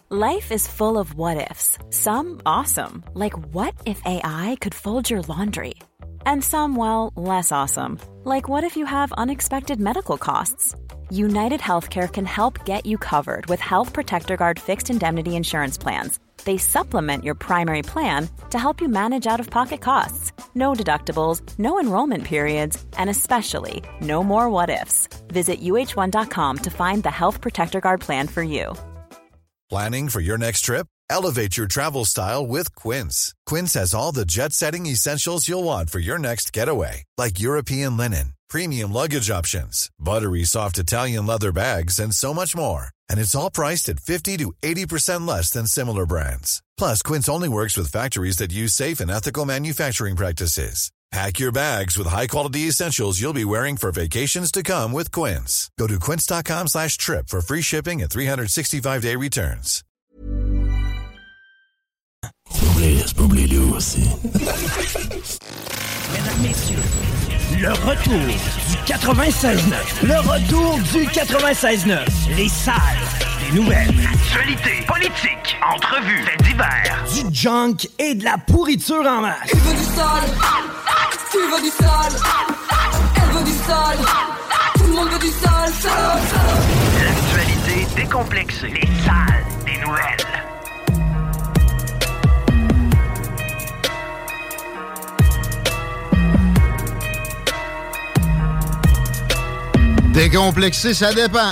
Life is full of what-ifs. Some awesome, like what if AI could fold your laundry? And some, well, less awesome, like what if you have unexpected medical costs? United Healthcare can help get you covered with Health Protector Guard fixed indemnity insurance plans. They supplement your primary plan to help you manage out-of-pocket costs. No deductibles, no enrollment periods, and especially no more what-ifs. Visit uh1.com to find the Health Protector Guard plan for you. Planning for your next trip? Elevate your travel style with Quince. Quince has all the jet-setting essentials you'll want for your next getaway, like European linen, premium luggage options, buttery soft Italian leather bags, and so much more. And it's all priced at 50 to 80% less than similar brands. Plus, Quince only works with factories that use safe and ethical manufacturing practices. Pack your bags with high-quality essentials you'll be wearing for vacations to come with Quince. Go to quince.com/trip for free shipping and 365-day returns. Oubliez-le aussi. Mesdames, Messieurs, le retour du 96.9. Le retour du 96.9. Les salles des nouvelles. Actualité, politique, entrevues, faits divers. Du junk et de la pourriture en masse. Il veut du sale. Tu veux du sale. Elle veut du sale. Tout le monde veut du sale. L'actualité décomplexée. Les salles des nouvelles. Décomplexé, ça dépend.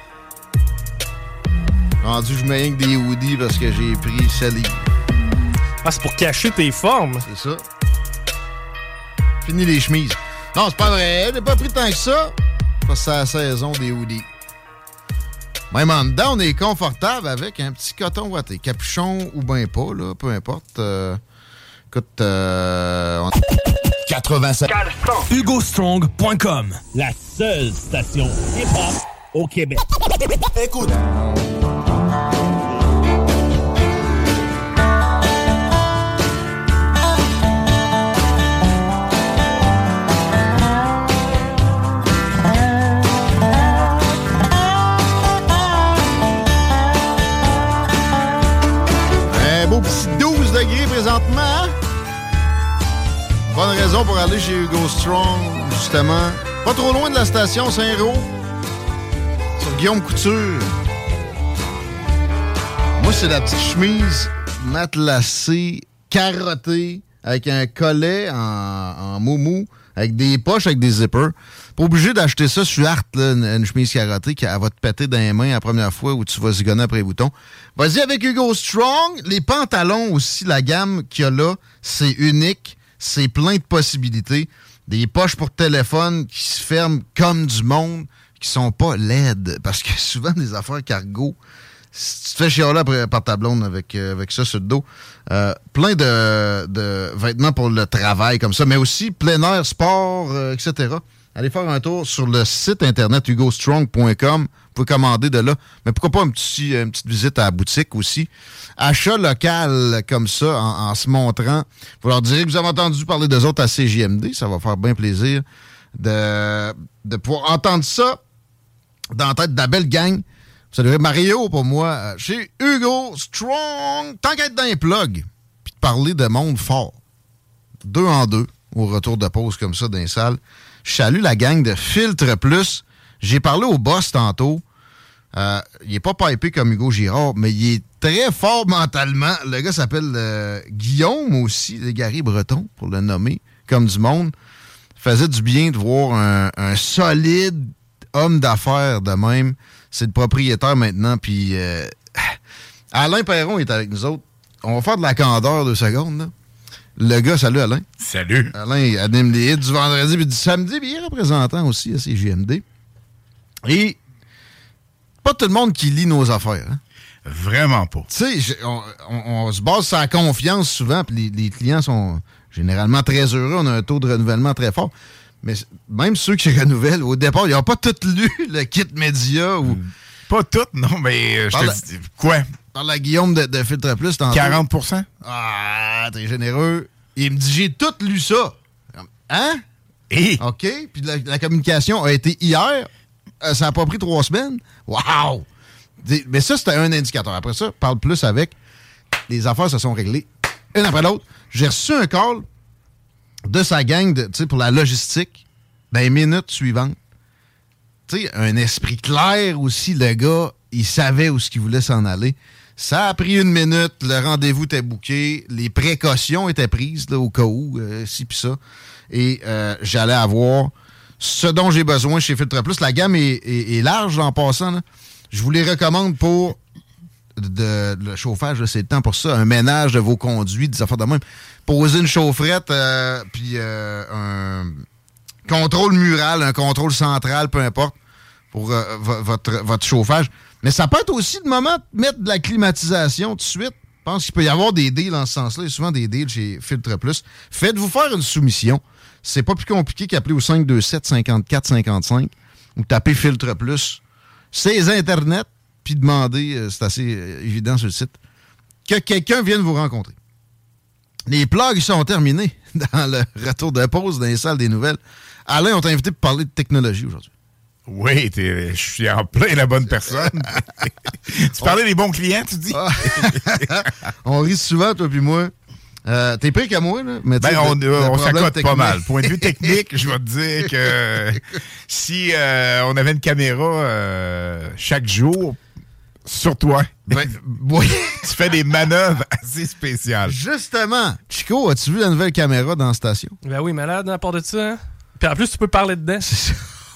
Rendu, je mets rien que des hoodies parce que j'ai pris Sally. Ah, c'est pour cacher tes formes. C'est ça. Fini les chemises. Non, c'est pas vrai. J'ai pas pris tant que ça. Parce que c'est la saison des hoodies. Même en dedans, on est confortable avec un petit coton ouaté. Capuchon ou ben pas, là. Peu importe. Écoute, 87. HugoStrong.com. La seule station hip-hop au Québec. écoute. Un beau petit 12 degrés présentement. Bonne raison pour aller chez Hugo Strong, justement. Pas trop loin de la station Saint-Roch. Sur Guillaume Couture. Moi, c'est la petite chemise matelassée, carottée, avec un collet en moumou, avec des poches, avec des zippers. Pas obligé d'acheter ça sur Art, là, une chemise carottée qui va te péter dans les mains la première fois où tu vas zigonner après les boutons. Vas-y avec Hugo Strong. Les pantalons aussi, la gamme qu'il y a là, c'est unique. C'est plein de possibilités. Des poches pour téléphone qui se ferment comme du monde, qui sont pas laides. Parce que souvent, des affaires cargo, si tu te fais chialer après par ta blonde avec ça sur le dos, plein de vêtements pour le travail comme ça, mais aussi plein air, sport, etc. Allez faire un tour sur le site internet hugostrong.com. Vous pouvez commander de là. Mais pourquoi pas une petite visite à la boutique aussi. Achat local comme ça, en se montrant. Vous leur direz que vous avez entendu parler d'eux autres à CJMD. Ça va faire bien plaisir de pouvoir entendre ça dans la tête de la belle gang. Vous saluez Mario pour moi. Chez Hugo Strong. Tant qu'à être dans les plugs, puis de parler de monde fort. 2 en 2 au retour de pause comme ça dans les salles. Je salue la gang de Filtre Plus. J'ai parlé au boss tantôt. Il est pas pipé comme Hugo Girard, mais il est très fort mentalement. Le gars s'appelle Guillaume aussi, les Gary Breton, pour le nommer, comme du monde. Faisait du bien de voir un solide homme d'affaires de même. C'est le propriétaire maintenant, puis Alain Perron est avec nous autres. On va faire de la candeur 2 secondes, là. Le gars, salut Alain. Salut. Alain anime les hits du vendredi et du samedi, puis il est représentant aussi à CJMD. Et pas tout le monde qui lit nos affaires. Hein? Vraiment pas. Tu sais, on se base sur la confiance souvent, puis les clients sont généralement très heureux. On a un taux de renouvellement très fort. Mais même ceux qui renouvellent, au départ, ils n'ont pas tous lu le kit média ou... Pas toutes, non, mais je te dis... Quoi? Par la Guillaume de Filtre Plus, tantôt. 40%? Ah, t'es généreux. Il me dit, j'ai tout lu ça. Hein? Et? OK. Puis la communication a été hier. Ça n'a pas pris 3 semaines. Wow! Mais ça, c'était un indicateur. Après ça, parle plus avec. Les affaires se sont réglées une après l'autre. J'ai reçu un call de sa gang pour la logistique dans les minutes suivantes. Tu sais, un esprit clair aussi, le gars, il savait où il voulait s'en aller. Ça a pris 1 minute, le rendez-vous était booké, les précautions étaient prises là, au cas où, ci pis ça. Et j'allais avoir ce dont j'ai besoin chez Filtre Plus. La gamme est large en passant. Là. Je vous les recommande pour le chauffage, là, c'est le temps pour ça. Un ménage de vos conduits, des affaires de même. Poser une chaufferette, puis un contrôle mural, un contrôle central, peu importe, pour votre chauffage. Mais ça peut être aussi le moment de mettre de la climatisation tout de suite. Je pense qu'il peut y avoir des deals dans ce sens-là. Il y a souvent des deals chez Filtre Plus. Faites-vous faire une soumission. C'est pas plus compliqué qu'appeler au 527-54-55 ou taper Filtre Plus. C'est Internet, puis demander, c'est assez évident sur le site, que quelqu'un vienne vous rencontrer. Les plugs sont terminés dans le retour de pause dans les salles des nouvelles. Alain, on t'a invité pour parler de technologie aujourd'hui. Oui, je suis en plein la bonne personne. Tu parlais des bons clients, tu dis? On rit souvent, toi puis moi. T'es pris qu'à moi, là? Mais on s'accote pas mal. Point de vue technique, je vais te dire que si on avait une caméra chaque jour sur toi, oui. Tu fais des manœuvres assez spéciales. Justement, Chico, as-tu vu la nouvelle caméra dans la station? Ben oui, malade, à part de ça. Hein? Puis en plus, tu peux parler dedans. C'est ça.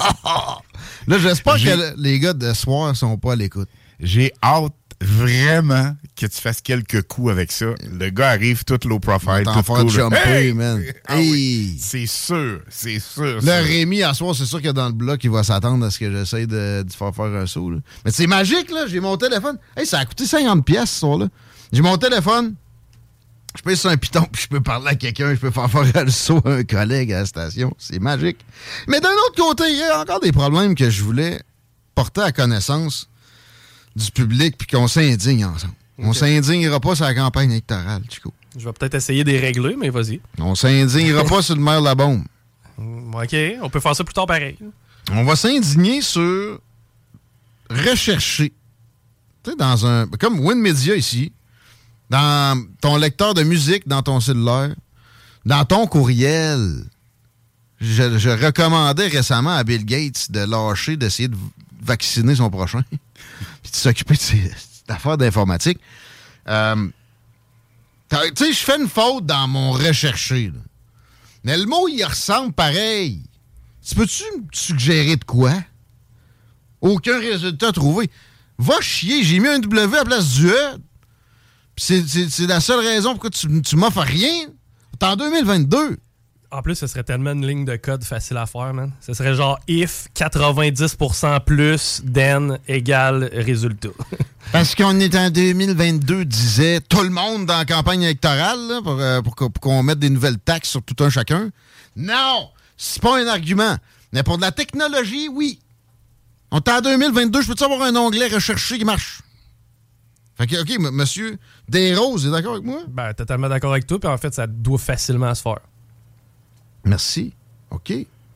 Là, j'espère que les gars de soir sont pas à l'écoute. J'ai hâte vraiment que tu fasses quelques coups avec ça. Le gars arrive tout low profile, tout cool. Jumper, man. Ah hey. Oui. C'est sûr. Là, Rémi, à soir, c'est sûr que dans le bloc, il va s'attendre à ce que j'essaie de faire un saut. Là. Mais c'est magique, là. J'ai mon téléphone. Hey, ça a coûté 50$ ce soir-là. J'ai mon téléphone. Je peux sur un piton, puis je peux parler à quelqu'un, je peux faire le saut à un collègue à la station. C'est magique. Mais d'un autre côté, il y a encore des problèmes que je voulais porter à connaissance du public, puis qu'on s'indigne ensemble. Okay. On s'indignera pas sur la campagne électorale, Chico. Je vais peut-être essayer de les régler, mais vas-y. On s'indignera pas sur le maire de la bombe. OK, on peut faire ça plus tard pareil. On va s'indigner sur rechercher. Tu sais, dans un... Comme WinMedia ici, dans ton lecteur de musique, dans ton cellulaire, dans ton courriel. Je recommandais récemment à Bill Gates de lâcher, d'essayer de vacciner son prochain, puis de s'occuper de ces affaires d'informatique. Tu sais, je fais une faute dans mon recherché. Là. Mais le mot, il ressemble pareil. Tu peux-tu me suggérer de quoi? Aucun résultat trouvé. Va chier, j'ai mis un W à la place du E. C'est la seule raison pourquoi tu m'offres rien. T'es en 2022. En plus, ce serait tellement une ligne de code facile à faire, man. Ce serait genre if 90% plus then égale résultat. Parce qu'on est en 2022, disait tout le monde dans la campagne électorale, là, pour qu'on mette des nouvelles taxes sur tout un chacun. Non! C'est pas un argument. Mais pour de la technologie, oui. On est en 2022, je peux-tu avoir un onglet recherché qui marche? Fait que, OK, monsieur Desroses est d'accord avec moi? Ben, totalement d'accord avec toi, puis en fait, ça doit facilement se faire. Merci. OK.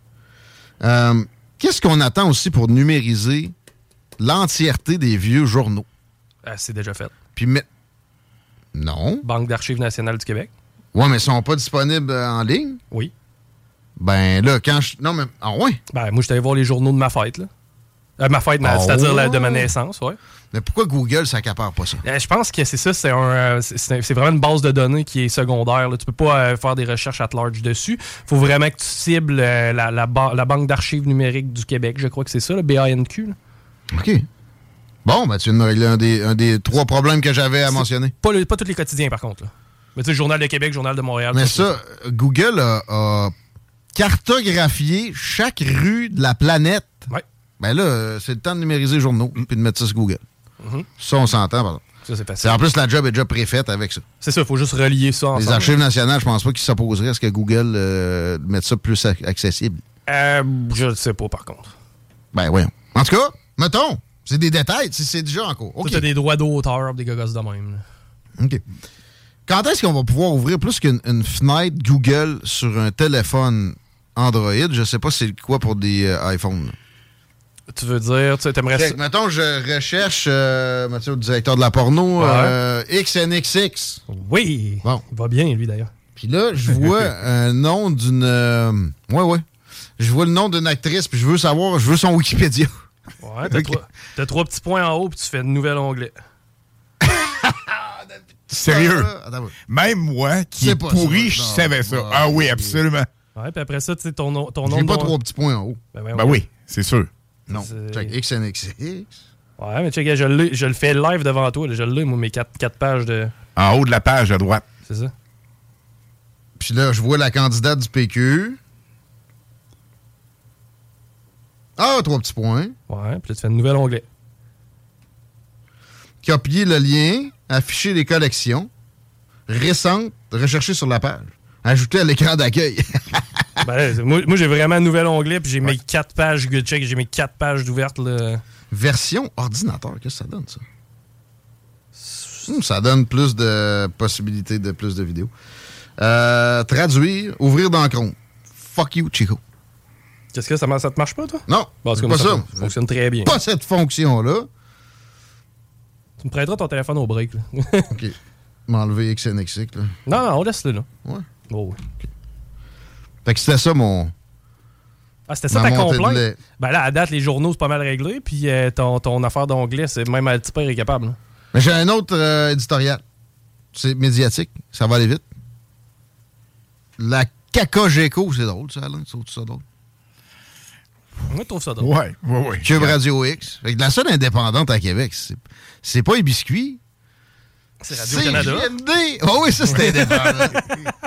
Qu'est-ce qu'on attend aussi pour numériser l'entièreté des vieux journaux? C'est déjà fait. Puis, non. Banque d'Archives nationales du Québec. Ouais, mais ils sont pas disponibles en ligne? Oui. Ben là, quand je... Non, mais... Ah ouais? Ben, moi, je suis allé voir les journaux de ma fête, là. Ma fête, c'est-à-dire de ma naissance, ouais. Mais pourquoi Google s'accapare pas ça? Je pense que c'est ça, c'est vraiment une base de données qui est secondaire. Là. Tu peux pas faire des recherches at large dessus. Faut vraiment que tu cibles la Banque d'archives numériques du Québec. Je crois que c'est ça, le BANQ. Là. OK. Bon, ben tu viens de me régler un des 3 problèmes que j'avais à mentionner. Pas tous les quotidiens, par contre. Là. Mais tu sais, Journal de Québec, Journal de Montréal. Mais ça, Google a cartographié chaque rue de la planète. Ouais. Ben là, c'est le temps de numériser les journaux puis de mettre ça sur Google. Mm-hmm. Ça, on s'entend, pardon. Ça, c'est facile. En plus, la job est déjà préfaite avec ça. C'est ça, il faut juste relier ça ensemble. Les archives nationales, je pense pas qu'ils s'opposeraient à ce que Google mette ça plus accessible. Je ne sais pas, par contre. Ben, voyons. En tout cas, mettons, c'est des détails, c'est déjà en cours. Okay. Tu as des droits d'auteur, des gogosses de même. Là. OK. Quand est-ce qu'on va pouvoir ouvrir plus qu'une fenêtre Google sur un téléphone Android? Je sais pas c'est quoi pour des iPhones. Tu veux dire, tu aimerais... Mettons, je recherche, Mathieu, le directeur de la porno, XNXX. Oui! Bon. Il va bien, lui, d'ailleurs. Puis là, je vois un nom d'une... Ouais. Je vois le nom d'une actrice, puis je veux son Wikipédia. Ouais, t'as 3 petits points en haut, puis tu fais de nouvel onglet. Sérieux? Même moi, qui est pourri, je savais ça. Ah oui, absolument. Ouais, puis après ça, tu sais, ton nom... J'ai pas 3 petits points en haut. Ben oui, c'est sûr. Non, check XNXX. Ouais, mais check, je le fais live devant toi. Là, je l'ai, moi, mes 4 pages de... En haut de la page à droite. C'est ça. Puis là, je vois la candidate du PQ. Ah, 3 petits points. Ouais, puis là, tu fais un nouvel onglet. Copier le lien, afficher les collections, récentes, rechercher sur la page, ajouter à l'écran d'accueil. Ben, moi, j'ai vraiment un nouvel onglet, puis j'ai mes 4 pages good check, j'ai mes 4 pages d'ouvertes. Version ordinateur, qu'est-ce que ça donne, ça? Ça donne plus de possibilités de plus de vidéos. Traduire, ouvrir dans Chrome. Fuck you, Chico. Qu'est-ce que ça te marche pas, toi? Non, bon, c'est pas ça. Ça fonctionne très bien. Pas cette fonction-là. Tu me prêteras ton téléphone au break. Là. OK. M'enlever XNXX, là. Non, laisse-le, là. Ouais. Oh, oui. Okay. Fait que c'était ça, mon... Ah, c'était ça ta complainte? Ben là, à date, les journaux, c'est pas mal réglé, puis ton affaire d'onglet, c'est même un petit peu incapable. Là. Mais j'ai un autre éditorial. C'est médiatique. Ça va aller vite. La Cacogeco, c'est drôle, ça, Alain? Tu trouves ça drôle? Moi, je trouve ça drôle. Ouais. Cube Radio X. Fait que la seule indépendante à Québec, c'est pas les biscuits. C'est Radio-Canada. CJMD. Oh oui, ça, c'est indépendant.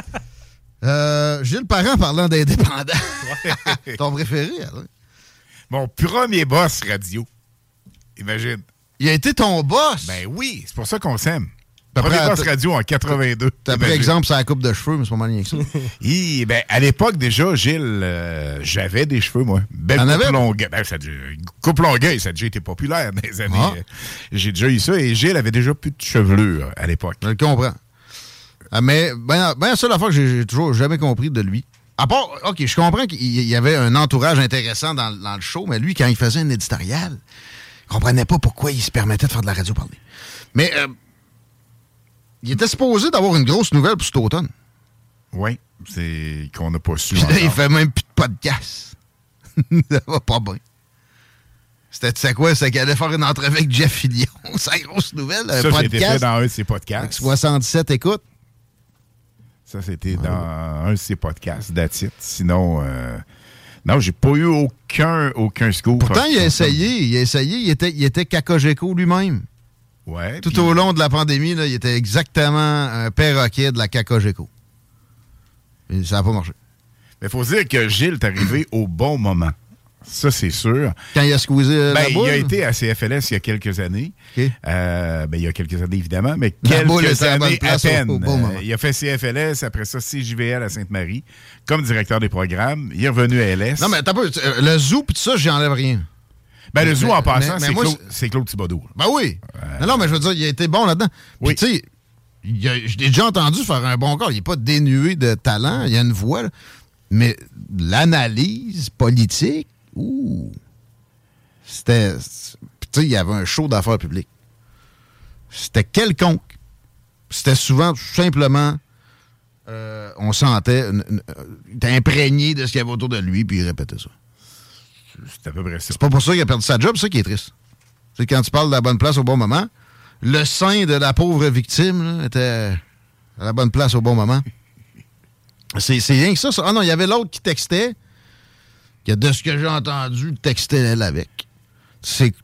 Gilles Parent parlant d'indépendant. Ton préféré, Alain? Mon premier boss radio. Imagine. Il a été ton boss? Ben oui, c'est pour ça qu'on s'aime. Premier boss radio en 82. T'as pris exemple sur la coupe de cheveux, mais c'est pas mal rien que ça. Ben, à l'époque, déjà, Gilles, j'avais des cheveux, moi. Belle coupe longueuil. Ben, coupe longueuil, ça a déjà été populaire dans les années. J'ai déjà eu ça, et Gilles avait déjà plus de chevelure à l'époque. Je le comprends. Mais la seule affaire que j'ai toujours jamais compris de lui, à part, OK, je comprends qu'il y avait un entourage intéressant dans le show, mais lui, quand il faisait un éditorial, il comprenait pas pourquoi il se permettait de faire de la radio parler. Mais il était supposé d'avoir une grosse nouvelle pour cet automne. Oui, c'est qu'on n'a pas su. Puis là, il fait même plus de podcast. Ça va pas bien. C'était, tu sais quoi, c'est qu'il allait faire une entrevue avec Jeff Fillion. C'est la grosse nouvelle, un podcast. Ça, c'était fait dans un de ses podcasts. Avec 77 écoutes. Ça, c'était dans un de ses podcasts, that's it. Sinon, non, j'ai pas eu aucun scoop. Pourtant, il a essayé, il était Cacogeco lui-même. Ouais. Tout au long de la pandémie, là, il était exactement un perroquet de la Cacogeco. Et ça n'a pas marché. Mais il faut dire que Gilles est arrivé au bon moment. Ça, c'est sûr. Quand il a squeezé la boule? Il a été à CFLS il y a quelques années. Okay. Il y a quelques années, évidemment, mais la quelques années à peine. Au bon moment. Il a fait CFLS, après ça, CJVL à Sainte-Marie, comme directeur des programmes. Il est revenu à LS. Non, mais t'as pas... Le zoo, pis tout ça, j'y enlève rien. Ben, le zoo, en passant, c'est Claude Thibodeau. Ben oui. Non, mais je veux dire, il a été bon là-dedans. Puis, tu sais, je l'ai déjà entendu faire un bon corps. Il n'est pas dénué de talent. Il a une voix, là. Mais l'analyse politique, c'était... Tu sais, il y avait un show d'affaires publiques. C'était quelconque. C'était souvent, tout simplement, on sentait... il était imprégné de ce qu'il y avait autour de lui, puis il répétait ça. C'est à peu près ça. C'est pas pour ça qu'il a perdu sa job, c'est ça qui est triste. C'est quand tu parles de la bonne place au bon moment, le sein de la pauvre victime là, était à la bonne place au bon moment. C'est rien que ça. Ah non, il y avait l'autre qui textait, que de ce que j'ai entendu, textait elle avec. C'est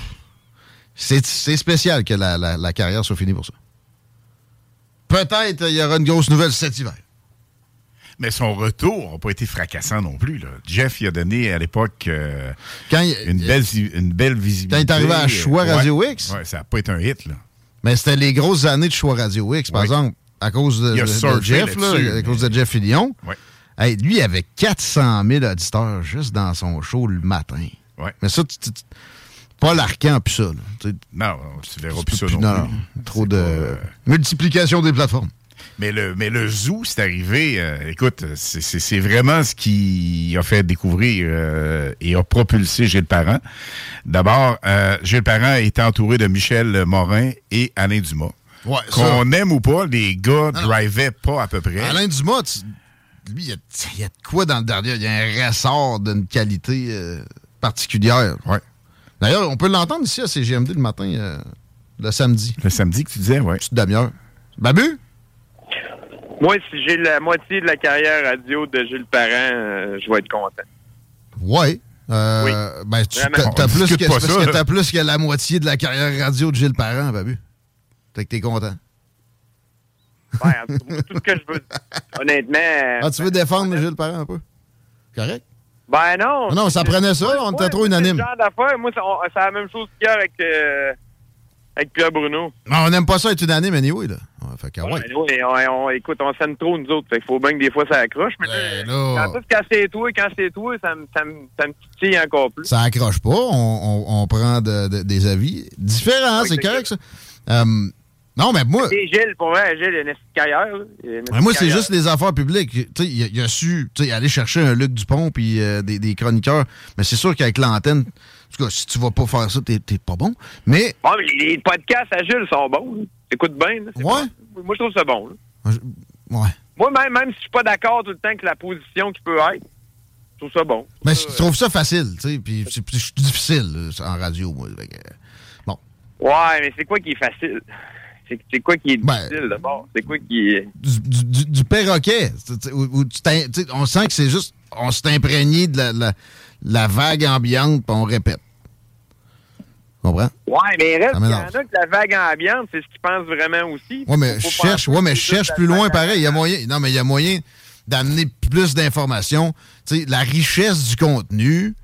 spécial que la carrière soit finie pour ça. Peut-être il y aura une grosse nouvelle cet hiver. Mais son retour n'a pas été fracassant non plus. Là. Jeff, il a donné à l'époque une belle visibilité. Quand il est arrivé à Choix Radio X? Oui, ça n'a pas été un hit. Là. Mais c'était les grosses années de Choix Radio X, par exemple, à cause de Jeff, à cause de Jeff Fillion. Oui. Hey, lui, il avait 400 000 auditeurs juste dans son show le matin. Ouais. Mais ça, pas l'arcan puis ça. Là. Non, tu verras plus ça non plus. Trop de multiplication des plateformes. Mais le zoo, c'est arrivé, écoute, c'est vraiment ce qui a fait découvrir et a propulsé Gilles Parent. D'abord, Gilles Parent est entouré de Michel Morin et Alain Dumas. Ouais, qu'on aime ou pas, les gars drivaient pas à peu près. Alain Dumas, lui, il y a de quoi dans le dernier. Il y a un ressort d'une qualité particulière. Ouais. D'ailleurs, on peut l'entendre ici à CGMD le matin, le samedi. Le samedi que tu disais, oui. Petite demi-heure. Babu? Moi, si j'ai la moitié de la carrière radio de Gilles Parent, je vais être content. Oui. Oui. Ben, t'as plus que la moitié de la carrière radio de Gilles Parent, Babu. Fait que t'es content. Ouais, tout ce que je veux. Honnêtement. Tu veux défendre Gilles Parent un peu? Correct? Ben non. Non, ça prenait ça, on était trop unanime. C'est le genre d'affaire. Moi, c'est la même chose qu'hier avec Pierre Bruno. Non, on n'aime pas ça être unanime, anyway, là. Fait que, ouais. Écoute, on s'aime trop, nous autres. Fait qu'il faut bien que des fois, ça accroche. Mais quand c'est toi, ça me titille encore plus. Ça accroche pas. On prend des avis différents, oui, c'est correct, ça. Non, mais moi... C'est Gilles, pour vrai, Gilles, il a une carrière. Moi, c'est juste les affaires publiques. Il a su aller chercher un Luc Dupont puis des chroniqueurs. Mais c'est sûr qu'avec l'antenne, en tout cas, si tu vas pas faire ça, t'es pas bon. Mais... Bon, mais les podcasts à Gilles sont bons. T'écoutes bien. Ouais. Bon. Moi, je trouve ça bon. Ouais. Moi, même si je suis pas d'accord tout le temps avec la position qui peut être, je trouve ça bon. Mais je trouve ça facile, tu sais. Puis je suis difficile en radio, moi. Bon. Ouais, mais c'est quoi qui est facile? C'est quoi qui est difficile, d'abord? C'est quoi qui est... Du perroquet. On sent que c'est juste... On s'est imprégné de la vague ambiante, puis on répète. Tu comprends? Ouais, mais il reste qu'il y en a que la vague ambiante, c'est ce qu'ils pensent vraiment aussi. Ouais, mais je cherche plus loin, pareil. Il y a moyen... Non, mais il y a moyen d'amener plus d'informations. Tu sais, la richesse du contenu...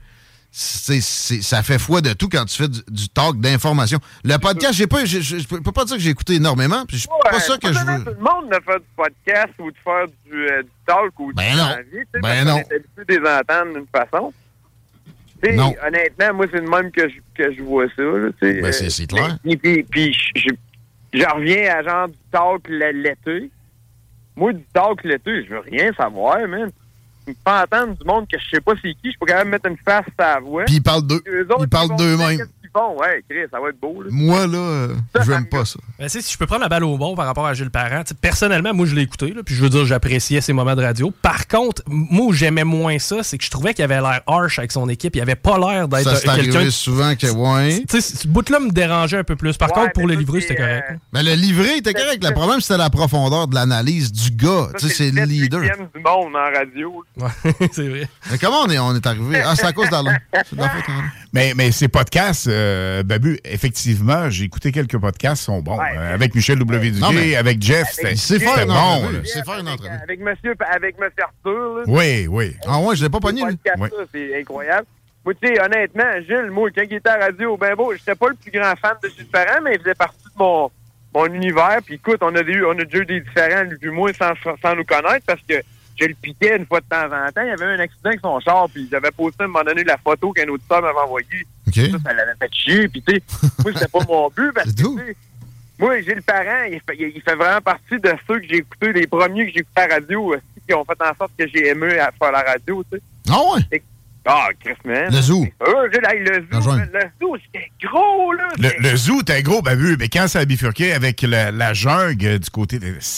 ça fait foi de tout quand tu fais du talk d'information. Le podcast, je peux pas dire que j'ai écouté énormément, puis c'est pas ça que je veux. Tout le monde ne fait du podcast ou de faire du talk ou ben non. Ben non. On est habitué de les entendre d'une façon. T'sais, non. Honnêtement, moi, c'est le même que je vois ça. Là, ben c'est clair. Puis je reviens à genre du talk l'été. Moi, du talk l'été, je veux rien savoir, man. Je me fais entendre du monde que je sais pas c'est qui, je peux quand même mettre une face sur la voix. Puis ils parlent d'eux-mêmes. Qu'est-ce qu'ils font? Ouais, Chris, ça va être beau. Là. Moi, là, j'aime pas ça. Ben, si je peux prendre la balle au bon par rapport à Gilles Parent, personnellement, moi, je l'ai écouté, là, puis je veux dire, j'appréciais ses moments de radio. Par contre, moi, où j'aimais moins ça, c'est que je trouvais qu'il avait l'air harsh avec son équipe. Il avait pas l'air d'être quelqu'un... Ça, c'est arrivé souvent que, ouais. Tu sais, ce bout-là me dérangeait un peu plus. Par contre, pour le livrer, c'était correct. Ben, le livret était correct. Le problème, c'était la profondeur de l'analyse du gars. Tu sais, c'est le leader. C'est du monde en radio. Ouais, c'est vrai. Mais comment on est arrivé? Ah, c'est à cause d'Alain. C'est de la faute d'Alain. Mais ces podcasts, Babu, effectivement, j'ai écouté quelques podcasts, sont bons. Avec Michel W. Duguay, avec Jeff, c'est faire une entrevue. C'est faire une entrevue. Avec monsieur Arthur. Là. Oui. Ah ouais, je l'ai pas pogné, lui. C'est incroyable. Moi, tu sais, honnêtement, Gilles, moi, quand il était à la radio, ben beau, j'étais pas le plus grand fan de Gilles Parent, mais il faisait partie de mon univers. Puis écoute, on a déjà eu des différends, lui et moi, sans nous connaître, parce que je le piquais une fois de temps en temps. Il y avait eu un accident avec son char, puis j'avais posté à un moment donné la photo qu'un auditeur m'avait envoyée. Okay. Ça l'avait fait chier, puis tu sais, moi, c'était pas mon but, parce que, moi, Gilles Parent, il fait vraiment partie de ceux que j'ai écoutés, les premiers que j'ai écoutés à la radio, qui ont fait en sorte que j'ai aimé à faire la radio, tu sais. Ah ouais? Chris, man. Le zoo. Le zoo, c'était gros, là. Le zoo, c'était gros, Babu, mais quand ça a bifurqué avec la jungle du côté,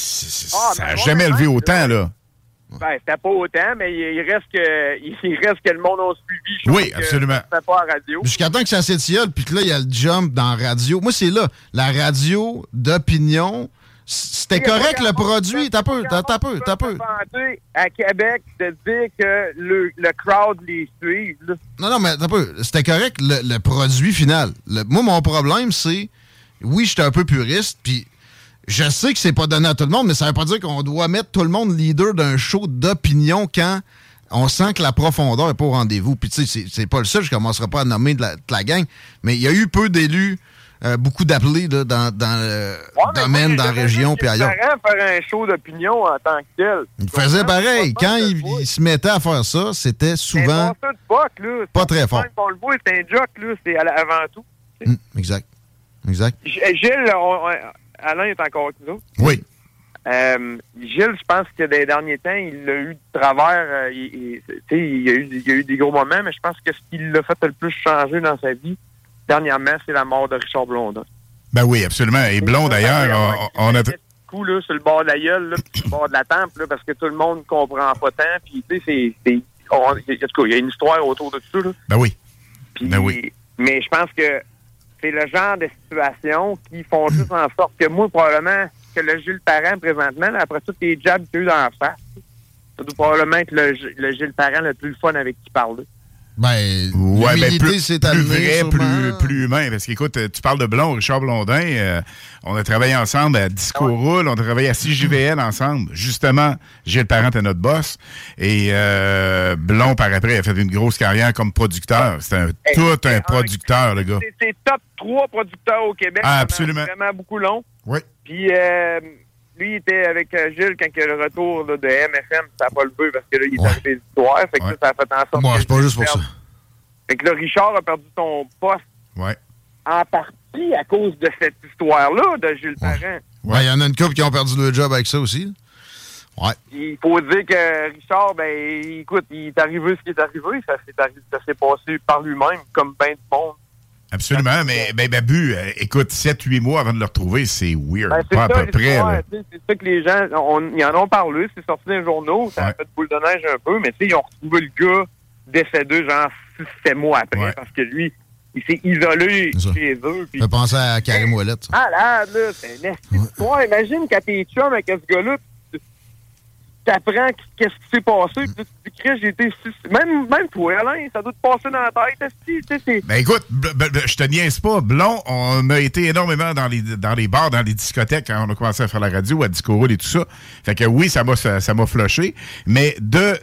ça n'a jamais levé autant, là. Ben, c'était pas autant, mais il reste que le monde a suivi. Oui, absolument. C'était pas à radio. Jusqu'à temps que ça s'étiole, puis que là, il y a le jump dans la radio. Moi, c'est là. La radio d'opinion, c'était correct, le produit. T'as peu. À Québec, de dire que le crowd les suit. Là. Non, mais t'as peu. C'était correct, le produit final. Moi, mon problème, c'est... Oui, j'étais un peu puriste, puis... Je sais que c'est pas donné à tout le monde, mais ça veut pas dire qu'on doit mettre tout le monde leader d'un show d'opinion quand on sent que la profondeur est pas au rendez-vous. Puis tu sais, c'est pas le seul, je commencerai pas à nommer de la gang, mais il y a eu peu d'élus, beaucoup d'appelés là, dans le domaine, dans la région, puis ailleurs. Faire un show d'opinion en tant que tel. Il faisait pareil. Quand il se mettait à faire ça, c'était souvent pas très fort. On le voit, c'est un jock, là, c'est avant tout. Exact. Gilles, Alain est encore avec nous. Oui. Gilles, je pense que des derniers temps, il a eu de travers. Il y a eu des gros moments, mais je pense que ce qui l'a fait le plus changer dans sa vie, dernièrement, c'est la mort de Richard Blondin. Ben oui, absolument. Et Blond, d'ailleurs, on a... coup là, sur le bord de la gueule, là, sur le bord de la tempe, là, parce que tout le monde ne comprend pas tant. Puis, tu sais, il y a une histoire autour de tout ça. Là. Ben oui. Puis, mais je pense que c'est le genre de situation qui font juste en sorte que moi, probablement, que le Gilles Parent, présentement, là, après tous les jabs qu'il y a eu dans la face, ça doit probablement être le Gilles Parent le plus fun avec qui parler. Ben, plus vrai, plus humain. Parce qu'écoute, tu parles de Blond, Richard Blondin. On a travaillé ensemble à Disco Roule, on a travaillé à CJVL ensemble. Justement, Gilles Parent était notre boss. Et Blond, par après, a fait une grosse carrière comme producteur. C'est tout un producteur, le gars. C'est top 3 producteurs au Québec. Ah, absolument. Vraiment beaucoup long. Oui. Puis, lui, il était avec Gilles quand il y a le retour là, de MFM, ça n'a pas levé parce que là, il est arrivé d'histoire. Fait que ça a fait en sorte. Moi, c'est pas juste pour ça. Fait que là, Richard a perdu son poste. Ouais. En partie à cause de cette histoire-là de Gilles Parent. Ouais, il y en a une couple qui ont perdu le job avec ça aussi. Ouais. Il faut dire que Richard, ben, écoute, il est arrivé ce qui est arrivé. Ça s'est passé par lui-même, comme ben de monde. Absolument, mais Babu, écoute, 7-8 mois avant de le retrouver, c'est weird. Ben, c'est pas ça, à peu près. C'est ça que les gens, ils en ont parlé, c'est sorti dans les journaux, ça a fait boule de neige un peu, mais tu sais, ils ont retrouvé le gars décédé genre 6-7 mois après, parce que lui, il s'est isolé chez eux. Ça fait penser à Karim Ouellette. Ah là, c'est un histoire. Imagine quand t'es chum avec ce gars-là, t'apprends qu'est-ce qui s'est passé, puis tu te dis, Chris, j'ai été... Même toi, Alain, ça doit te passer dans la tête. Ben écoute, je te niaise pas. Blond, on a été énormément dans les bars, dans les discothèques quand on a commencé à faire la radio, à Disco Roule et tout ça. Fait que oui, ça m'a flushé. Mais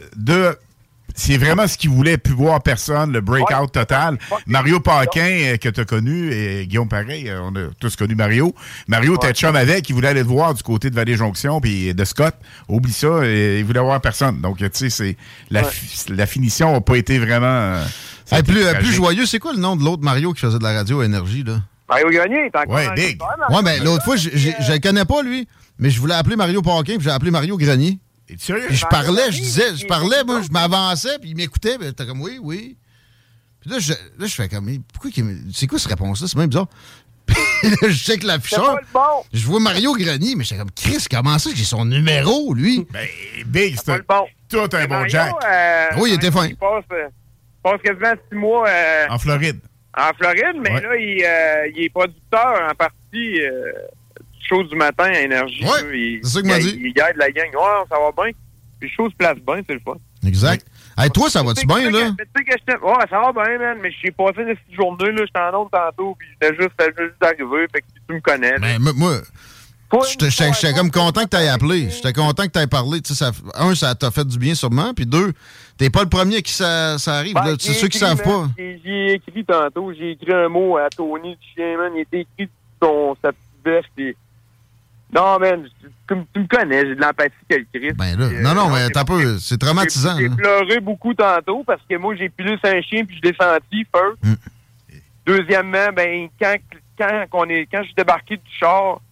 c'est vraiment ce qu'il voulait, plus voir personne, le breakout total. Mario Paquin, que tu as connu, et Guillaume pareil, on a tous connu Mario. Mario était chum avec, il voulait aller le voir du côté de Vallée-Jonction puis de Scott. Oublie ça, il voulait voir personne. Donc, tu sais, la finition n'a pas été vraiment... plus joyeux, c'est quoi le nom de l'autre Mario qui faisait de la radio à Énergie, là? Mario Gagné, est encore dans Big. Ouais, mais l'autre fois, je le connais pas, lui, mais je voulais appeler Mario Paquin, puis j'ai appelé Mario Grenier. Es-tu sérieux? Puis je parlais, moi, je m'avançais, puis il m'écoutait, puis t'es comme, oui. Puis là, je fais comme, pourquoi c'est quoi cette réponse-là? C'est même bizarre. Puis là, je check l'afficheur, je vois Mario Grenier, mais j'étais comme, Chris, comment ça, j'ai son numéro, lui? Ben, Big, c'est tout un bon Jack. Oui, il était fin. Il passe quasiment 6 mois... en Floride. En Floride, mais là, il est producteur en partie... chose du matin à Énergie. Ouais, c'est ça qu'il m'a dit. Il aide la gang. Ouais, ça va bien. Puis chose place bien, c'est le fun. Exact. Hey, toi, ça va-tu bien, là? Ouais, ça va bien, man. Mais j'ai passé une petite journée, là. J'étais en autre tantôt, puis j'étais juste arrivé. Fait que tu me connais. Mais moi, j'étais comme content que tu aies appelé. J'étais content que tu aies parlé. Ça t'a fait du bien, sûrement. Puis 2, t'es pas le premier à qui ça arrive. C'est ceux qui savent pas. J'ai écrit tantôt. J'ai écrit un mot à Tony du chien, man. Il était écrit sur sa petite veste, puis... Non, man, tu me connais, j'ai de l'empathie quel Christ. Ben là, non, mais t'as peu, c'est traumatisant. J'ai pleuré beaucoup tantôt parce que moi, j'ai pilé sur un chien puis je l'ai senti, first. Deuxièmement, ben, quand je suis débarqué du char,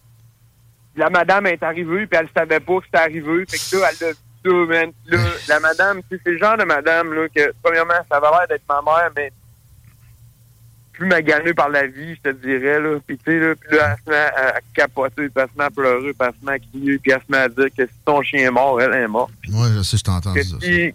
la madame est arrivée puis elle savait pas que c'était arrivé. Fait que là, elle a vu ça, man. Là, la madame, c'est le genre de madame, là, que, premièrement, ça avait l'air d'être ma mère, mais plus maganée par la vie, je te dirais, là. Puis, tu sais, là, puis là, elle se met à capoter, puis elle se met à pleurer, puis elle se met à crier, puis elle se met à dire que si ton chien est mort, elle est morte. Ouais, je sais, je t'entends ça.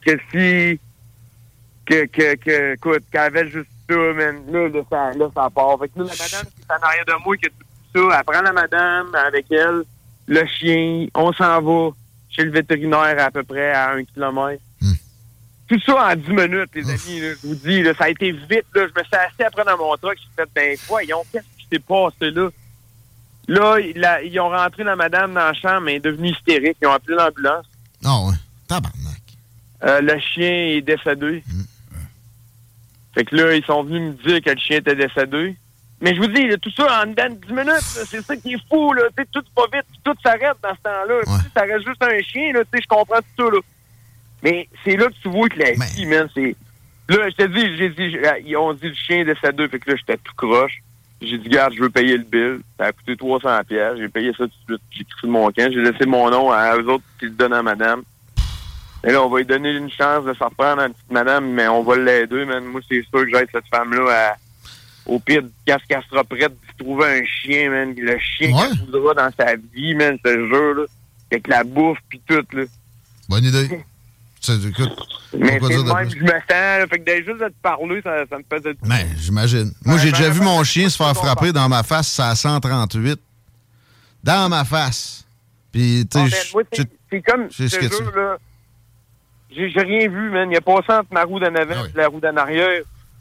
Écoute, qu'elle avait juste ça, man, là, ça part. Fait que là, la madame qui est en arrière de moi, qui a tout ça, elle prend la madame avec elle, le chien, on s'en va chez le vétérinaire à peu près à 1 kilomètre. Tout ça en 10 minutes, les amis, là, je vous dis, là, ça a été vite, là, je me suis assis après dans mon truck, j'ai fait, ben, voyons, qu'est-ce qui s'est passé là? Là, ils ont rentré la madame dans la chambre, elle est devenue hystérique, ils ont appelé l'ambulance. Ah ouais, tabarnak. Le chien est décédé. Fait que là, ils sont venus me dire que le chien était décédé. Mais je vous dis, là, tout ça en dedans de 10 minutes, là, c'est ça qui est fou, là, tu sais, tout va vite, tout s'arrête dans ce temps-là. Ouais. Ça reste juste un chien, là, tu sais, je comprends tout ça, là. Mais c'est là que tu vois que la vie, man, c'est... Là, je te dis, ils ont dit le chien décédé, fait que là, j'étais tout croche. J'ai dit, garde, je veux payer le bill. Ça a coûté 300$. J'ai payé ça tout de suite. J'ai écrit mon camp. J'ai laissé mon nom à eux autres qui le donnent à madame. Et là, on va lui donner une chance de s'en reprendre à la petite madame, mais on va l'aider, man. Moi, c'est sûr que j'aide cette femme-là au pire, quand elle sera prête de trouver un chien, man. Le chien qu'elle voudra dans sa vie, man, ce jeu-là. Avec la bouffe pis tout, là. Bonne idée. Écoute, mais c'est le même, je me sens, là. Fait que juste de te parler, ça me fait de... Ben, j'imagine. Moi, j'ai déjà vu mon chien se faire frapper dans ma face, ça à 138. Dans ma face. Puis, tu sais... C'est comme ce jeu-là. J'ai rien vu, man. Il a passé entre ma roue d'en avant et la roue d'en arrière.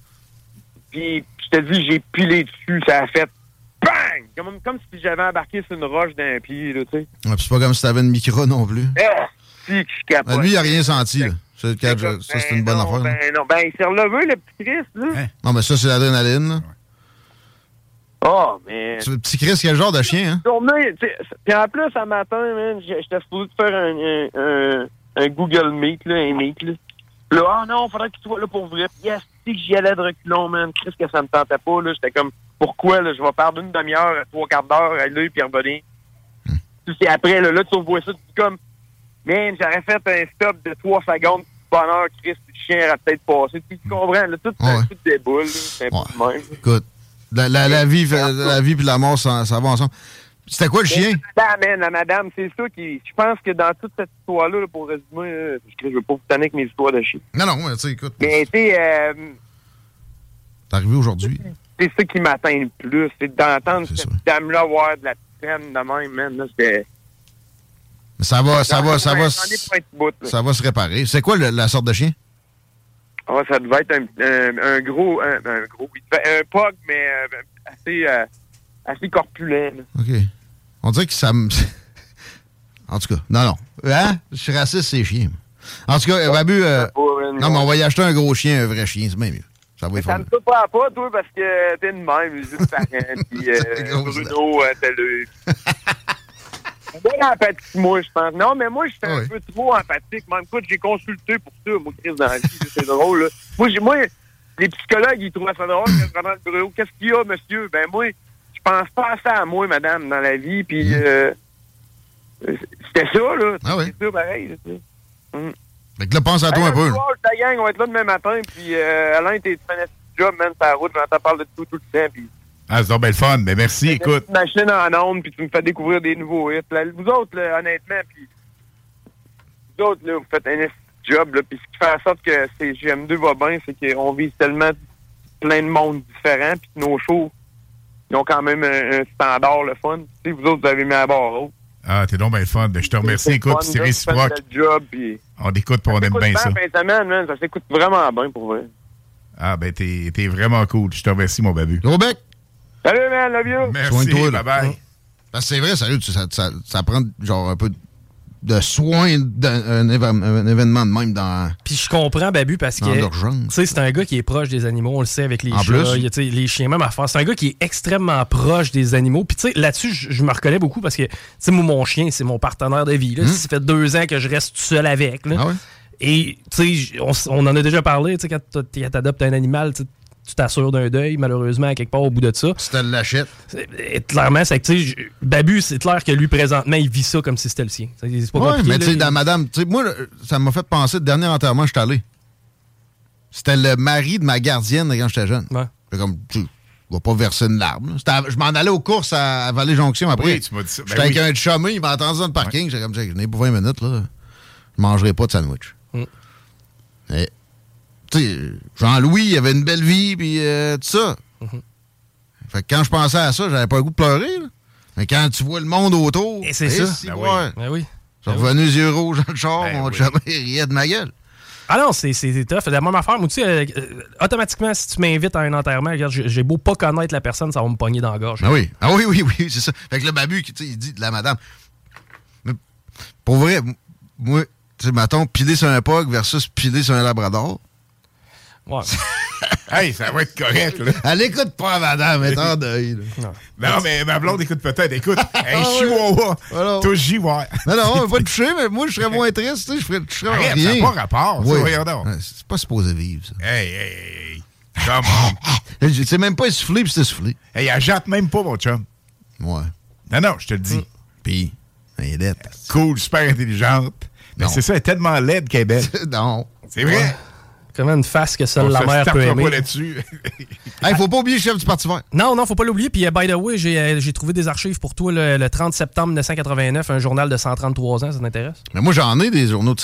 Puis, je te dis, j'ai pilé dessus. Ça a fait bang! Comme si j'avais embarqué sur une roche d'un pied, là, tu sais. Ouais, c'est pas comme si t'avais une micro non plus. Si, que je capote. Ben, lui, il a rien senti, là. Ça, c'est une bonne affaire. Il s'est relevé, le petit Chris, là. Hein? Non, mais ça, c'est l'adrénaline, là. Oh, mais... Le petit Chris, quel genre de chien, hein? Puis en plus, un matin, man, j'étais supposé faire un Google Meet, là, un Meet, là. Là, non, faudrait qu'il soit là pour vrai. Yes, tu sais que j'y allais de reculons, man. Qu'est-ce que ça me tentait pas, là? J'étais comme, pourquoi, là? Je vais perdre une demi-heure, 3/4 d'heure, aller, puis revenir. C'est après, là, tu vois ça, tu dis comme, man, j'aurais fait un stop de 3 secondes, bonheur, Chris, le chien aurait peut-être passé. Tu comprends, là, tout déboule, là. C'est un peu de même. Écoute, la vie puis la mort, ça va ensemble. C'était quoi le chien? La madame, c'est ça qui... Je pense que dans toute cette histoire-là, là, pour résumer, je veux pas vous tanner avec mes histoires de chien. Non, tu sais, écoute. Mais, tu sais... T'es arrivé aujourd'hui? C'est ça qui m'atteint le plus. C'est d'entendre cette dame-là avoir de la peine de même, man. Là, c'était... Ça va se réparer. C'est quoi la sorte de chien? Ah, ça devait être un gros... Un pug, mais assez corpulent. Là. OK. On dirait que ça me... En tout cas, non. Hein? Je suis raciste, c'est chiens. En tout cas, Babu... non, mais on va y acheter un gros chien, un vrai chien, c'est bien mieux. Ça va y faire. Ça me surprend pas, toi, parce que t'es de même, juste parent, puis Bruno, t'as le... Bien empathique, moi, je pense. Non, mais moi, j'étais un peu trop empathique. Même, écoute, j'ai consulté pour ça, moi, Chris, dans la vie. C'est drôle, là. Moi, les psychologues, ils trouvaient ça drôle. Pendant le bureau, qu'est-ce qu'il y a, monsieur? Ben, moi, je pense pas à ça à moi, madame, dans la vie. Puis, c'était ça, là. Ah oui? C'est ça, pareil. Fait que là, pense à toi un peu. La gang, on va être là demain matin. Puis, Alain, tu fais un job, man, sur la route. J'entends parler de tout le temps. Puis, ah, c'est donc belle fun. Mais merci, écoute. Tu machines en onde, puis tu me fais découvrir des nouveaux hits. Là, vous autres, là, honnêtement, puis vous autres, là, vous faites un job, là, puis ce qui fait en sorte que CGM2 va bien, c'est qu'on vise tellement plein de monde différents, puis que nos shows, ils ont quand même un standard, le fun. Tu sais, vous autres, vous avez mis à bord haut. Ah, t'es donc bien fun. Je te remercie. Écoute, c'est réciproque. On écoute, puis on aime bien ça. Ça s'écoute vraiment bien, pour vrai. Ah, ben, t'es vraiment cool. Je te remercie, mon babu. Gros bec! Salut, man, love you! Merci, soigne-toi, bye-bye. Parce que c'est vrai, sérieux, ça prend genre un peu de soin d'un événement de même dans... Puis je comprends, Babu, parce que c'est un gars qui est proche des animaux, on le sait, avec les chats, les chiens, même à faire. C'est un gars qui est extrêmement proche des animaux. Puis tu sais, là-dessus, je me reconnais beaucoup parce que, tu sais, mon chien, c'est mon partenaire de vie. Ça fait 2 ans que je reste tout seul avec. Là. Ah ouais? Et tu sais, on en a déjà parlé, tu sais, quand t'adoptes un animal, tu t'assures d'un deuil, malheureusement, à quelque part au bout de ça. Tu te l'achètes. Clairement, c'est que, tu sais, Babu, c'est clair que lui, présentement, il vit ça comme si c'était le sien. C'est pas compliqué. Mais tu sais, dans madame, tu sais, moi, ça m'a fait penser, le dernier enterrement, j'étais allé. C'était le mari de ma gardienne quand j'étais jeune. Ouais. Fait comme, tu vas pas verser une larme. Je m'en allais aux courses à Vallée-Jonction après. Oui, tu m'as dit ça. J'étais avec un chumé, il m'a entendu dans le parking. J'étais comme, je n'ai pour 20 minutes, là. Je mangerai pas de sandwich. Et, tu sais, Jean-Louis, il avait une belle vie, puis tout ça. Fait que quand je pensais à ça, j'avais pas le goût de pleurer. Là. Mais quand tu vois le monde autour, et c'est ça. Ben oui. Je suis revenu les yeux rouges dans le char, mon chum riait de ma gueule. Ah non, c'est tough. La même affaire, moi, tu sais, automatiquement, si tu m'invites à un enterrement, regarde, j'ai beau pas connaître la personne, ça va me pogner dans la gorge. Ah oui, c'est ça. Fait que le Babu, tu sais, il dit de la madame. Mais pour vrai, moi, tu sais, mettons, piler sur un pug versus piler sur un labrador. Ouais. Hey, ça va être correct, là. Elle écoute pas, madame, elle est en deuil. Non, mais ma blonde écoute peut-être. Écoute, un chihuahua, touche j'y vois. Non, on va pas toucher, mais moi, je serais moins triste, tu sais, je toucherais rien. Ça n'a pas rapport, oui. Voyons donc. C'est pas supposé vivre, ça. Hey. Comment? Je sais même pas essouffler, puis c'est essoufflé. Hey, elle jatte même pas, mon chum. Ouais. Non, je te le dis. Puis, elle est laide. Cool, super intelligente. Mais c'est ça, elle est tellement laide qu'elle est belle. Non. C'est vrai. Ouais. Comment une face que seule la mère peut aimer. Pas là-dessus. Hey, faut pas oublier le chef du Parti vert. Non, faut pas l'oublier. Puis, by the way, j'ai trouvé des archives pour toi le 30 septembre 1989, un journal de 133 ans, ça t'intéresse? Mais moi, j'en ai des journaux de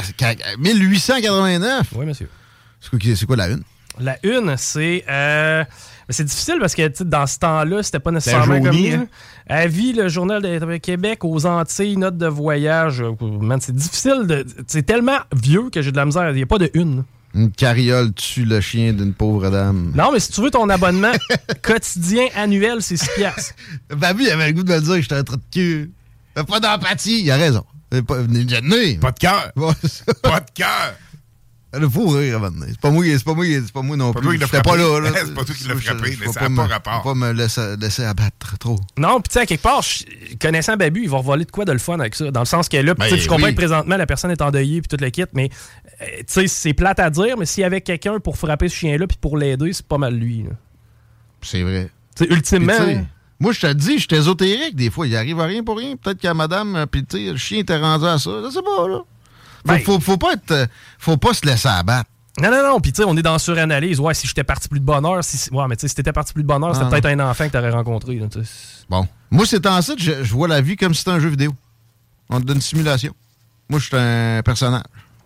1889. Oui, monsieur. C'est quoi la une? La une, c'est difficile parce que dans ce temps-là, c'était pas nécessairement comme jaunie, hein? Avis, le Journal de Québec, aux Antilles, notes de voyage. Man, c'est difficile. C'est tellement vieux que j'ai de la misère. Il n'y a pas de une. Une carriole tue le chien d'une pauvre dame. Non, mais si tu veux ton abonnement quotidien annuel, c'est 6 piastres. Babu, il avait le goût de me le dire que j'étais un trou de cul. Pas d'empathie. Il a raison. Pas de cœur. Pas de cœur. Il faut rire avant de venir. C'est pas moi non plus. J'étais pas là. C'est pas toi qui l'as frappé, mais ça n'a pas rapport. Faut pas me laisser abattre trop. Non, puis tu sais, à quelque part, connaissant Babu, il va revoler de quoi de le fun avec ça. Dans le sens que là, je comprends que présentement, la personne est endeuillée puis toute la kit, mais tu sais, c'est plate à dire, mais s'il y avait quelqu'un pour frapper ce chien-là puis pour l'aider, c'est pas mal lui. Là. C'est vrai. T'sais, ultimement... Moi, je te dis, je suis ésotérique des fois. Il arrive à rien pour rien. Peut-être que madame, puis tu sais, le chien était rendu à ça. Je sais pas, là. Faut pas se laisser abattre. Non. Puis, tu sais, on est dans suranalyse. Ouais, si j'étais parti plus de bonne heure, mais tu sais, si t'étais parti plus de bonne heure, c'était peut-être un enfant que t'aurais rencontré. Là, bon. Moi, c'est en ça que je vois la vie comme si c'était un jeu vidéo. On te donne une simulation. Moi, je suis un personnage.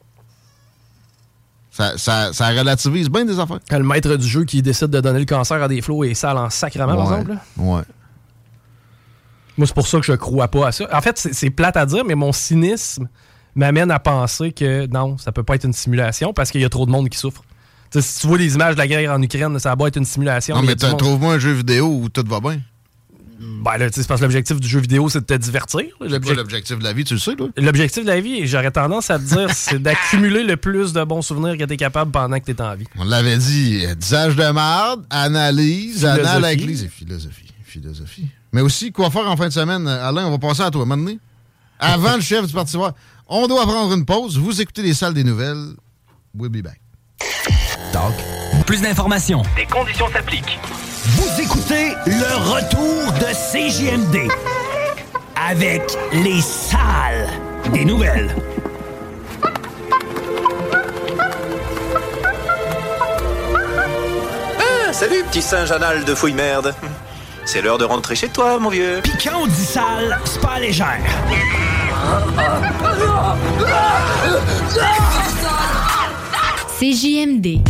Ça relativise bien des affaires. Le maître du jeu qui décide de donner le cancer à des flots et sale en sacrement, par exemple. Là. Ouais. Moi, c'est pour ça que je crois pas à ça. En fait, c'est plate à dire, mais mon cynisme m'amène à penser que non, ça peut pas être une simulation parce qu'il y a trop de monde qui souffre. T'sais, si tu vois les images de la guerre en Ukraine, ça va être une simulation. Non, mais trouve-moi un jeu vidéo où tout va bien. Ben là, c'est parce que l'objectif du jeu vidéo, c'est de te divertir. C'est pas l'objectif de la vie, tu le sais, là? L'objectif de la vie, j'aurais tendance à te dire, c'est d'accumuler le plus de bons souvenirs que t'es capable pendant que t'es en vie. On l'avait dit, disage de marde, analyse, anal avec l'église et philosophie. Mais aussi, quoi faire en fin de semaine? Alain, on va passer à toi, maintenant. Avant le chef du Parti vert. On doit prendre une pause. Vous écoutez les salles des nouvelles. We'll be back. Talk. Plus d'informations. Des conditions s'appliquent. Vous écoutez le retour de CJMD avec les salles des nouvelles. Ah, salut, petit singe anal de fouille-merde. C'est l'heure de rentrer chez toi, mon vieux. Puis quand on dit sale, c'est pas légère. CJMD.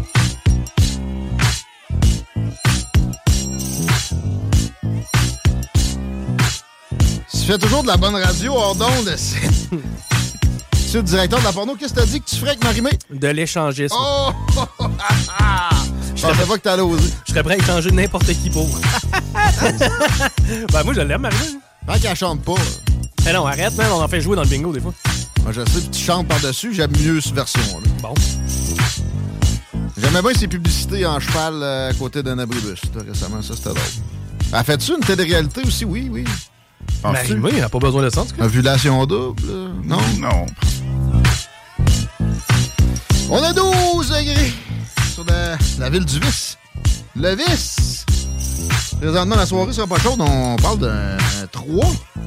Tu fais toujours de la bonne radio hors d'onde. Monsieur le directeur de la porno, qu'est-ce que t'as dit que tu ferais avec Marie-Mé? De l'échangisme. Oh! Je pensais pas que t'allais oser. Je serais prêt à échanger n'importe qui pour. Ben moi, je l'aime, Marie-Mé. Tant qu'elle chante pas. Eh non, arrête, man, on en fait jouer dans le bingo des fois. Moi, je sais que tu chantes par-dessus, j'aime mieux cette version-là. Bon. J'aimais bien ces publicités en cheval à côté d'un abribus. Récemment, ça, c'était drôle. Elle fait-tu une télé-réalité aussi? Oui. Marie-Mé, il n'a pas besoin de ça, en tout cas. Ovulation double? Non. On a 12 degrés sur la ville du Vice. Le Vice. Présentement, la soirée sera pas chaude. On parle d'un 3.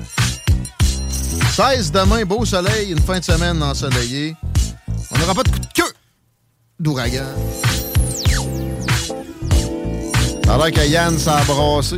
16 demain, beau soleil. Une fin de semaine ensoleillée. On n'aura pas de coup de queue d'ouragan. Ça a l'air que Yann s'est brassé.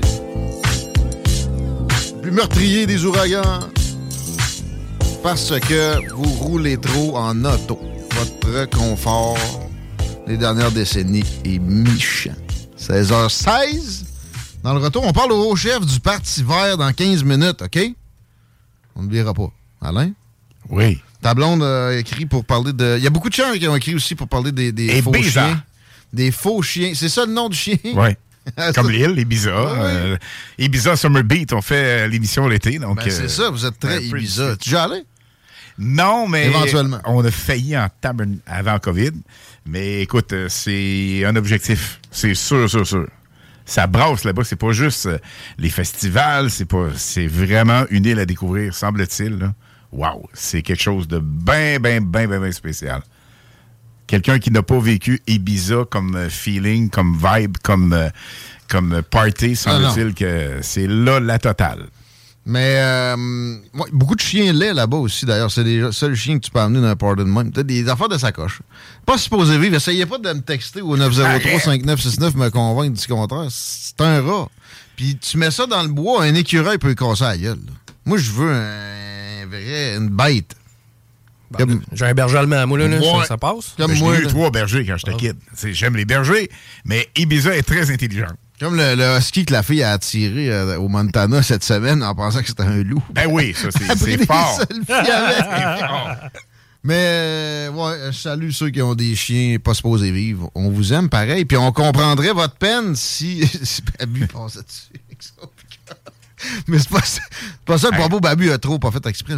Plus meurtrier des ouragans. Parce que vous roulez trop en auto. Votre confort des dernières décennies est méchant. 16h16. Dans le retour, on parle au chef du Parti vert dans 15 minutes, OK? On n'oubliera pas. Alain? Oui. Ta blonde a écrit pour parler de... Il y a beaucoup de gens qui ont écrit aussi pour parler des faux chiens. Des faux chiens. C'est ça le nom du chien? Oui. Comme l'île, Ibiza. Ibiza Summer Beat, on fait l'émission l'été. Donc, c'est ça, vous êtes très Ibiza. Tu es déjà allé? Non, mais éventuellement. On a failli en avant COVID. Mais écoute, c'est un objectif. C'est sûr. Ça brasse là-bas. C'est pas juste les festivals. C'est vraiment une île à découvrir, semble-t-il. Wow! C'est quelque chose de bien spécial. quelqu'un qui n'a pas vécu Ibiza comme feeling, comme vibe, comme party, semble-t-il que c'est là la totale. Mais ouais, beaucoup de chiens laids là-bas aussi, d'ailleurs. C'est les seuls chiens que tu peux amener dans un party de même. T'as des affaires de sacoche. Pas supposé vivre. Essayez pas de me texter au 903-5969 me convaincre du contraire. C'est un rat. Puis tu mets ça dans le bois, un écureuil peut casser la gueule. Là. Moi, je veux une bête. J'ai un berger allemand, moi, là, ouais. ça passe. Comme j'ai moi, eu 3 bergers quand j'étais kid. J'aime les bergers, mais Ibiza est très intelligente. Comme le husky que la fille a attiré au Montana cette semaine en pensant que c'était un loup. Ben oui, ça, c'est fort. Mais, ouais, je salue ceux qui ont des chiens pas supposés vivre. On vous aime pareil, puis on comprendrait votre peine si Babu passait dessus. Mais c'est pas ça le propos. Babu a trop pas fait exprès.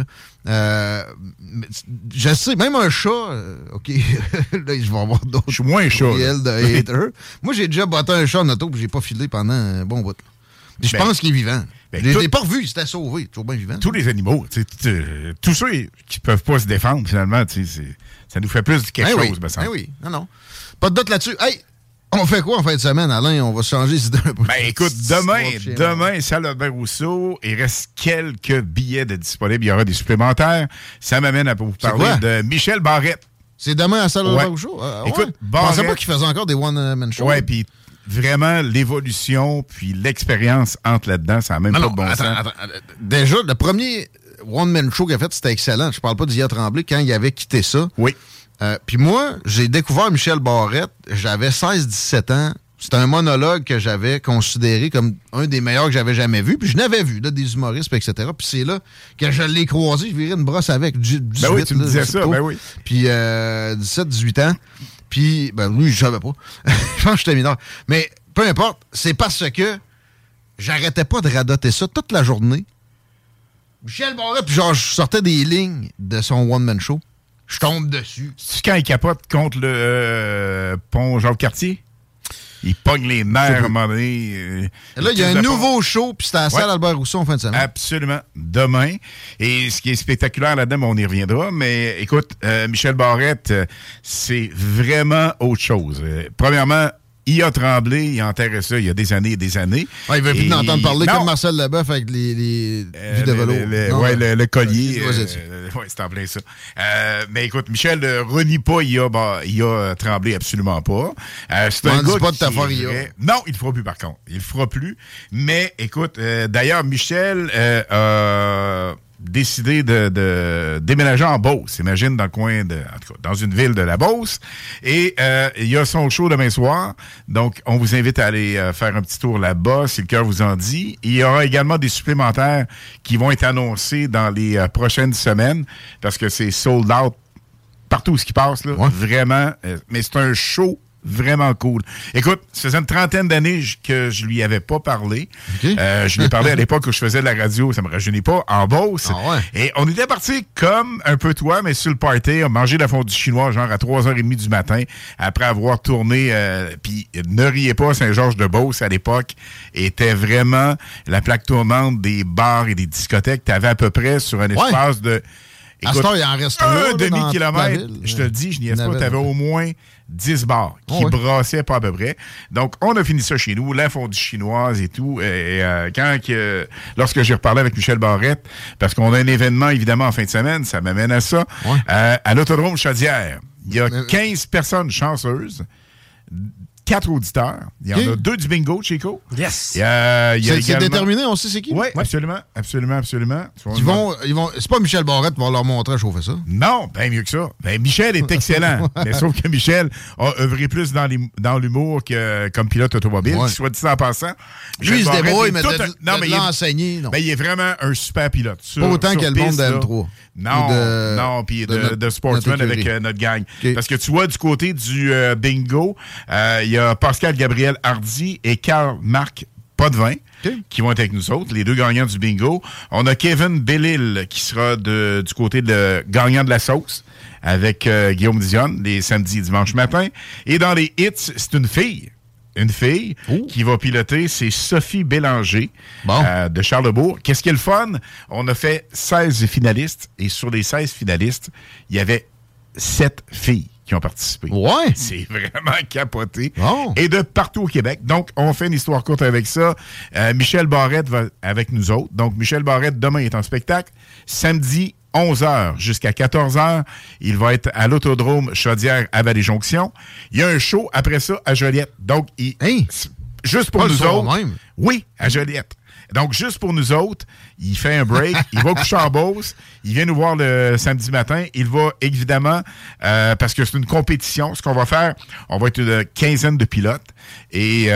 Je sais, même un chat, OK, là, je vais avoir d'autres. Je suis moins chat. De hater. Moi, j'ai déjà botté un chat en auto puis j'ai pas filé pendant un bon bout. Puis je pense qu'il est vivant. Je l'ai pas revu, il s'était sauvé. Toujours bien vivant. Tous les animaux, tous ceux qui peuvent pas se défendre, finalement, ça nous fait plus de quelque chose, me semble. Oui, non. Pas de doute là-dessus. Hey! On fait quoi en fin de semaine, Alain? On va changer les idées un peu. Ben écoute, demain, salle Albert-Rousseau, il reste quelques billets de disponibles. Il y aura des supplémentaires. Ça m'amène à vous parler de Michel Barrette. C'est demain à salle Albert-Rousseau? Écoute, Barrette... Je pensais pas qu'il faisait encore des one-man shows. Ouais, puis vraiment, l'évolution puis l'expérience entre là-dedans, ça n'a même pas de bon sens. Attends. Déjà, le premier one-man show qu'il a fait, c'était excellent. Je parle pas d'Ia Tremblay quand il avait quitté ça. Oui. Puis moi, j'ai découvert Michel Barrette, j'avais 16-17 ans. C'était un monologue que j'avais considéré comme un des meilleurs que j'avais jamais vu. Puis je n'avais vu, là, des humoristes, etc. Puis c'est là que je l'ai croisé, je virais une brosse avec. 18, ben oui, tu me disais ça, ben oui. Puis 17-18 ans. Puis, ben lui, je savais pas. Je pense que j'étais mineur. Mais peu importe, c'est parce que j'arrêtais pas de radoter ça toute la journée. Michel Barrette, puis genre, je sortais des lignes de son one-man show. Je tombe dessus. C'est quand il capote contre le pont Jacques-Cartier? Il pogne les nerfs à un moment donné. Là, il y a un nouveau show, puis c'est à la salle Albert-Rousseau en fin de semaine. Absolument. Demain. Et ce qui est spectaculaire là-dedans, on y reviendra. Mais écoute, Michel Barrette, c'est vraiment autre chose. Premièrement, il a tremblé, il a enterré ça il y a des années et des années. Ouais, il ne veut plus entendre parler comme Marcel Leboeuf avec les vues de vélo. Le collier. Oui, c'est en plein ça. Mais écoute, Michel ne renie pas, il a tremblé absolument pas. C'est un gars pas de ta Non, il le fera plus par contre. Il le fera plus. Mais écoute, d'ailleurs, Michel a décidé de déménager en Beauce. Imagine dans le coin en tout cas, dans une ville de la Beauce. Et il y a son show demain soir. Donc, on vous invite à aller faire un petit tour là-bas, si le cœur vous en dit. Il y aura également des supplémentaires qui vont être annoncés dans les prochaines semaines parce que c'est sold out partout où ce qui passe, là. Ouais. Vraiment. Mais c'est un show vraiment cool. Écoute, ça faisait une 30aine d'années que je lui avais pas parlé. Okay. Je lui ai parlé à l'époque où je faisais de la radio, ça me rajeunit pas, en Beauce. Ah ouais. Et on était partis comme un peu toi, mais sur le party, on mangeait de la fondue chinoise genre à 3h30 du matin, après avoir tourné, puis ne riez pas, Saint-Georges-de-Beauce à l'époque était vraiment la plaque tournante des bars et des discothèques. T'avais à peu près sur un espace de... Écoute, il en reste un demi-kilomètre, je te le dis, je n'y ai pas, t'avais au moins 10 bars qui brassaient pas à peu près. Donc, on a fini ça chez nous, la fondue chinoise et tout. Et lorsque j'ai reparlé avec Michel Barrette, parce qu'on a un événement, évidemment, en fin de semaine, ça m'amène à ça, à l'Autodrome Chaudière, il y a 15 personnes chanceuses, 4 auditeurs. Il y en a 2 du bingo, Chico. Yes. C'est déterminé, on sait c'est qui? Oui, absolument. Ils vont. C'est pas Michel Barrette qui va leur montrer à chauffer ça. Non, bien mieux que ça. Ben, Michel est excellent. Mais sauf que Michel a œuvré plus dans l'humour que comme pilote automobile. Ouais. Soit dit en passant. Lui, il se débrouille, mais de l'enseigner. Ben, il est vraiment un super pilote. Pas autant qu'il y a le monde de M3. Non, puis de Sportsman avec notre gang. Okay. Parce que tu vois, du côté du bingo, il y a Pascal Gabriel Hardy et Karl-Marc Potvin qui vont être avec nous autres, les 2 gagnants du bingo. On a Kevin Bellil qui sera du côté de gagnant de la sauce avec Guillaume Dionne les samedis et dimanches matin. Et dans les hits, c'est une fille qui va piloter, c'est Sophie Bélanger de Charlesbourg. Qu'est-ce qui est le fun? On a fait 16 finalistes et sur les 16 finalistes, il y avait 7 filles. qui ont participé. Ouais. C'est vraiment capoté. Oh. Et de partout au Québec. Donc, on fait une histoire courte avec ça. Michel Barrette va avec nous autres. Donc, Michel Barrette, demain, est en spectacle. Samedi, 11h jusqu'à 14h. Il va être à l'Autodrome Chaudière à Vallée-Jonction. Il y a un show après ça à Joliette. Donc, juste pour nous autres. Même. Oui, à Joliette. Donc, juste pour nous autres, il fait un break, il va coucher en Beauce, il vient nous voir le samedi matin. Il va évidemment, parce que c'est une compétition, ce qu'on va faire, on va être une quinzaine de pilotes. Et,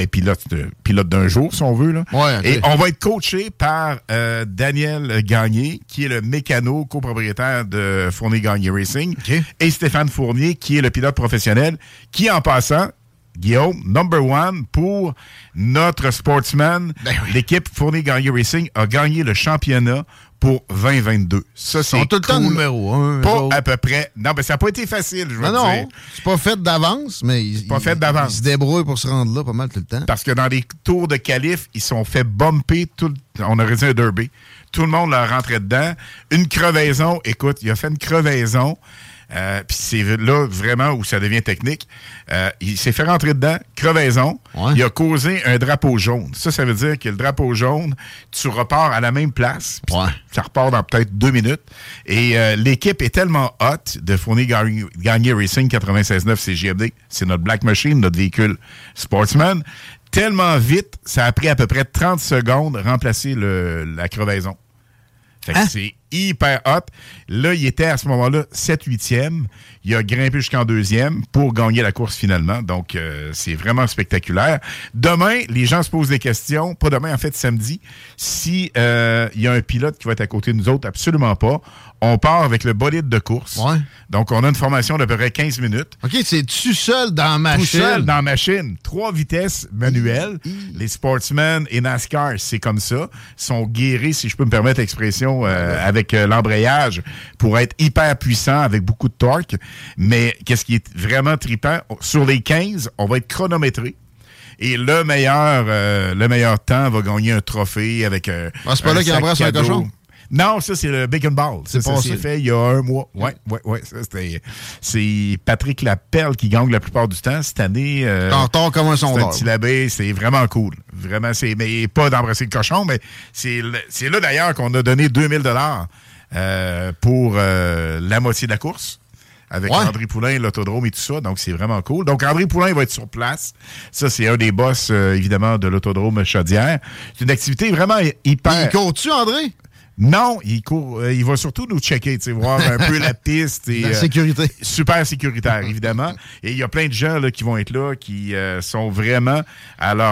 pilote d'un jour, si on veut. Là. Ouais, okay. Et on va être coaché par Daniel Gagné, qui est le mécano copropriétaire de Fournier-Gagné Racing, okay. Et Stéphane Fournier, qui est le pilote professionnel, qui, en passant, Guillaume, number one pour notre sportsman. Ben oui. L'équipe Fournier-Gagné Racing a gagné le championnat pour 2022. Ça, c'est tout le temps numéro 1. Pas à peu près. Non, mais ça n'a pas été facile, je veux dire. Non, c'est pas fait d'avance, mais ils se débrouillent pour se rendre là pas mal tout le temps. Parce que dans les tours de qualif, ils sont fait bumper on aurait dit un derby. Tout le monde leur rentrait dedans. Une crevaison. Écoute, il a fait une crevaison. Puis c'est là vraiment où ça devient technique. Il s'est fait rentrer dedans, crevaison. Ouais. Il a causé un drapeau jaune. Ça veut dire que le drapeau jaune, tu repars à la même place. Ouais. Ça repart dans peut-être 2 minutes. Et l'équipe est tellement hot de Fournier-Gagné Racing 96.9 CJMD. C'est notre Black Machine, notre véhicule Sportsman. Tellement vite, ça a pris à peu près 30 secondes remplacer la crevaison. Fait que c'est hyper hot. Là, il était à ce moment-là 7-8e. Il a grimpé jusqu'en 2e pour gagner la course finalement. Donc, c'est vraiment spectaculaire. Demain, les gens se posent des questions. Pas demain, en fait, samedi. Si il y a un pilote qui va être à côté de nous autres, absolument pas. On part avec le bolide de course. Ouais. Donc, on a une formation d'à peu près 15 minutes. OK, c'est tout seul dans la machine? Tout seul dans la machine. 3 vitesses manuelles. Les sportsmen et NASCAR, c'est comme ça. Sont guéris, si je peux me permettre l'expression, avec l'embrayage pour être hyper puissant avec beaucoup de torque. Mais qu'est-ce qui est vraiment trippant? Sur les 15, on va être chronométré. Et le meilleur temps va gagner un trophée avec c'est pas là qu'il embrasse un cochon? Non, ça, c'est le Bacon Ball. Ça s'est fait il y a 1 mois. Ouais. C'est Patrick Laperle qui gagne la plupart du temps. Cette année... en retard comme un sondeur. C'est un petit labé. C'est vraiment cool. Vraiment, mais pas d'embrasser le cochon, mais c'est là, d'ailleurs, qu'on a donné 2000 $ pour la moitié de la course. Avec André Poulain, l'autodrome et tout ça. Donc, c'est vraiment cool. Donc, André Poulain va être sur place. Ça, c'est un des boss, évidemment, de l'autodrome Chaudière. C'est une activité vraiment hyper... Il court-tu, André? Non, il court. Il va surtout nous checker, voir un peu la piste. Et, la sécurité. Super sécuritaire, évidemment. Et il y a plein de gens là, qui vont être là, qui sont vraiment à leur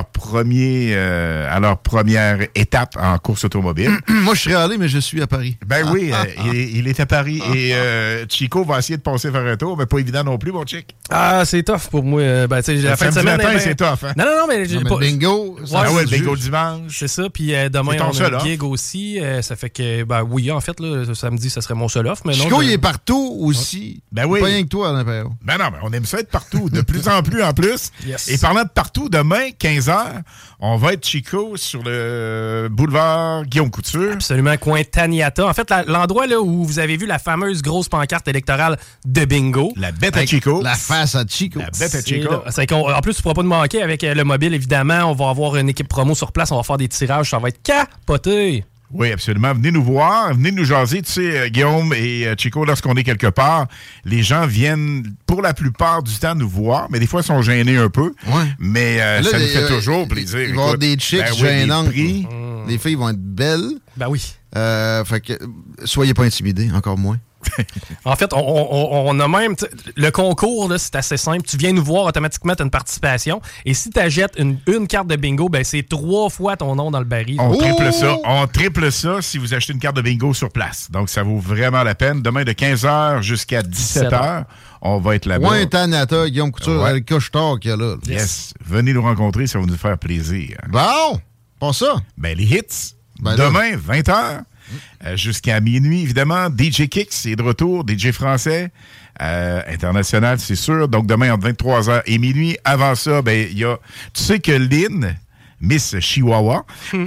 première étape en course automobile. Moi, je serais allé, mais je suis à Paris. Ben oui, il est à Paris. Et Chico va essayer de passer faire un tour, mais pas évident non plus, mon chick. Ah, c'est tough pour moi. La fin de semaine, c'est tough. Hein? Non, mais le bingo. Le bingo dimanche. C'est ça. Puis demain, on a un gig aussi. Ça fait que, oui, en fait, là, samedi, ça serait mon seul off. Mais Chico, il est partout aussi. Ben oui. Pas rien que toi, Alain. Ben non, mais on aime ça être partout. De plus en plus, en plus. Yes. Et parlant de partout, demain, 15h, on va être Chico sur le boulevard Guillaume Couture. Absolument, coin Taniata. En fait, l'endroit là où vous avez vu la fameuse grosse pancarte électorale de bingo. La bête à Chico. La face à Chico. La bête à Chico. En plus, tu ne pourras pas te manquer avec le mobile, évidemment. On va avoir une équipe promo sur place. On va faire des tirages. Ça va être capoté. Oui, absolument. Venez nous voir, venez nous jaser. Tu sais, Guillaume et Chico, lorsqu'on est quelque part, les gens viennent pour la plupart du temps nous voir, mais des fois, ils sont gênés un peu. Ouais. Mais là, ça nous fait toujours plaisir. Il va y avoir des chicks gênantes. Les filles vont être belles. Ben oui. Fait que soyez pas intimidés, encore moins. En fait, on a même... Le concours, là, c'est assez simple. Tu viens nous voir, automatiquement, tu as une participation. Et si tu achètes une carte de bingo, ben c'est 3 fois ton nom dans le baril. On triple ça si vous achetez une carte de bingo sur place. Donc, ça vaut vraiment la peine. Demain, de 15h jusqu'à 17h, on va être là-bas. Ouais, Tanata, Guillaume Couture, le coche-tard qu'il y a là. Yes. Venez nous rencontrer, ça va nous faire plaisir. Bon, pas ça. Ben, les hits, demain, 20h. Jusqu'à minuit, évidemment. DJ Kicks est de retour, DJ français, international, c'est sûr. Donc, demain, entre 23h et minuit. Avant ça, ben, il y a... Tu sais que Lynn, Miss Chihuahua,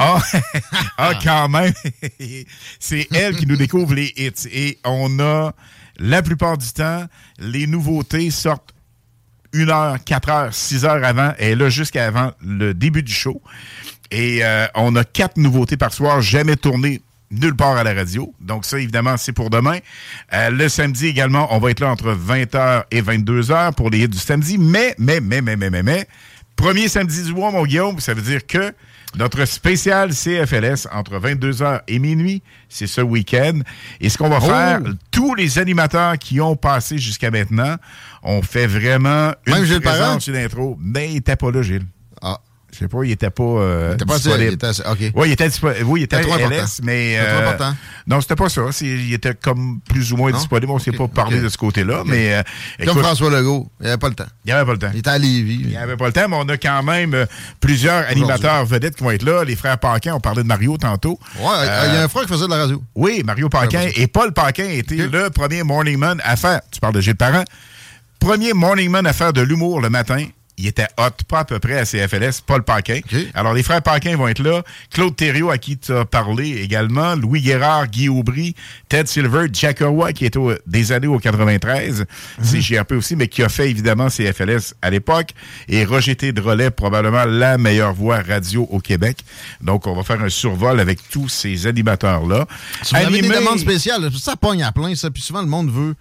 a quand même... c'est elle qui nous découvre les hits. Et on a, la plupart du temps, les nouveautés sortent 1 heure, 4 heures, 6 heures avant. Elle est là jusqu'avant le début du show. Et on a 4 nouveautés par soir, jamais tournées nulle part à la radio. Donc ça, évidemment, c'est pour demain. Le samedi également, on va être là entre 20h et 22h pour les hits du samedi. Mais, premier samedi du mois, mon Guillaume, ça veut dire que notre spécial CFLS entre 22h et minuit, c'est ce week-end. Et ce qu'on va faire, tous les animateurs qui ont passé jusqu'à maintenant, on fait vraiment une présence, une intro. Mais il n'était pas là, Gilles. Ah. Je sais pas, il était pas disponible. Oui, il était disponible. Oui, il était trop LS, mais non, c'était pas ça. Il était comme plus ou moins disponible. On ne s'est pas parlé de ce côté-là. Mais comme écoute, François Legault, il n'avait pas le temps. Il n'avait pas le temps. Il était à Lévis. Il n'avait pas le temps, mais on a quand même plusieurs animateurs vedettes qui vont être là. Les frères Paquin, on parlait de Mario tantôt. Oui, il y a un frère qui faisait de la radio. Oui, Mario Paquin. Et Paul Paquin était le premier morning man à faire. Tu parles de Gilles Parent. Premier morning man à faire de l'humour le matin. Il était hot, pas à peu près à CFLS, Paul Paquin. Okay. Alors, les frères Paquin vont être là. Claude Thériault, à qui tu as parlé également. Louis Guérard, Guy Aubry, Ted Silver, Jack Roy, qui était des années au 93. C'est JRP aussi, mais qui a fait évidemment CFLS à l'époque. Et Roger T. Drolet, probablement la meilleure voix radio au Québec. Donc, on va faire un survol avec tous ces animateurs-là. Si vous avez des demandes spéciales, ça pogne à plein, ça. Puis souvent, le monde veut...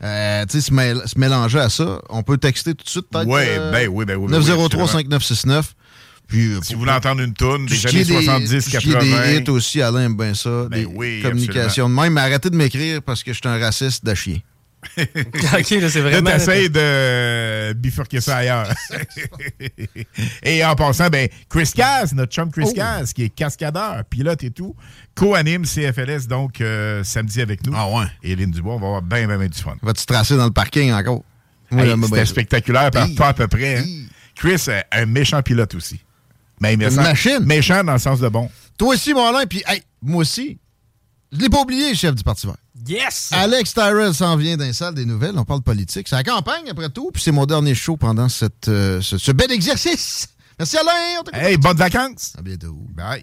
se mélanger à ça, on peut texter tout de suite peut-être. Oui. 903-5969. Puis, si vous voulez entendre une toune des années 70-80. Il y a des hits aussi, Alain aime bien ça. Des communications de même. Mais arrêtez de m'écrire parce que je suis un raciste de chien. OK, là, c'est vraiment... T'essayes de bifurquer ça ailleurs. Et en passant, Chris Caz, notre chum Chris Caz, qui est cascadeur, pilote et tout, co-anime CFLS, donc samedi avec nous. Ah ouais. Et Lynn Dubois, on va avoir bien du fun. Va-tu tracer dans le parking encore? C'était spectaculaire, pas à peu près. Hein? Chris, un méchant pilote aussi. Mais une machine. Méchant dans le sens de bon. Toi aussi, mon Alain, puis moi aussi. Je l'ai pas oublié, chef du Parti vert. Yes! Alex Tyrell s'en vient d'un salle des nouvelles. On parle politique. C'est la campagne, après tout. Puis c'est mon dernier show pendant ce bel exercice. Merci, Alain. Hey, bonnes vacances. À bientôt. Bye.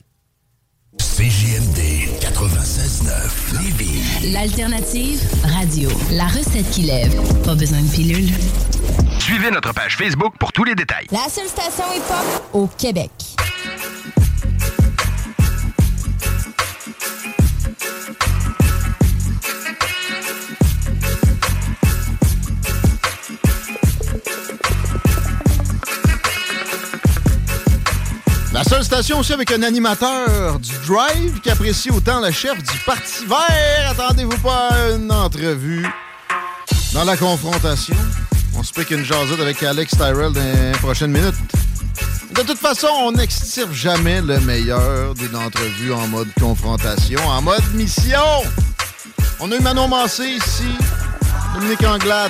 CJMD 96.9 Lévis. L'alternative radio. La recette qui lève. Pas besoin de pilule. Suivez notre page Facebook pour tous les détails. La seule station hip-hop au Québec. La seule station aussi avec un animateur du Drive qui apprécie autant le chef du Parti vert. Attendez-vous pas à une entrevue dans la confrontation. On se pique une jasette avec Alex Tyrell dans les prochaines minutes. De toute façon, on n'extirpe jamais le meilleur d'une entrevue en mode confrontation, en mode mission. On a eu Manon Massé ici, Dominique Anglade.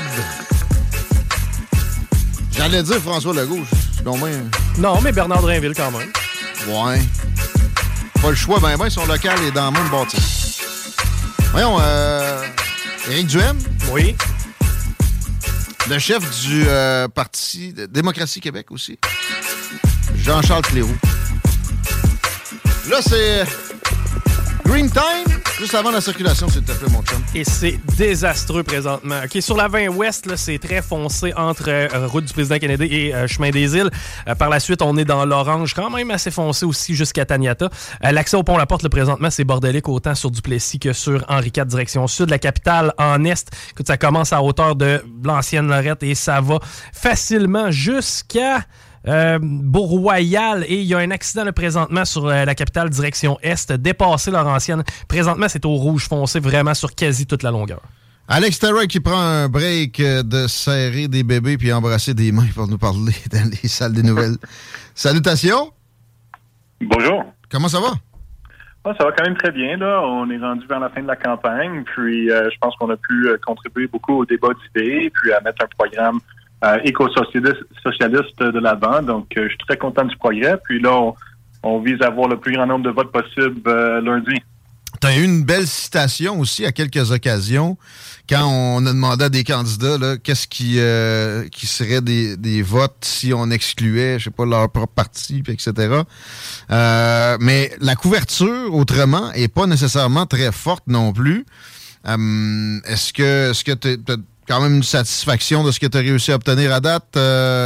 J'allais dire François Legault, Non, mais Bernard Drainville quand même. Ouais. Pas le choix, son local est dans le même bâtisse. Voyons, Éric Duhaime. Oui. Le chef du Parti Démocratie Québec aussi. Jean-Charles Cléroux. Là, c'est Green Time, juste avant la circulation, s'il te plaît, mon chum. Et c'est désastreux présentement. OK, sur la 20 Ouest, là, c'est très foncé entre route du président Kennedy et chemin des Îles. Par la suite, on est dans l'orange, quand même assez foncé aussi jusqu'à Taniata. L'accès au pont La Porte, là, présentement, c'est bordélique autant sur Duplessis que sur Henri IV, direction sud. La capitale en est, écoute, ça commence à hauteur de l'ancienne Lorette et ça va facilement jusqu'à... Beau-Royal, et il y a un accident là, présentement sur la capitale direction Est, dépassé Laurentienne. Présentement, c'est au rouge foncé vraiment sur quasi toute la longueur. Alex Tyrell qui prend un break de serrer des bébés puis embrasser des mains pour nous parler dans les salles des nouvelles. Salutations! Bonjour. Comment ça va? Ça va quand même très bien. Là. On est rendu vers la fin de la campagne, puis je pense qu'on a pu contribuer beaucoup au débat d'idées, puis à mettre un programme éco-socialiste de l'avant. Donc, je suis très content du progrès. Puis là, on vise à avoir le plus grand nombre de votes possible lundi. Tu as eu une belle citation aussi à quelques occasions quand on a demandé à des candidats là, qu'est-ce qui serait des votes si on excluait, je sais pas, leur propre parti, etc. Mais la couverture, autrement, est pas nécessairement très forte non plus. Est-ce que tu as quand même une satisfaction de ce que tu as réussi à obtenir à date?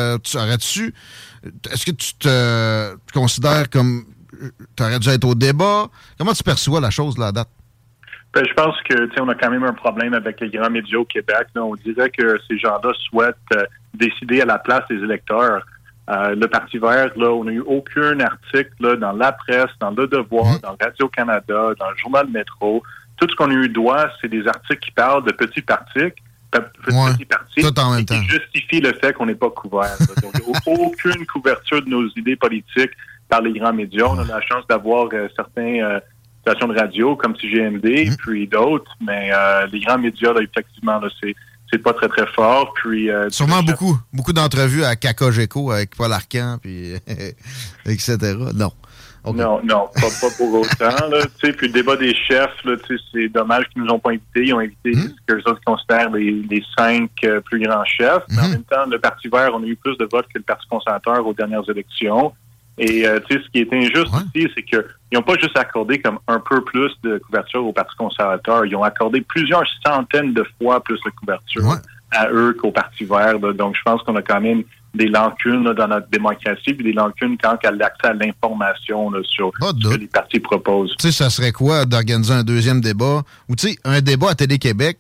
Est-ce que tu te considères comme tu aurais dû être au débat? Comment tu perçois la chose là, à date? Ben, je pense que on a quand même un problème avec les grands médias au Québec. Là. On dirait que ces gens-là souhaitent décider à la place des électeurs. Le Parti vert, là, on n'a eu aucun article là, dans la presse, dans Le Devoir, dans Radio-Canada, dans le journal Métro. Tout ce qu'on a eu droit, c'est des articles qui parlent de petits partis. Petits partis qui justifient le fait qu'on n'est pas couvert. Donc, il n'y a aucune couverture de nos idées politiques par les grands médias. On a la chance d'avoir certains stations de radio comme CGMD, puis d'autres, mais les grands médias, là, effectivement, là, c'est pas très, très fort. Puis, sûrement beaucoup d'entrevues à Cacogeco avec Paul Arcand, puis etc. Non. Okay. Non, pas pour autant. Là, puis le débat des chefs, là, c'est dommage qu'ils nous ont pas invités. Ils ont invité ce qu'eux autres considèrent les 5 plus grands chefs. Mais en même temps, le Parti vert, on a eu plus de votes que le Parti conservateur aux dernières élections. Et ce qui est injuste ici, c'est qu'ils n'ont pas juste accordé comme un peu plus de couverture au Parti conservateur. Ils ont accordé plusieurs centaines de fois plus de couverture à eux qu'au Parti vert. Là. Donc, je pense qu'on a quand même des lacunes là, dans notre démocratie, puis des lacunes quand il y a l'accès à l'information là, sur ce que les partis proposent. Tu sais, ça serait quoi d'organiser un deuxième débat? Ou tu sais, un débat à Télé-Québec,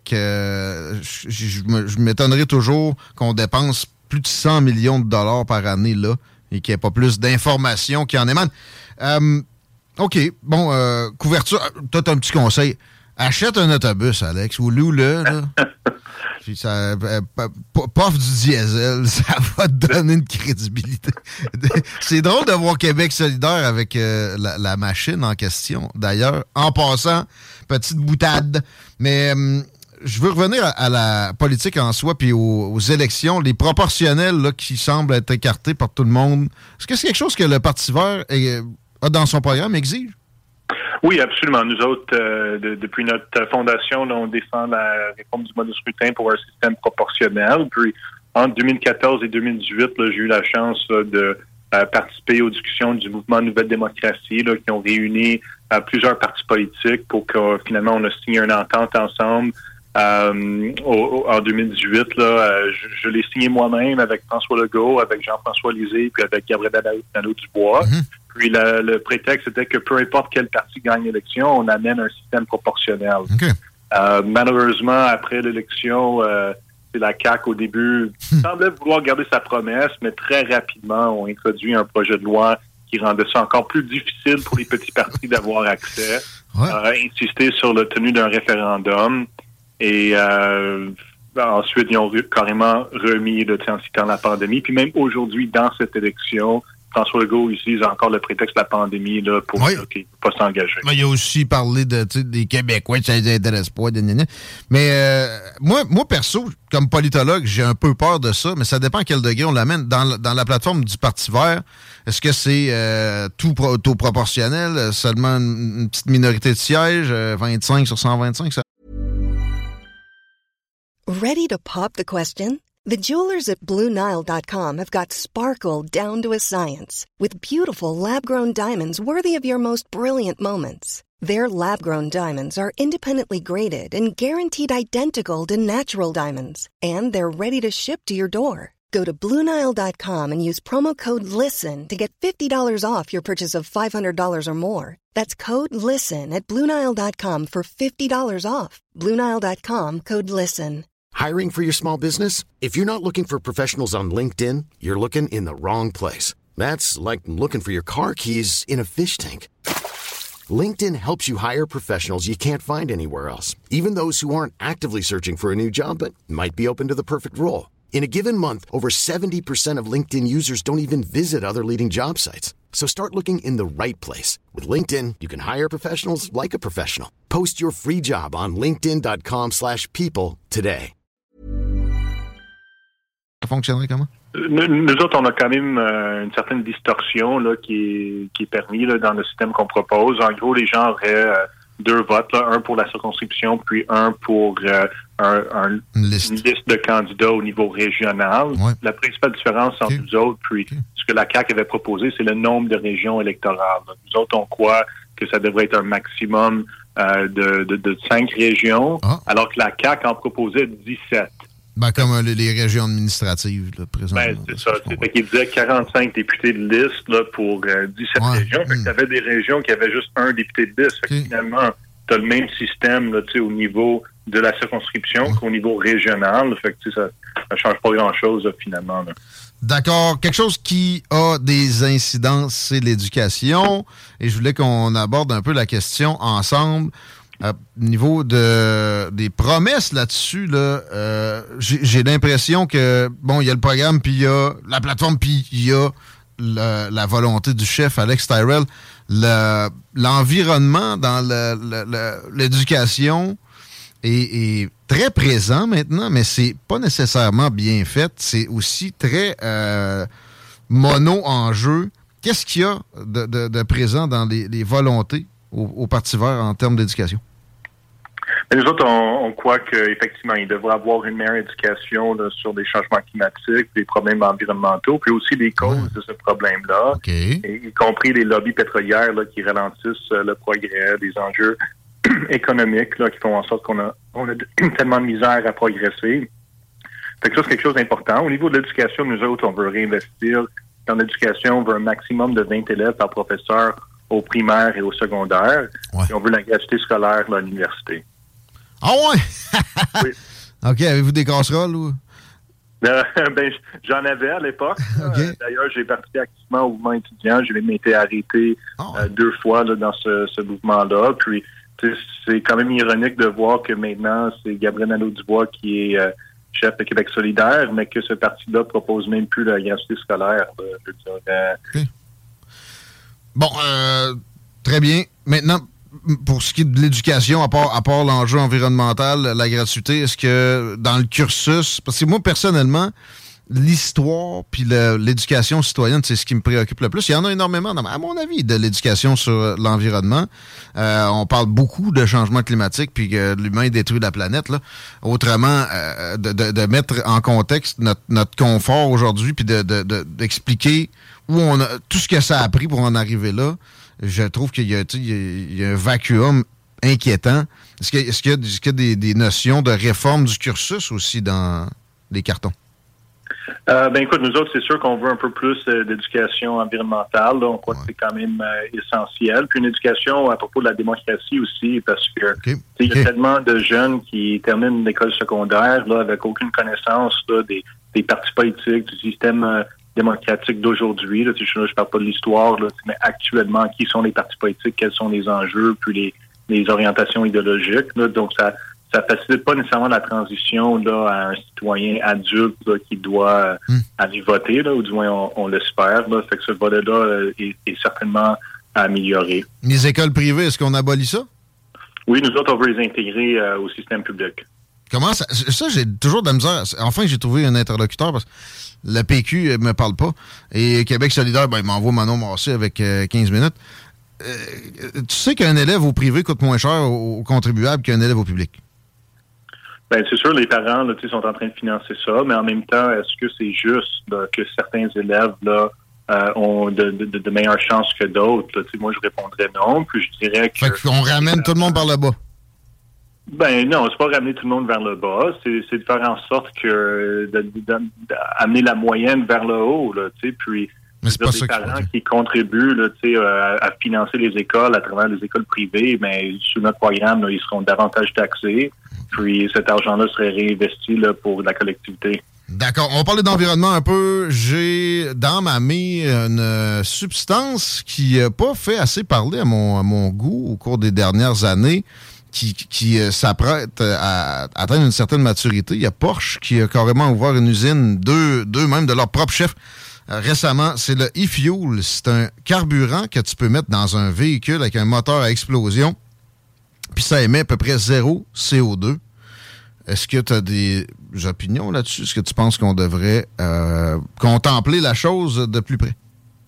je m'étonnerais toujours qu'on dépense plus de 100 millions de dollars par année là, et qu'il n'y ait pas plus d'informations qui en émanent. OK, bon, couverture. Toi, t'as un petit conseil. Achète un autobus, Alex, ou loue-le, là. Puis ça, pof du diesel, ça va te donner une crédibilité. C'est drôle de voir Québec solidaire avec la machine en question. D'ailleurs, en passant, petite boutade. Mais je veux revenir à la politique en soi puis aux élections, les proportionnels là, qui semblent être écartés par tout le monde. Est-ce que c'est quelque chose que le Parti vert a dans son programme, exige? Oui, absolument. Nous autres, depuis notre fondation, là, on défend la réforme du mode de scrutin pour un système proportionnel. Puis, entre 2014 et 2018, là, j'ai eu la chance là, de participer aux discussions du mouvement Nouvelle Démocratie, là, qui ont réuni plusieurs partis politiques pour que finalement on a signé une entente ensemble. En 2018, là, je l'ai signé moi-même avec François Legault, avec Jean-François Lisée, puis avec Gabriel Nadeau-Dubois. Puis le prétexte était que peu importe quel parti gagne l'élection, on amène un système proportionnel. Malheureusement, après l'élection, c'est la CAQ au début semblait vouloir garder sa promesse, mais très rapidement, on introduit un projet de loi qui rendait ça encore plus difficile pour les petits partis d'avoir accès. Insister sur la tenue d'un référendum. Et ensuite, ils ont carrément remis en citant la pandémie. Puis même aujourd'hui, dans cette élection, François Legault utilise encore le prétexte de la pandémie là, pour qu'il ne peut pas s'engager. Mais il a aussi parlé des Québécois, ça ne les intéresse pas. Mais moi, perso, comme politologue, j'ai un peu peur de ça, mais ça dépend à quel degré on l'amène. Dans la plateforme du Parti vert, est-ce que c'est tout taux proportionnel, seulement une petite minorité de sièges, 25 sur 125? Ça... Ready to pop the question? The jewelers at BlueNile.com have got sparkle down to a science with beautiful lab-grown diamonds worthy of your most brilliant moments. Their lab-grown diamonds are independently graded and guaranteed identical to natural diamonds, and they're ready to ship to your door. Go to BlueNile.com and use promo code LISTEN to get $50 off your purchase of $500 or more. That's code LISTEN at BlueNile.com for $50 off. BlueNile.com, code LISTEN. Hiring for your small business? If you're not looking for professionals on LinkedIn, you're looking in the wrong place. That's like looking for your car keys in a fish tank. LinkedIn helps you hire professionals you can't find anywhere else, even those who aren't actively searching for a new job but might be open to the perfect role. In a given month, over 70% of LinkedIn users don't even visit other leading job sites. So start looking in the right place. With LinkedIn, you can hire professionals like a professional. Post your free job on linkedin.com/people today. Ça fonctionnerait comment? Nous autres, on a quand même une certaine distorsion là, qui est permise là, dans le système qu'on propose. En gros, les gens auraient 2 votes, là, un pour la circonscription, puis un pour une liste de candidats au niveau régional. Ouais. La principale différence entre nous autres, puis ce que la CAQ avait proposé, c'est le nombre de régions électorales. Nous autres, on croit que ça devrait être un maximum de 5 régions, alors que la CAQ en proposait 17. Ben, comme les régions administratives, là, présentement. Ben, c'est ça. Fait qu'il disait 45 députés de liste là, pour 17 régions. Fait que t'avais des régions qui avaient juste un député de liste. Fait que finalement, t'as le même système là, au niveau de la circonscription qu'au niveau régional. Fait que ça change pas grand-chose là, finalement. Là. D'accord. Quelque chose qui a des incidences, c'est l'éducation. Et je voulais qu'on aborde un peu la question ensemble. Au niveau des promesses là-dessus, là, j'ai l'impression que, bon, il y a le programme, puis il y a la plateforme, puis il y a la volonté du chef Alex Tyrell. L'environnement dans l'éducation est très présent maintenant, mais c'est pas nécessairement bien fait. C'est aussi très mono en jeu. Qu'est-ce qu'il y a de présent dans les volontés au Parti vert en termes d'éducation? Mais nous autres, on croit qu'effectivement, il devrait y avoir une meilleure éducation là, sur des changements climatiques, des problèmes environnementaux, puis aussi les causes de ce problème-là, y compris les lobbies pétrolières là, qui ralentissent le progrès, des enjeux économiques là, qui font en sorte qu'on a tellement de misère à progresser. Fait que ça, c'est quelque chose d'important. Au niveau de l'éducation, nous autres, on veut réinvestir dans l'éducation, on veut un maximum de 20 élèves par professeur au primaire et au secondaire, et on veut la gratuité scolaire là, à l'université. Ah ouais? Oui. OK, avez-vous des casseroles ou? Ben, j'en avais à l'époque. Okay. D'ailleurs, j'ai participé activement au mouvement étudiant. J'ai même été arrêté 2 fois là, dans ce mouvement-là. Puis, c'est quand même ironique de voir que maintenant, c'est Gabriel Nadeau-Dubois qui est chef de Québec solidaire, mais que ce parti-là propose même plus la gratuité scolaire. Je dirais. Okay. Bon, très bien. Maintenant, pour ce qui est de l'éducation, à part l'enjeu environnemental, la gratuité, est-ce que dans le cursus, parce que moi, personnellement, l'histoire puis l'éducation citoyenne, c'est ce qui me préoccupe le plus. Il y en a énormément, à mon avis, de l'éducation sur l'environnement. On parle beaucoup de changement climatique puis que l'humain détruit la planète. Là. Autrement, de mettre en contexte notre confort aujourd'hui puis d'expliquer où on a tout ce que ça a pris pour en arriver là. Je trouve qu'il y a un vacuum inquiétant. Est-ce qu'il y a des notions de réforme du cursus aussi dans les cartons? Écoute, nous autres, c'est sûr qu'on veut un peu plus d'éducation environnementale. Là. On croit que c'est quand même essentiel. Puis une éducation à propos de la démocratie aussi, parce que il y a tellement de jeunes qui terminent l'école secondaire là, avec aucune connaissance là, des partis politiques, du système démocratique d'aujourd'hui. Là, je parle pas de l'histoire, là, mais actuellement, qui sont les partis politiques, quels sont les enjeux, puis les orientations idéologiques. Là, donc, ça facilite pas nécessairement la transition là, à un citoyen adulte là, qui doit aller voter, là, ou du moins on l'espère. Là, fait que ce volet-là est certainement à améliorer. Les écoles privées, est-ce qu'on abolit ça? Oui, nous autres, on veut les intégrer au système public. Comment ça? Ça, j'ai toujours de la misère. Enfin, j'ai trouvé un interlocuteur parce que le PQ me parle pas. Et Québec solidaire, il m'envoie Manon Massé avec 15 minutes. Tu sais qu'un élève au privé coûte moins cher aux contribuables qu'un élève au public? Ben c'est sûr, les parents là, sont en train de financer ça, mais en même temps, est-ce que c'est juste là, que certains élèves là ont de meilleures chances que d'autres? Là? Moi, je répondrais non. Puis je dirais que... Fait qu'on ramène tout le monde par le bas. Ben non, c'est pas ramener tout le monde vers le bas, c'est de faire en sorte que d'amener la moyenne vers le haut, là, tu sais, puis mais c'est pas des parents qui contribuent là, tu sais, à financer les écoles à travers les écoles privées, mais sous notre programme, là, ils seront davantage taxés, puis cet argent-là serait réinvesti là, pour la collectivité. D'accord. On va parler d'environnement un peu. J'ai dans ma main une substance qui n'a pas fait assez parler à mon goût au cours des dernières années. Qui s'apprête à atteindre une certaine maturité. Il y a Porsche qui a carrément ouvert une usine, deux même de leur propre chef récemment. C'est le e-fuel. C'est un carburant que tu peux mettre dans un véhicule avec un moteur à explosion. Puis ça émet à peu près 0 CO2. Est-ce que tu as des opinions là-dessus? Est-ce que tu penses qu'on devrait contempler la chose de plus près?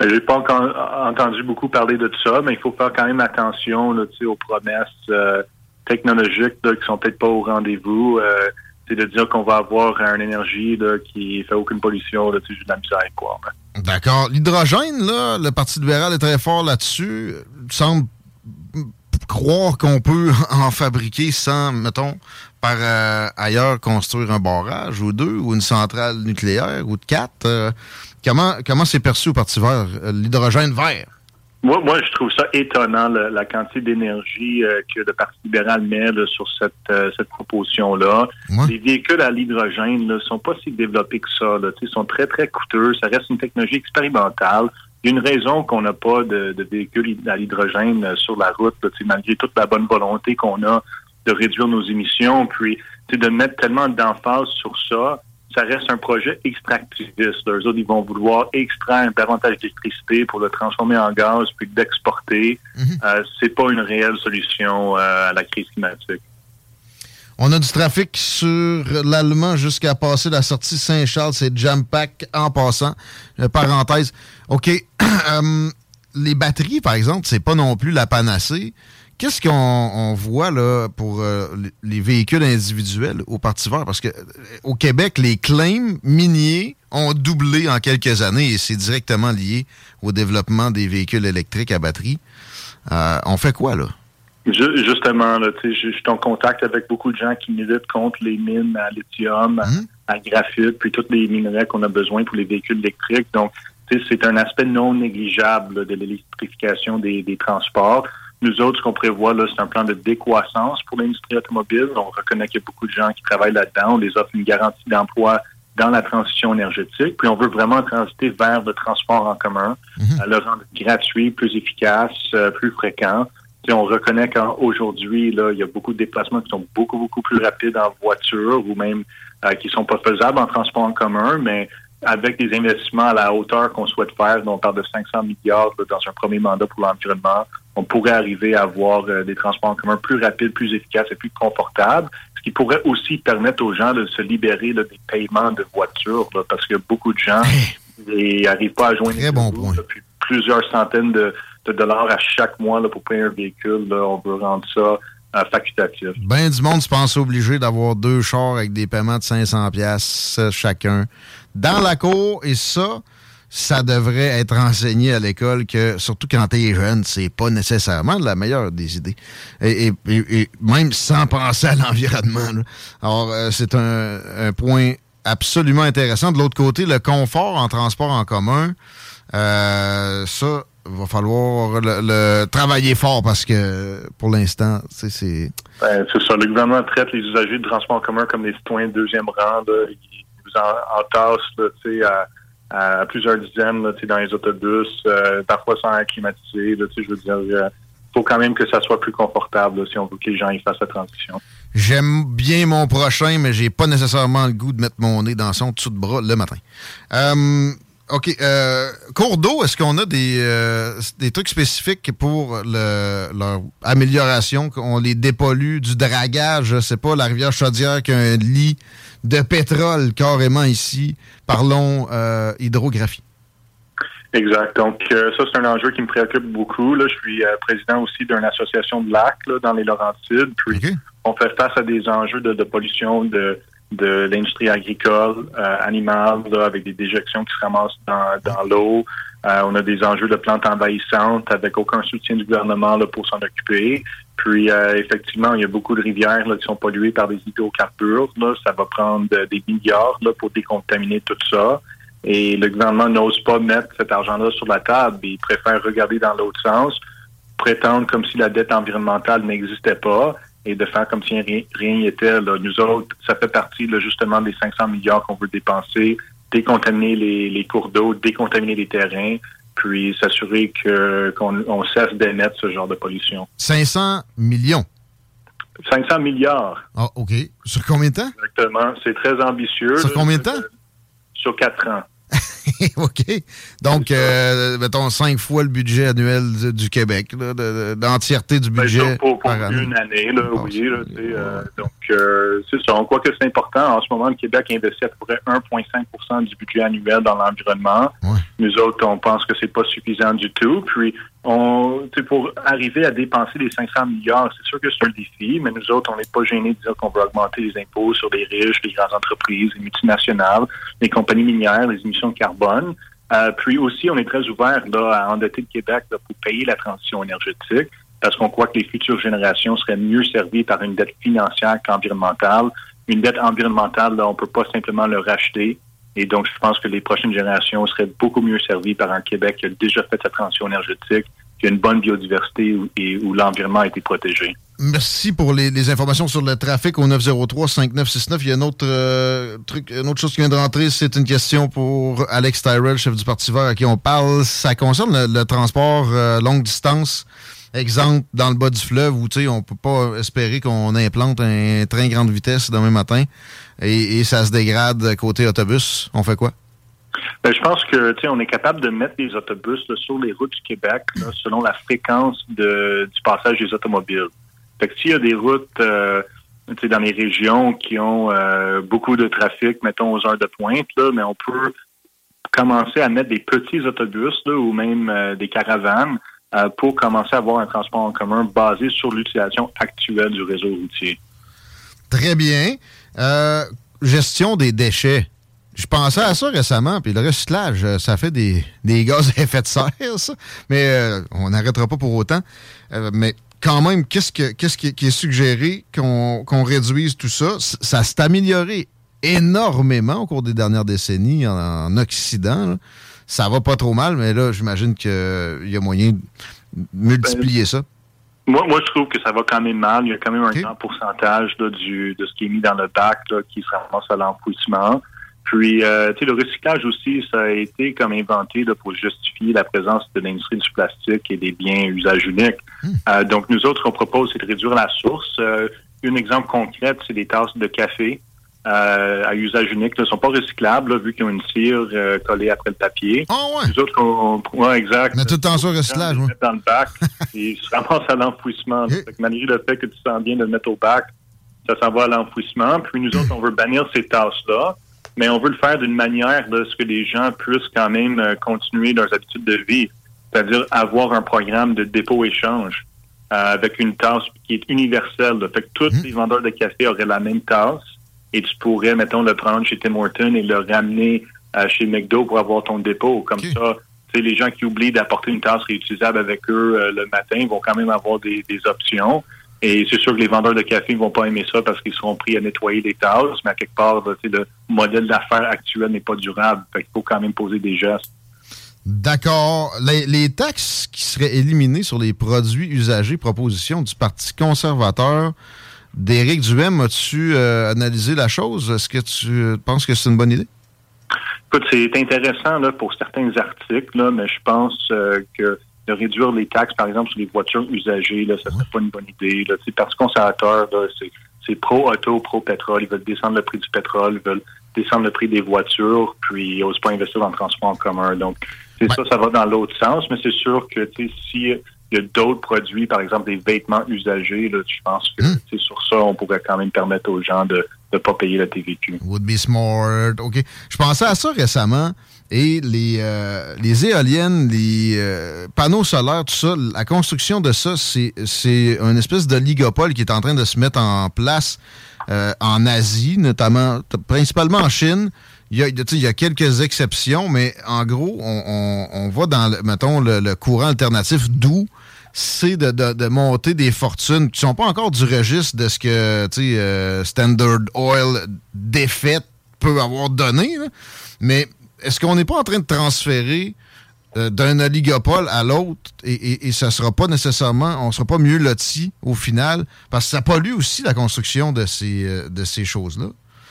J'ai pas encore entendu beaucoup parler de tout ça, mais il faut faire quand même attention là, aux promesses technologiques là, qui sont peut-être pas au rendez-vous. C'est de dire qu'on va avoir une énergie là, qui fait aucune pollution, là, j'ai de la misère à y croire. D'accord. L'hydrogène, là, le Parti libéral est très fort là-dessus. Il semble croire qu'on peut en fabriquer sans, mettons, par ailleurs construire un barrage ou deux, ou une centrale nucléaire, ou de 4. Comment c'est perçu au Parti vert, l'hydrogène vert? Moi, je trouve ça étonnant, la quantité d'énergie que le Parti libéral met là, sur cette proposition-là. Ouais. Les véhicules à l'hydrogène ne sont pas si développés que ça. Là. Ils sont très, très coûteux. Ça reste une technologie expérimentale. Il y a une raison qu'on n'a pas de véhicules à l'hydrogène sur la route, là, malgré toute la bonne volonté qu'on a de réduire nos émissions. Puis de mettre tellement d'emphase sur ça, ça reste un projet extractiviste. Eux autres, ils vont vouloir extraire davantage d'électricité pour le transformer en gaz puis l'exporter. C'est pas une réelle solution à la crise climatique. On a du trafic sur l'Allemand jusqu'à passer la sortie Saint-Charles. C'est jam-pack en passant. Parenthèse. OK. Les batteries, par exemple, c'est pas non plus la panacée. Qu'est-ce qu'on voit là pour les véhicules individuels au Parti vert? Parce que au Québec, les claims miniers ont doublé en quelques années et c'est directement lié au développement des véhicules électriques à batterie. On fait quoi, là? Justement, là, je suis en contact avec beaucoup de gens qui militent contre les mines à lithium, à graphite, puis tous les minerais qu'on a besoin pour les véhicules électriques. Donc, c'est un aspect non négligeable là, de l'électrification des transports. Nous autres, ce qu'on prévoit, là, c'est un plan de décroissance pour l'industrie automobile. On reconnaît qu'il y a beaucoup de gens qui travaillent là-dedans. On les offre une garantie d'emploi dans la transition énergétique. Puis on veut vraiment transiter vers le transport en commun, le rendre gratuit, plus efficace, plus fréquent. Puis on reconnaît qu'aujourd'hui, là, il y a beaucoup de déplacements qui sont beaucoup, beaucoup plus rapides en voiture ou même qui sont pas faisables en transport en commun, mais avec des investissements à la hauteur qu'on souhaite faire, dont on parle de 500 milliards là, dans un premier mandat pour l'environnement, on pourrait arriver à avoir des transports en commun plus rapides, plus efficaces et plus confortables, ce qui pourrait aussi permettre aux gens de se libérer là, des paiements de voitures, là, parce que beaucoup de gens n'arrivent pas à joindre depuis plusieurs centaines de dollars à chaque mois là, pour payer un véhicule. Là, on veut rendre ça facultatif. Ben du monde se pense obligé d'avoir 2 chars avec des paiements de 500$ chacun dans la cour, et ça devrait être enseigné à l'école que, surtout quand t'es jeune, c'est pas nécessairement la meilleure des idées. Et même sans penser à l'environnement. Là. Alors, c'est un point absolument intéressant. De l'autre côté, le confort en transport en commun, ça, va falloir le travailler fort parce que, pour l'instant, c'est ça. Le gouvernement traite les usagers de transport en commun comme des citoyens de deuxième rang. Là. Ils vous entassent à plusieurs dizaines là, dans les autobus, parfois sans air climatisé. Là, je veux dire, faut quand même que ça soit plus confortable là, si on veut que les gens y fassent la transition. J'aime bien mon prochain, mais j'ai pas nécessairement le goût de mettre mon nez dans son dessous de bras le matin. OK. Cours d'eau, est-ce qu'on a des trucs spécifiques pour leur amélioration, qu'on les dépollue, du dragage, je sais pas, la rivière Chaudière qui a un lit de pétrole carrément ici. Parlons hydrographie. Exact. Donc, ça, c'est un enjeu qui me préoccupe beaucoup. Là, je suis président aussi d'une association de lacs là, dans les Laurentides. Puis, on fait face à des enjeux de pollution de l'industrie agricole, animale, là, avec des déjections qui se ramassent dans l'eau. On a des enjeux de plantes envahissantes avec aucun soutien du gouvernement là, pour s'en occuper. Puis, effectivement, il y a beaucoup de rivières là, qui sont polluées par des hydrocarbures. Là. Ça va prendre des milliards là, pour décontaminer tout ça. Et le gouvernement n'ose pas mettre cet argent-là sur la table. Il préfère regarder dans l'autre sens, prétendre comme si la dette environnementale n'existait pas et de faire comme si rien n'y était. Là. Nous autres, ça fait partie là, justement des 500 milliards qu'on veut dépenser, décontaminer les cours d'eau, décontaminer les terrains, puis s'assurer qu'on cesse d'émettre ce genre de pollution. 500 millions? 500 milliards. Ah, OK. Sur combien de temps? Exactement. C'est très ambitieux. Sur combien de temps? Sur 4 ans. OK. Donc, mettons 5 fois le budget annuel du Québec, là, d'entièreté du budget. Pour une année, là, oui. Là, donc, c'est ça. On croit que c'est important. En ce moment, le Québec investit à peu près 1,5 % du budget annuel dans l'environnement. Ouais. Nous autres, on pense que c'est pas suffisant du tout. Puis, pour arriver à dépenser les 500 milliards, c'est sûr que c'est un défi, mais nous autres, on n'est pas gênés de dire qu'on veut augmenter les impôts sur les riches, les grandes entreprises, les multinationales, les compagnies minières, les émissions de carbone. Puis aussi, on est très ouvert là, à endetter le Québec là, pour payer la transition énergétique, parce qu'on croit que les futures générations seraient mieux servies par une dette financière qu'environnementale. Une dette environnementale, là, on peut pas simplement le racheter. Et donc, je pense que les prochaines générations seraient beaucoup mieux servies par un Québec qui a déjà fait sa transition énergétique, qui a une bonne biodiversité et où l'environnement a été protégé. Merci pour les informations sur le trafic au 903-5969. Il y a un autre une autre chose qui vient de rentrer. C'est une question pour Alex Tyrell, chef du Parti vert à qui on parle. Ça concerne le transport longue distance. Exemple, dans le bas du fleuve où on peut pas espérer qu'on implante un train grande vitesse demain matin et ça se dégrade côté autobus. On fait quoi? Ben, je pense que on est capable de mettre les autobus là, sur les routes du Québec là, selon la fréquence du passage des automobiles. Fait que s'il y a des routes dans les régions qui ont beaucoup de trafic, mettons aux heures de pointe, là, mais on peut commencer à mettre des petits autobus là, ou même des caravanes pour commencer à avoir un transport en commun basé sur l'utilisation actuelle du réseau routier. Très bien. Gestion des déchets. Je pensais à ça récemment, puis le recyclage, ça fait des gaz à effet de serre, ça. Mais on n'arrêtera pas pour autant. Mais quand même, qu'est-ce qui est suggéré qu'on réduise tout ça? Ça s'est amélioré énormément au cours des dernières décennies en Occident, là. Ça va pas trop mal, mais là, j'imagine qu'il y a moyen de multiplier ça. Moi, je trouve que ça va quand même mal. Il y a quand même un grand pourcentage là, de ce qui est mis dans le bac là, qui se ramasse à l'enfouissement. Puis, le recyclage aussi, ça a été comme inventé là, pour justifier la présence de l'industrie du plastique et des biens usage unique. Donc, nous autres, ce qu'on propose, c'est de réduire la source. Un exemple concret, c'est des tasses de café à usage unique. Ils ne sont pas recyclables, là, vu qu'ils ont une cire collée après le papier. Oh, ouais. Nous autres, exact. Mais tout le temps ça au recyclage, oui. Dans le bac, et se ramasse à l'enfouissement. Fait que malgré le fait que tu sens bien de le mettre au bac, ça s'en va à l'enfouissement. Puis nous autres, on veut bannir ces tasses-là. Mais on veut le faire d'une manière là, ce que les gens puissent quand même continuer leurs habitudes de vie, c'est-à-dire avoir un programme de dépôt-échange avec une tasse qui est universelle. Là. Fait que tous les vendeurs de café auraient la même tasse et tu pourrais, mettons, le prendre chez Tim Hortons et le ramener chez McDo pour avoir ton dépôt. Comme ça, les gens qui oublient d'apporter une tasse réutilisable avec eux le matin vont quand même avoir des options. Et c'est sûr que les vendeurs de café ne vont pas aimer ça parce qu'ils seront pris à nettoyer les tasses, mais à quelque part, le modèle d'affaires actuel n'est pas durable. Fait qu'il faut quand même poser des gestes. D'accord. Les taxes qui seraient éliminées sur les produits usagés, proposition du Parti conservateur d'Éric Duhaime, as-tu analysé la chose? Est-ce que tu penses que c'est une bonne idée? Écoute, c'est intéressant là, pour certains articles, là, mais je pense que de réduire les taxes, par exemple, sur les voitures usagées, là, ça serait pas une bonne idée. Là. Le Parti conservateur, là, c'est pro-auto, pro-pétrole. Ils veulent descendre le prix du pétrole, ils veulent descendre le prix des voitures, puis ils n'osent pas investir dans le transport en commun. Donc, ça va dans l'autre sens, mais c'est sûr que s'il y a d'autres produits, par exemple des vêtements usagés, là, je pense que sur ça, on pourrait quand même permettre aux gens de ne pas payer la TVQ. Would be smart. OK. Je pensais à ça récemment. Et les éoliennes, les panneaux solaires, tout ça, la construction de ça, c'est une espèce d'oligopole qui est en train de se mettre en place en Asie, notamment, principalement en Chine. Il y a quelques exceptions, mais en gros, on va dans, mettons, le courant alternatif, d'où c'est de monter des fortunes qui sont pas encore du registre de ce que Standard Oil défaite peut avoir donné, là. Mais est-ce qu'on n'est pas en train de transférer d'un oligopole à l'autre et ça sera pas nécessairement, on sera pas mieux loti au final, parce que ça pollue aussi la construction de ces choses-là?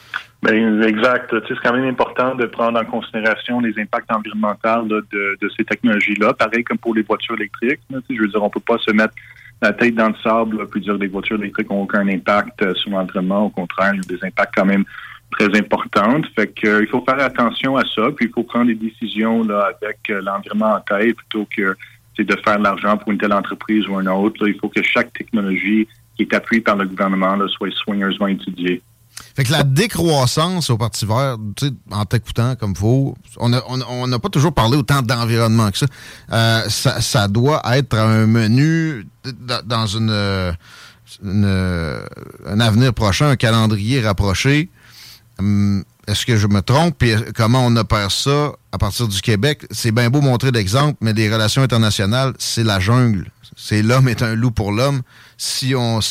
Ben exact. C'est quand même important de prendre en considération les impacts environnementaux là, de ces technologies-là. Pareil comme pour les voitures électriques. Là, je veux dire, on peut pas se mettre la tête dans le sable là, puis dire que les voitures électriques n'ont aucun impact sur l'environnement. Au contraire, il y a des impacts quand même très importante. Fait que il faut faire attention à ça, puis il faut prendre des décisions là avec l'environnement en tête plutôt que de faire de l'argent pour une telle entreprise ou une autre. Là, il faut que chaque technologie est appuyé par le gouvernement là, soit soigneusement étudié. Fait que la décroissance au Parti vert, tu sais, en t'écoutant comme faut, on n'a pas toujours parlé autant d'environnement que ça. Ça doit être un menu dans un avenir prochain, un calendrier rapproché. Est-ce que je me trompe? Puis comment on opère ça à partir du Québec? C'est bien beau montrer d'exemple, mais les relations internationales, c'est la jungle. C'est l'homme est un loup pour l'homme. Si on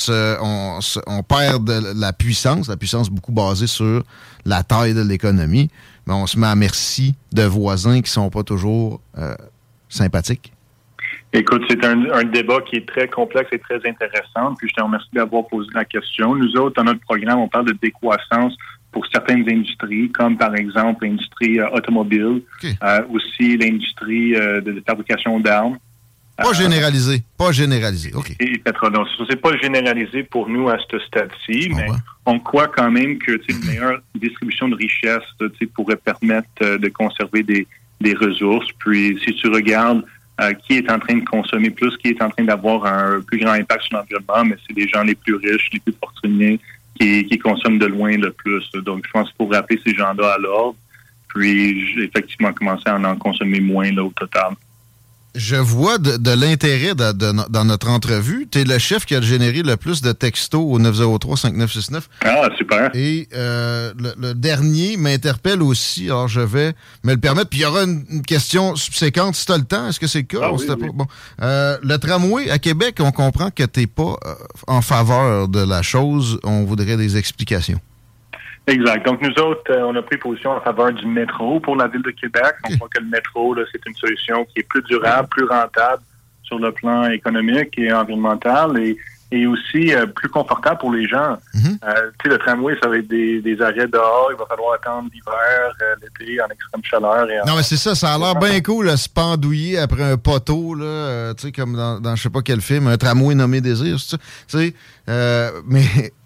perd de la puissance beaucoup basée sur la taille de l'économie, ben on se met à merci de voisins qui sont pas toujours sympathiques. Écoute, c'est un débat qui est très complexe et très intéressant. Puis je te remercie d'avoir posé la question. Nous autres, dans notre programme, on parle de décroissance pour certaines industries, comme par exemple l'industrie automobile, aussi l'industrie de fabrication d'armes. Pas généralisé. OK. Et pétrole. Donc, c'est pas généralisé pour nous à ce stade-ci, mais on croit quand même que une meilleure distribution de richesse pourrait permettre de conserver des ressources. Puis, si tu regardes qui est en train de consommer plus, qui est en train d'avoir un plus grand impact sur l'environnement, mais c'est les gens les plus riches, les plus fortunés qui consomment de loin le plus. Donc, je pense qu'il faut rappeler ces gens-là à l'ordre, puis effectivement commencer à en consommer moins là, au total. Je vois de l'intérêt dans notre entrevue. Tu es le chef qui a généré le plus de textos au 903-5969. Ah, super. Et le dernier m'interpelle aussi. Alors, je vais me le permettre. Puis, il y aura une question subséquente si tu as le temps. Est-ce que c'est le cas? Ah, oui. Bon. Le tramway à Québec, on comprend que tu n'es pas en faveur de la chose. On voudrait des explications. Exact. Donc, nous autres, on a pris position en faveur du métro pour la Ville de Québec. On croit que le métro, là, c'est une solution qui est plus durable, plus rentable sur le plan économique et environnemental et aussi plus confortable pour les gens. Tu sais, le tramway, ça va être des arrêts dehors. Il va falloir attendre l'hiver, l'été, en extrême chaleur. Non, mais c'est ça. Ça a l'air bien cool, là, se pendouiller après un poteau, là, tu sais, comme dans je sais pas quel film, un tramway nommé Désir, tu sais. Mais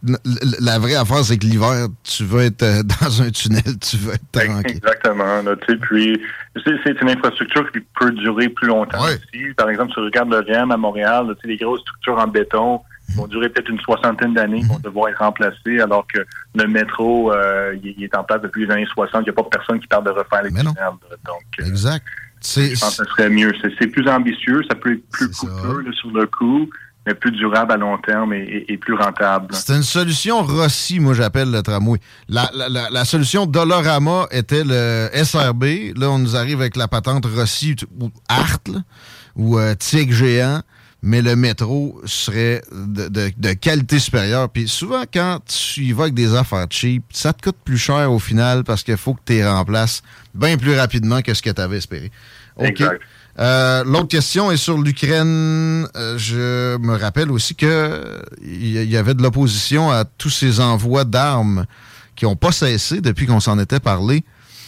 la vraie affaire, c'est que l'hiver, tu veux être dans un tunnel, tu veux être tranquille. Exactement. Là, puis c'est une infrastructure qui peut durer plus longtemps aussi. Par exemple, si tu regardes le REM à Montréal, les grosses structures en béton vont durer peut-être une 60aine d'années, vont devoir être remplacées, alors que le métro, il est en place depuis les années 60. Il n'y a pas personne qui parle de refaire les tunnels. Donc, exact. Je pense que ce serait mieux. C'est plus ambitieux, ça peut être plus coûteux sur le coût, mais plus durable à long terme et plus rentable. C'est une solution Rossi, moi j'appelle le tramway. La solution Dolorama était le SRB. Là, on nous arrive avec la patente Rossi ou Art, là, ou Tigre géant, mais le métro serait de qualité supérieure. Puis souvent, quand tu y vas avec des affaires cheap, ça te coûte plus cher au final parce qu'il faut que tu les remplaces bien plus rapidement que ce que tu avais espéré. OK. Exact. L'autre question est sur l'Ukraine. Je me rappelle aussi que il y avait de l'opposition à tous ces envois d'armes qui n'ont pas cessé depuis qu'on s'en était parlé.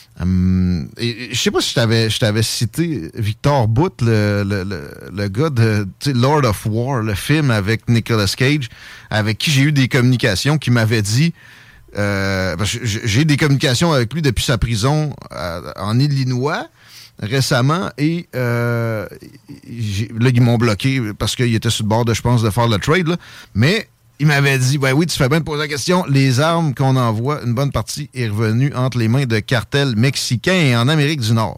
Et je sais pas si je t'avais cité Victor Bout, le gars de Lord of War, le film avec Nicolas Cage, avec qui j'ai eu des communications, qui m'avait dit parce que j'ai des communications avec lui depuis sa prison en Illinois récemment, et là, ils m'ont bloqué parce qu'il était sur le bord de, je pense, de faire le trade, là. Mais il m'avait dit, ben oui, tu fais bien de poser la question, les armes qu'on envoie, une bonne partie est revenue entre les mains de cartels mexicains et en Amérique du Nord.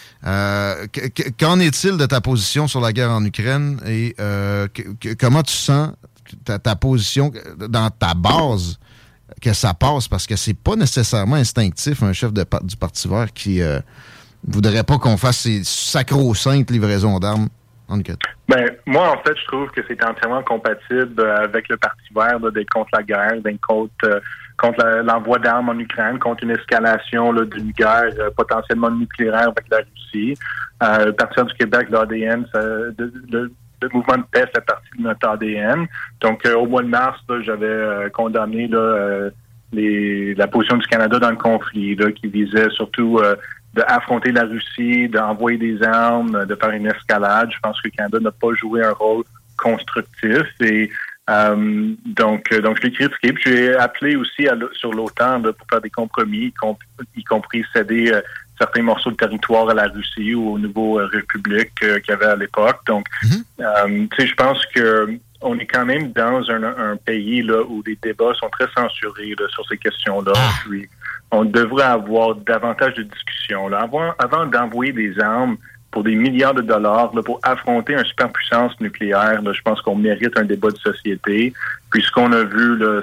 Qu'en est-il de ta position sur la guerre en Ukraine et comment tu sens ta position dans ta base, que ça passe, parce que c'est pas nécessairement instinctif, un chef du Parti vert qui voudrait pas qu'on fasse ces sacro-saintes livraisons d'armes en Ukraine. Ben, moi, en fait, je trouve que c'est entièrement compatible avec le Parti vert d'être contre la guerre, d'être contre l'envoi d'armes en Ukraine, contre une escalation là, d'une guerre potentiellement nucléaire avec la Russie. Le Parti vert du Québec, l'ADN, le mouvement de paix fait partie de notre ADN. Donc, au mois de mars, là, j'avais condamné là, la position du Canada dans le conflit, là, qui visait surtout d'affronter la Russie, d'envoyer des armes, de faire une escalade. Je pense que le Canada n'a pas joué un rôle constructif. Et donc je l'ai critiqué. Puis j'ai appelé aussi sur l'OTAN là, pour faire des compromis, y compris céder certains morceaux de territoire à la Russie ou aux nouveaux républiques qu'il y avait à l'époque. Donc, tu sais, je pense que on est quand même dans un pays là où les débats sont très censurés là, sur ces questions-là. Puis on devrait avoir davantage de discussions. Là. Avant d'envoyer des armes pour des milliards de dollars là, pour affronter une superpuissance nucléaire, là, je pense qu'on mérite un débat de société. Puis ce qu'on a vu, là,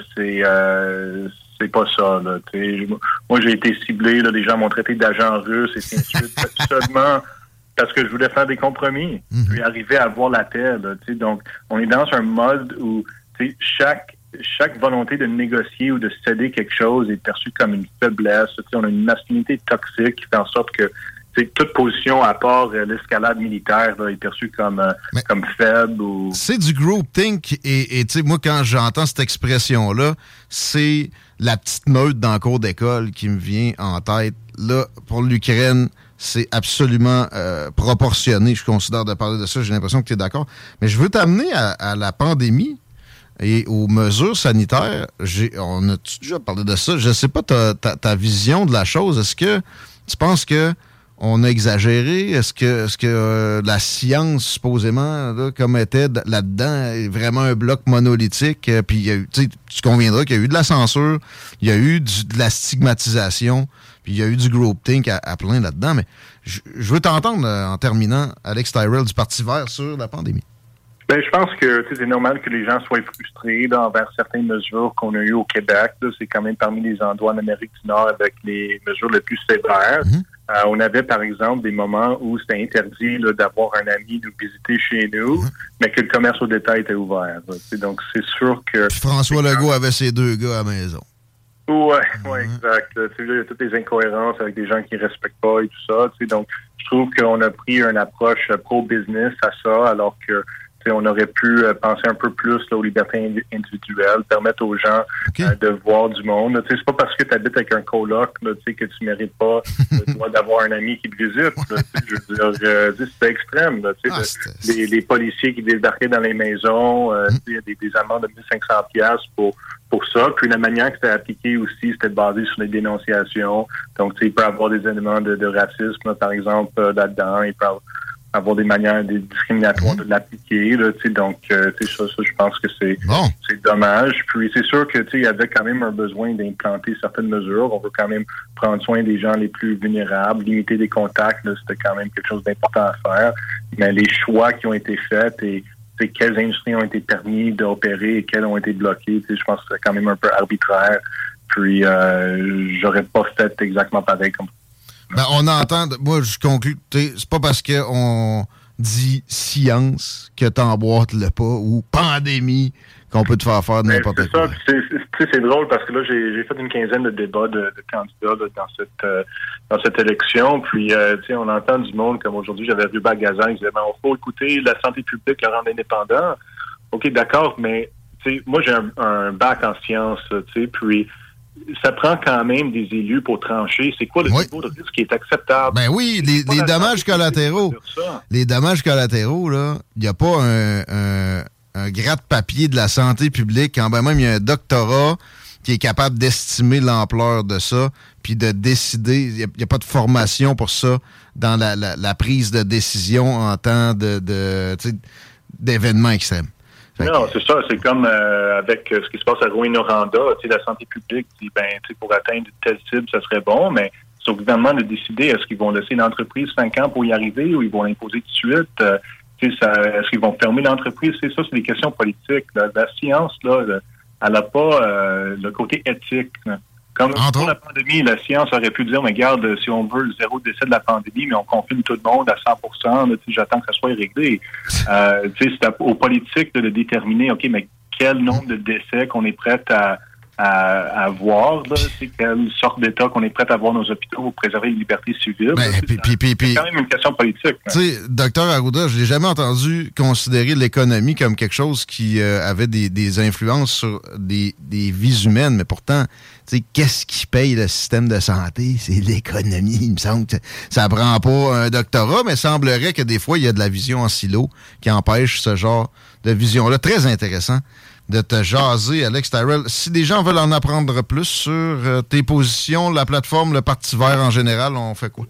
c'est pas ça. Là, moi, j'ai été ciblé, là, les gens m'ont traité d'agent russe et ainsi de suite, seulement parce que je voulais faire des compromis, puis arriver à avoir la paix. Là, donc, on est dans un mode où chaque volonté de négocier ou de céder quelque chose est perçue comme une faiblesse. On a une masculinité toxique qui fait en sorte que toute position à part l'escalade militaire là, est perçue comme faible. Ou... C'est du groupthink et moi, quand j'entends cette expression-là, c'est la petite meute dans le cours d'école qui me vient en tête. Là, pour l'Ukraine, c'est absolument proportionné, je considère, de parler de ça. J'ai l'impression que tu es d'accord. Mais je veux t'amener à la pandémie et aux mesures sanitaires. On a déjà parlé de ça. Je ne sais pas ta vision de la chose. Est-ce que tu penses que on a exagéré? Est-ce que la science, supposément, là, comme était là-dedans, est vraiment un bloc monolithique? Puis, tu conviendras qu'il y a eu de la censure, il y a eu de la stigmatisation, puis il y a eu du groupthink à plein là-dedans. Mais je veux t'entendre, en terminant, Alex Tyrell du Parti vert sur la pandémie. Ben, je pense que c'est normal que les gens soient frustrés là, envers certaines mesures qu'on a eues au Québec. Là. C'est quand même parmi les endroits en Amérique du Nord avec les mesures les plus sévères. On avait, par exemple, des moments où c'était interdit là, d'avoir un ami nous visiter chez nous, mais que le commerce au détail était ouvert. Donc, c'est sûr que... Puis François Legault avait ses 2 gars à la maison. Ouais, exact. Il y a toutes les incohérences avec des gens qui ne respectent pas et tout ça. Donc, je trouve qu'on a pris une approche pro-business à ça, alors que on aurait pu penser un peu plus là, aux libertés individuelles, permettre aux gens de voir du monde. C'est pas parce que tu habites avec un coloc là, que tu mérites pas le droit d'avoir un ami qui te visite. Là, je veux dire, c'est extrême. Là, les policiers qui débarquaient dans les maisons, il y a des amendes de 1500$ pour ça. Puis la manière que c'était appliqué aussi, c'était basé sur les dénonciations. Donc, il peut y avoir des éléments de racisme, là, par exemple, là-dedans. Il peut avoir des manières discriminatoires de l'appliquer. Là, donc, ça, je pense que c'est dommage. Puis, c'est sûr que il y avait quand même un besoin d'implanter certaines mesures. On veut quand même prendre soin des gens les plus vulnérables, limiter les contacts. Là, c'était quand même quelque chose d'important à faire. Mais les choix qui ont été faits et quelles industries ont été permis d'opérer et quelles ont été bloquées, je pense que c'est quand même un peu arbitraire. Puis, j'aurais pas fait exactement pareil comme ça. Ben, on entend, moi je conclus, c'est pas parce qu'on dit science que t'emboîtes le pas ou pandémie qu'on peut te faire n'importe quoi. C'est drôle parce que là, j'ai fait une quinzaine de débats de candidats là, dans cette élection. Puis, on entend du monde, comme aujourd'hui, j'avais Ruba Gazan qui disait, il faut écouter la santé publique, la rendre indépendant. OK, d'accord, mais moi, j'ai un bac en sciences, puis ça prend quand même des élus pour trancher. C'est quoi le niveau de risque qui est acceptable? Ben oui, les dommages collatéraux. Les dommages collatéraux, là, il n'y a pas un gratte-papier de la santé publique, quand même il y a un doctorat qui est capable d'estimer l'ampleur de ça, puis de décider. Il n'y a pas de formation pour ça dans la prise de décision en temps d'événements extrêmes. Non, c'est ça. C'est comme avec ce qui se passe à Rouyn-Noranda. La santé publique dit, pour atteindre une telle cible, ça serait bon, mais c'est au gouvernement de décider est-ce qu'ils vont laisser l'entreprise 5 ans pour y arriver ou ils vont l'imposer tout de suite. Est-ce qu'ils vont fermer l'entreprise? C'est ça, c'est des questions politiques. Là. La science, là, elle n'a pas le côté éthique. Là. Comme pour la pandémie, la science aurait pu dire, mais regarde, si on veut le 0 décès de la pandémie, mais on confine tout le monde à 100%, là, j'attends que ça soit réglé. C'est aux politiques de déterminer, OK, mais quel nombre de décès qu'on est prêt à avoir, là, quelle sorte d'État qu'on est prêt à avoir nos hôpitaux pour préserver les libertés civiles. C'est quand même une question politique. Tu sais, Dr Arruda, je l'ai jamais entendu considérer l'économie comme quelque chose qui avait des influences sur des vies humaines, mais pourtant, tu sais, qu'est-ce qui paye le système de santé? C'est l'économie. Il me semble que ça prend pas un doctorat, mais il semblerait que des fois, il y a de la vision en silo qui empêche ce genre de vision-là. Très intéressant de te jaser, Alex Tyrell. Si des gens veulent en apprendre plus sur tes positions, la plateforme, le Parti vert en général, on fait quoi?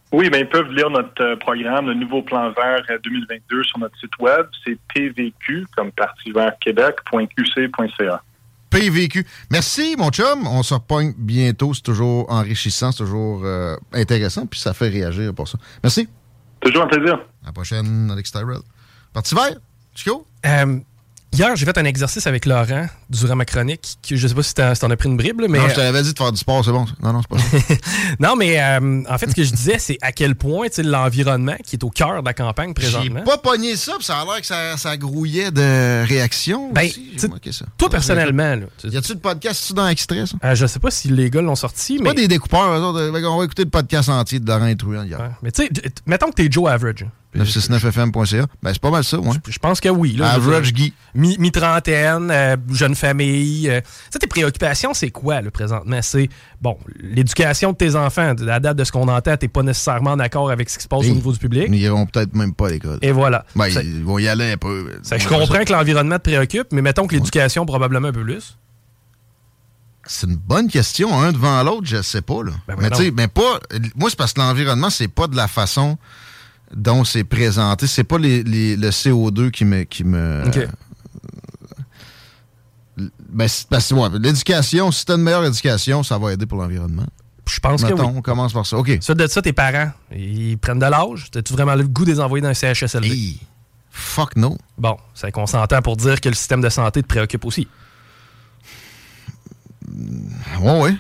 Oui, bien, ils peuvent lire notre programme, le nouveau plan vert 2022 sur notre site web. C'est PVQ, comme Parti vert Québec.qc.ca. PVQ. Merci, mon chum. On se repogne bientôt. C'est toujours enrichissant, c'est toujours intéressant, puis ça fait réagir pour ça. Merci. Toujours un plaisir. À la prochaine, Alex Tyrell. Parti vert, Chico? Hier, j'ai fait un exercice avec Laurent durant ma chronique. Je sais pas si t'en as pris une bribe, mais... Non, je t'avais dit de faire du sport, c'est bon. Non, c'est pas ça. Non, mais en fait, ce que je disais, c'est à quel point l'environnement, qui est au cœur de la campagne présentement... J'ai pas pogné ça, puis ça a l'air que ça grouillait de réactions aussi. J'ai manqué ça. Toi, personnellement... Là, y a-tu le podcast dans extrait, ça? Je sais pas si les gars l'ont sorti, mais... Pas des découpeurs, on va écouter le podcast entier de Laurent Intruant hier. Ouais, mais tu sais, mettons que t'es Joe Average. 969fm.ca. Ben, c'est pas mal ça, ouais. Je pense que oui. Là, Average Guy. Mi-trentaine, jeune famille. Tes préoccupations, c'est quoi, là, présentement? C'est, bon, l'éducation de tes enfants. À la date de ce qu'on entend, t'es pas nécessairement d'accord avec ce qui se passe au niveau du public. Ils iront peut-être même pas à l'école. Et voilà. Ben, ils vont y aller un peu. Je comprends que l'environnement te préoccupe, mais mettons que l'éducation, probablement un peu plus. C'est une bonne question. Un devant l'autre, je sais pas, là. Ben, mais tu sais, pas... Moi, c'est parce que l'environnement, c'est pas de la façon... dont c'est présenté. C'est pas le CO2 qui me OK. Ben, parce que l'éducation, si t'as une meilleure éducation, ça va aider pour l'environnement. Je pense que oui. On commence par ça. OK. Ça, de ça, tes parents, ils prennent de l'âge. T'as-tu vraiment le goût de les envoyer dans un CHSLD? Hey, fuck no. Bon, c'est qu'on s'entend pour dire que le système de santé te préoccupe aussi. Ouais.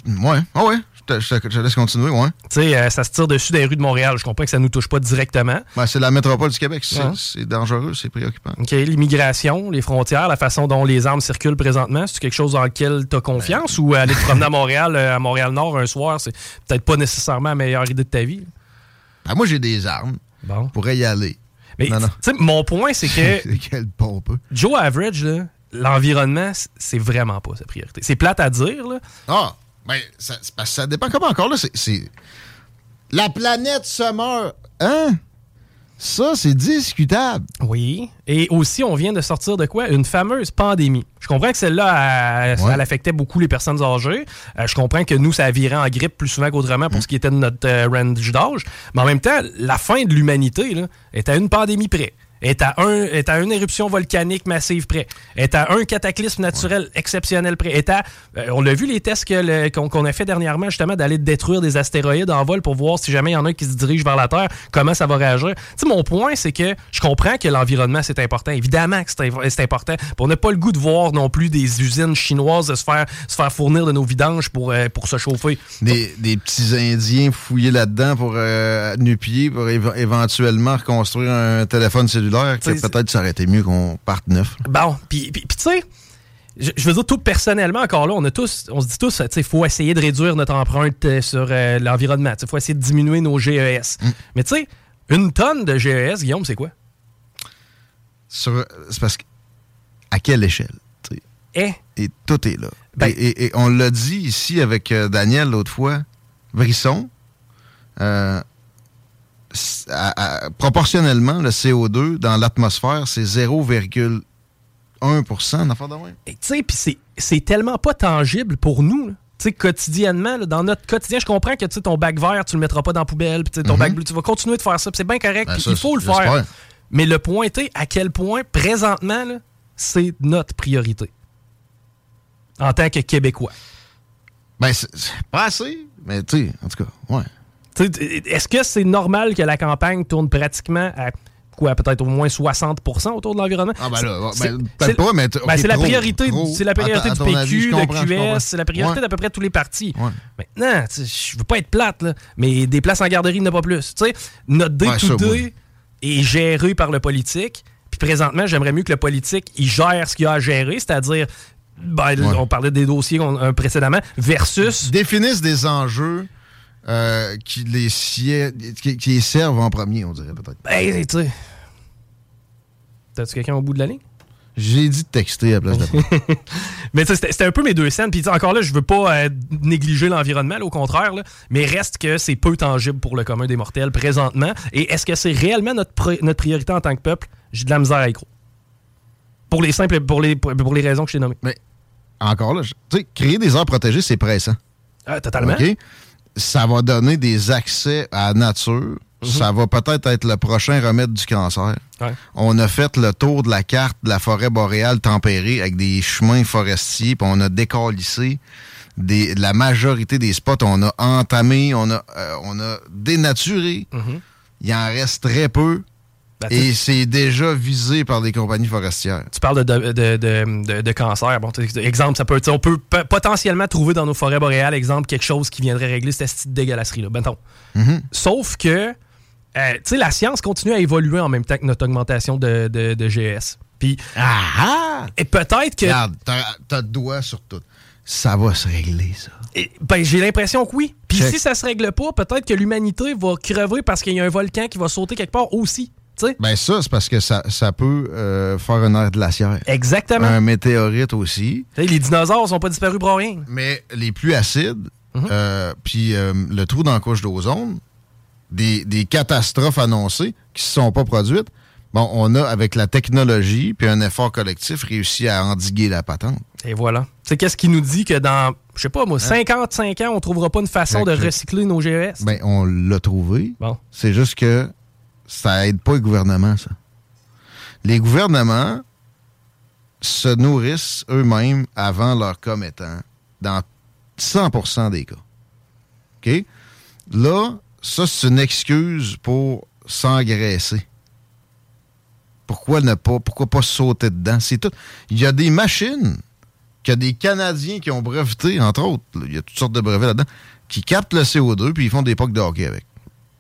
Je te laisse continuer, ouais. Tu sais, ça se tire dessus des rues de Montréal. Je comprends que ça nous touche pas directement. Ben, c'est la métropole du Québec. C'est dangereux, c'est préoccupant. OK. L'immigration, les frontières, la façon dont les armes circulent présentement, c'est quelque chose dans lequel tu as confiance ou aller te promener à Montréal-Nord un soir, c'est peut-être pas nécessairement la meilleure idée de ta vie? Ben, moi, j'ai des armes. Bon. Je pourrais y aller. Mais tu sais, mon point, c'est que quelle pompe. Joe Average, là, l'environnement, c'est vraiment pas sa priorité. C'est plate à dire, là. Ah! Ben, ça dépend comment encore, là. C'est... La planète se meurt. Hein? Ça, c'est discutable. Oui. Et aussi, on vient de sortir de quoi? Une fameuse pandémie. Je comprends que celle-là, elle affectait beaucoup les personnes âgées. Je comprends que nous, ça virait en grippe plus souvent qu'autrement pour ce qui était de notre range d'âge. Mais en même temps, la fin de l'humanité là, est à une pandémie près. Est à une éruption volcanique massive près. Est à un cataclysme naturel exceptionnel près. Est à, on l'a vu les tests qu'on a fait dernièrement, justement, d'aller détruire des astéroïdes en vol pour voir si jamais il y en a un qui se dirige vers la Terre, comment ça va réagir. Tu sais, mon point, c'est que je comprends que l'environnement, c'est important. Évidemment que c'est important. Puis on n'a pas le goût de voir non plus des usines chinoises se faire fournir de nos vidanges pour se chauffer. Des petits Indiens fouillés là-dedans pour nu-pieds, pour éventuellement reconstruire un téléphone cellulaire. Peut-être ça aurait été mieux qu'on parte neuf. Bon, puis tu sais, je veux dire, tout personnellement, encore là, on se dit tous, il faut essayer de réduire notre empreinte sur l'environnement. Il faut essayer de diminuer nos GES. Mais tu sais, une tonne de GES, Guillaume, c'est quoi? C'est parce que, à quelle échelle? Et tout est là. Ben, et on l'a dit ici avec Daniel l'autre fois, Brisson, proportionnellement, le CO2 dans l'atmosphère, c'est 0,1% d'affaires de moins. Tu sais, puis c'est tellement pas tangible pour nous. Tu sais, quotidiennement, là, dans notre quotidien, je comprends que ton bac vert, tu le mettras pas dans la poubelle, puis ton bac bleu, tu vas continuer de faire ça, c'est bien correct, puis il faut le faire. Mais le point est à quel point, présentement, là, c'est notre priorité. En tant que Québécois. Ben, c'est pas assez, mais tu sais, en tout cas, ouais. Est-ce que c'est normal que la campagne tourne pratiquement à quoi, peut-être au moins 60% autour de l'environnement? Ah ben là, peut-être pas, mais c'est la priorité, c'est la priorité du PQ, de QS, c'est la priorité d'à peu près tous les partis. Ouais. Maintenant, je veux pas être plate, là, mais des places en garderie, il n'y en a pas plus. T'sais, notre day-to-day est géré par le politique, puis présentement, j'aimerais mieux que le politique, il gère ce qu'il a à gérer, c'est-à-dire, on parlait des dossiers précédemment, versus... Définissent des enjeux... qui les servent en premier, on dirait peut-être. Ben, tu sais. T'as-tu quelqu'un au bout de la ligne? J'ai dit de texter à la place de... Mais c'était un peu mes deux scènes. Puis encore là, je veux pas négliger l'environnement, là, au contraire. Là, mais reste que c'est peu tangible pour le commun des mortels présentement. Et est-ce que c'est réellement notre priorité en tant que peuple? J'ai de la misère à y croire. Pour les simples, pour les raisons que je t'ai nommées. Mais encore là, tu sais, créer des aires protégées, c'est pressant. Totalement. OK? ça va donner des accès à la nature. Ça va peut-être être le prochain remède du cancer. Ouais. On a fait le tour de la carte de la forêt boréale tempérée avec des chemins forestiers, puis on a décalissé la majorité des spots. On a entamé, on a dénaturé. Il en reste très peu. Et c'est déjà visé par des compagnies forestières. Tu parles de cancer. Bon, exemple, ça peut être, on peut potentiellement trouver dans nos forêts boréales, exemple, quelque chose qui viendrait régler cette petite dégueulasserie-là. Mettons. Sauf que, tu sais, la science continue à évoluer en même temps que notre augmentation de GES. Puis, et peut-être que... Regarde, t'as le doigt sur tout. Ça va se régler, ça. J'ai l'impression que oui. Puis si ça se règle pas, peut-être que l'humanité va crever parce qu'il y a un volcan qui va sauter quelque part aussi. T'sais? Ben ça, c'est parce que ça peut faire une ère glaciaire. Exactement. Un météorite aussi. T'sais, les dinosaures sont pas disparus pour rien. Mais les pluies acides, puis le trou dans la couche d'ozone, des catastrophes annoncées qui ne se sont pas produites, bon, on a, avec la technologie puis un effort collectif, réussi à endiguer la patente. Et voilà. Tu sais, qu'est-ce qui nous dit que dans, je sais pas moi, 55 ans, on trouvera pas une façon de recycler nos GES? Ben, on l'a trouvé. Bon. C'est juste que ça aide pas les gouvernements, ça. Les gouvernements se nourrissent eux-mêmes avant leur commettant dans 100% des cas. OK? Là, ça, c'est une excuse pour s'engraisser. Pourquoi pas sauter dedans? C'est tout. Il y a des machines qu'il y a des Canadiens qui ont breveté, entre autres, il y a toutes sortes de brevets là-dedans, qui captent le CO2 puis ils font des pucks de hockey avec.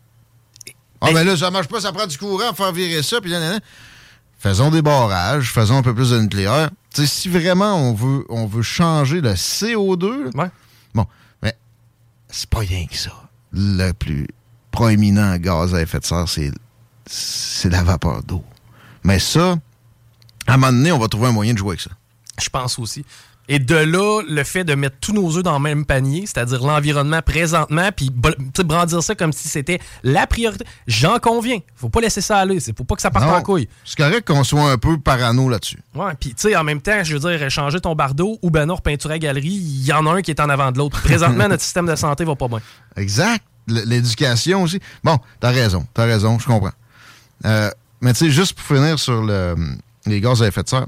Mais là, ça marche pas, ça prend du courant pour faire virer ça, puis là. Faisons des barrages, faisons un peu plus de nucléaire. Tu sais, si vraiment on veut changer le CO2, bon, mais c'est pas rien que ça. Le plus proéminent gaz à effet de serre, c'est la vapeur d'eau. Mais ça, à un moment donné, on va trouver un moyen de jouer avec ça. Je pense aussi. Et de là, le fait de mettre tous nos œufs dans le même panier, c'est-à-dire l'environnement présentement, puis brandir ça comme si c'était la priorité. J'en conviens. Faut pas laisser ça aller. Faut pas que ça parte en couille. C'est correct qu'on soit un peu parano là-dessus. Ouais, puis tu sais, en même temps, je veux dire, changer ton bardeau ou ben non, repeinturer la galerie, il y en a un qui est en avant de l'autre. Présentement, notre système de santé va pas bien. Exact. L'éducation aussi. Bon, t'as raison, je comprends. Mais tu sais, juste pour finir sur les gaz à effet de serre,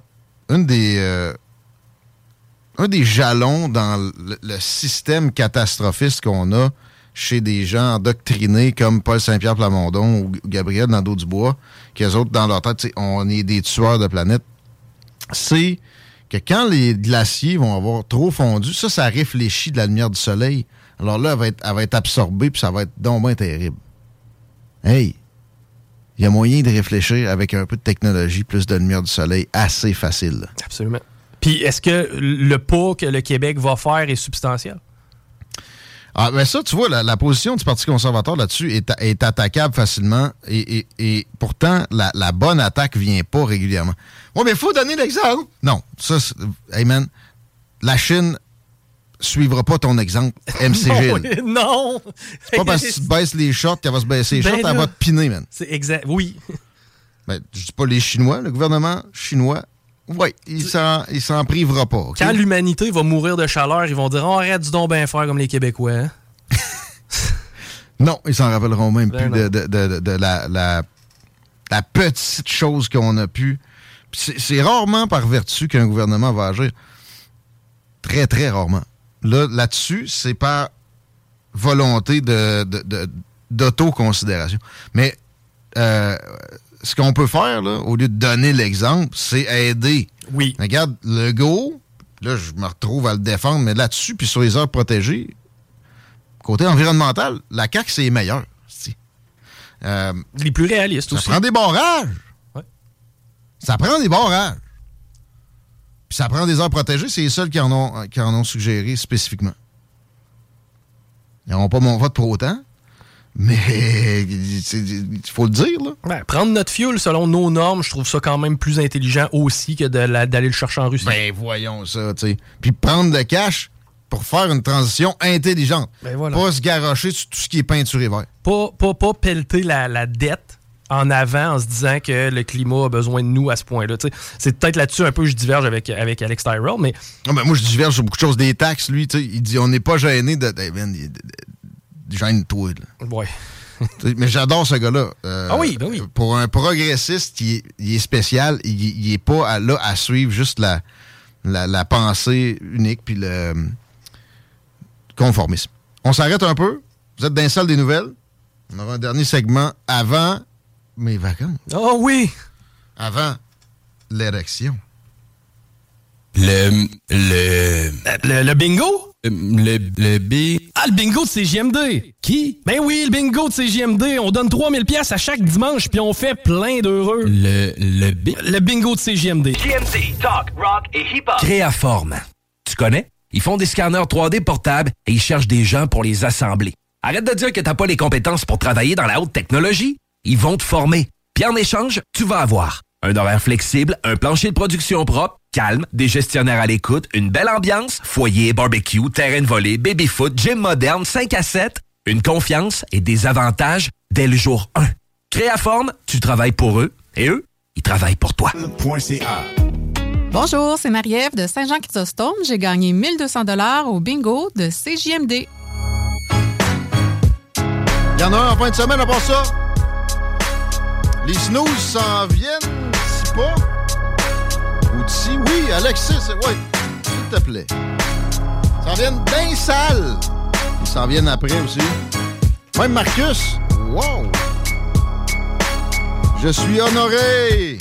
un des jalons dans le système catastrophiste qu'on a chez des gens endoctrinés comme Paul Saint-Pierre Plamondon ou Gabriel Nadeau-Dubois, qui eux autres, dans leur tête, on est des tueurs de planète, c'est que quand les glaciers vont avoir trop fondu, ça réfléchit de la lumière du soleil. Alors là, elle va être absorbée, puis ça va être donc bien terrible. Hey! Il y a moyen de réfléchir avec un peu de technologie, plus de lumière du soleil, assez facile. Absolument. Puis, est-ce que le pas que le Québec va faire est substantiel? Ah, ben ça, tu vois, la position du Parti conservateur là-dessus est attaquable facilement et pourtant, la bonne attaque vient pas régulièrement. Oui, mais il faut donner l'exemple. Non, ça, hey man, la Chine suivra pas ton exemple, MC Gilles. Non! C'est pas parce que tu te baisses les shorts qu'elle va se baisser les shorts, elle va te piner, man. C'est exact, oui. Ben, je dis pas les Chinois, le gouvernement chinois. Oui, il s'en privera pas. Okay? Quand l'humanité va mourir de chaleur, ils vont dire « arrête du donc bien faire comme les Québécois. Hein? » Non, ils s'en rappelleront même plus de la petite chose qu'on a pu. C'est rarement par vertu qu'un gouvernement va agir. Très, très rarement. Là-dessus, c'est par volonté d'autoconsidération. Mais ce qu'on peut faire, là, au lieu de donner l'exemple, c'est aider. Oui. Regarde, Legault, là, je me retrouve à le défendre, mais là-dessus, puis sur les aires protégées, côté environnemental, la CAQ, c'est meilleur. Les plus réalistes aussi. Ça prend des barrages. Ouais. Ça prend des barrages. Puis ça prend des aires protégées, c'est les seuls qui en ont suggéré spécifiquement. Ils n'auront pas mon vote pour autant. Mais il faut le dire, là. Ben, prendre notre fuel selon nos normes, je trouve ça quand même plus intelligent aussi que d'aller le chercher en Russie. Ben voyons ça, tu sais. Puis prendre le cash pour faire une transition intelligente. Ben voilà. Pas se garrocher sur tout ce qui est peinturé vert. Pas pelleter la dette en avant en se disant que le climat a besoin de nous à ce point-là. T'sais, c'est peut-être là-dessus un peu que je diverge avec Alex Tyrell, mais... Non, ben moi, je diverge sur beaucoup de choses. Des taxes, lui, il dit on n'est pas gêné gêne-toi. Là. Ouais. Mais j'adore ce gars-là. Ah oui, ben oui. Pour un progressiste, il est spécial. Il est pas là à suivre juste la pensée unique puis le conformisme. On s'arrête un peu. Vous êtes dans la salle des nouvelles. On aura un dernier segment avant mes vacances. Oh oui! Avant l'érection. Le bingo? Le bingo de CJMD. Qui? Ben oui, le bingo de CJMD. On donne 3000 pièces à chaque dimanche, puis on fait plein d'heureux. Le bingo de CJMD. CJMD, talk, rock et hip-hop. Créaforme. Tu connais? Ils font des scanners 3D portables et ils cherchent des gens pour les assembler. Arrête de dire que t'as pas les compétences pour travailler dans la haute technologie. Ils vont te former. Puis en échange, tu vas avoir un horaire flexible, un plancher de production propre, calme, des gestionnaires à l'écoute, une belle ambiance, foyer, barbecue, terrain de volley, baby-foot, gym moderne, 5 à 7, une confiance et des avantages dès le jour 1. Créaforme, tu travailles pour eux et eux, ils travaillent pour toi. Bonjour, c'est Marie-Ève de Saint-Jean-Chrysostome. J'ai gagné 1200 $ au bingo de CJMD. Il y en a un en fin de semaine à part ça. Les snooze s'en viennent, si pas. Ou d'ici. Oui, Alexis, oui. S'il te plaît. Ils s'en viennent bien sales. Ils s'en viennent après aussi. Même Marcus. Wow. Je suis honoré.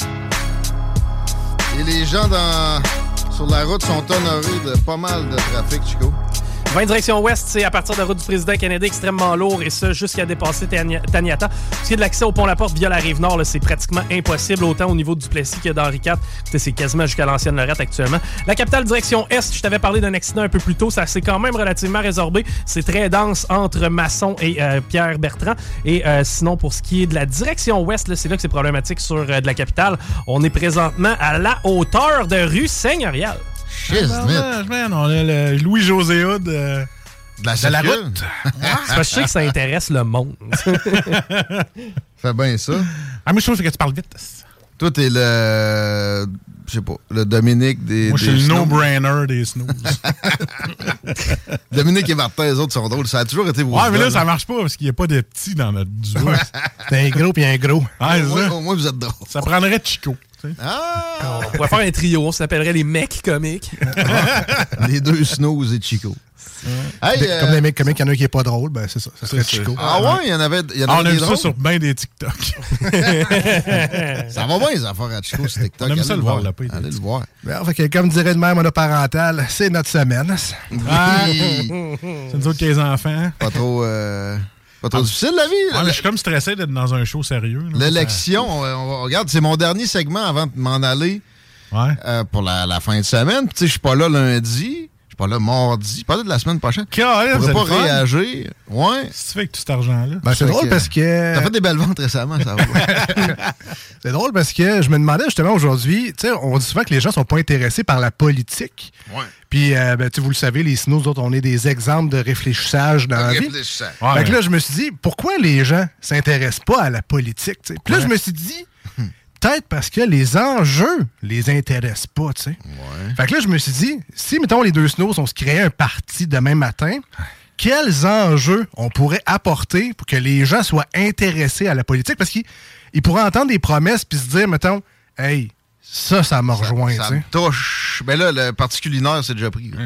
Et les gens sur la route sont honorés de pas mal de trafic, Chico. 20 direction ouest, c'est à partir de la route du président Kennedy, extrêmement lourd, et ça jusqu'à dépasser Taniata. Ce qui est de l'accès au Pont-la-Porte via la Rive-Nord, là, c'est pratiquement impossible, autant au niveau du Plessis que d'Henri IV. C'est quasiment jusqu'à l'ancienne Lorette actuellement. La capitale direction est, je t'avais parlé d'un accident un peu plus tôt, ça s'est quand même relativement résorbé. C'est très dense entre Masson et Pierre-Bertrand. Et sinon, pour ce qui est de la direction ouest, là, c'est là que c'est problématique sur de la capitale. On est présentement à la hauteur de rue Seigneurial. Man, on a le Louis-José Hood de la route. C'est parce que je sais que ça intéresse le monde. Fais bien ça. Ah, moi, je trouve que tu parles vite. Toi, t'es le... Je sais pas, le Dominique des... Moi, je suis le no-brainer des snooze. Dominique et Martin, les autres sont drôles. Ça a toujours été vos mais là, ça marche pas parce qu'il n'y a pas de petits dans notre duo. C'est un gros puis un gros. Au moins, vous êtes drôles. Ça prendrait Chico. On pourrait faire un trio, on s'appellerait les mecs comiques. Les deux snooze et Chico. Hey, comme les mecs comiques, il y en a un qui est pas drôle, ben c'est ça. Ça serait Chico. Ah ouais, il y en avait on a vu ça drôles. sur bien des TikTok. Ça va bien, les affaires à Chico sur TikTok. On aime ça le voir. Allez le voir. Ben, fait que, comme dirait de mère monoparentale, c'est notre semaine. C'est nous autres qui les enfants. Pas trop difficile, la vie. Je suis comme stressé d'être dans un show sérieux. L'élection, on regarde, c'est mon dernier segment avant de m'en aller pour la fin de semaine. Puis, tu sais, je suis pas là lundi. Pas là mardi, pas là de la semaine prochaine. Je pourrais pas réagir. Ouais. Qu'est-ce que tu fais avec tout cet argent-là? Ben, c'est drôle parce que... T'as fait des belles ventes récemment, ça va. C'est drôle parce que je me demandais justement aujourd'hui, tu sais, on dit souvent que les gens sont pas intéressés par la politique. Ouais. Puis, vous le savez, les snooze, autres, on est des exemples de réfléchissage dans la vie. Fait que là, je me suis dit, pourquoi les gens s'intéressent pas à la politique? T'sais? Puis là, je me suis dit... Peut-être parce que les enjeux les intéressent pas, tu sais. Ouais. Fait que là, je me suis dit, si, mettons, les deux snooze, on se créait un parti demain matin, quels enjeux on pourrait apporter pour que les gens soient intéressés à la politique? Parce qu'ils pourraient entendre des promesses puis se dire, mettons, hey, ça me rejoint, ça me touche. Ben là, le parti culinaire, c'est déjà pris.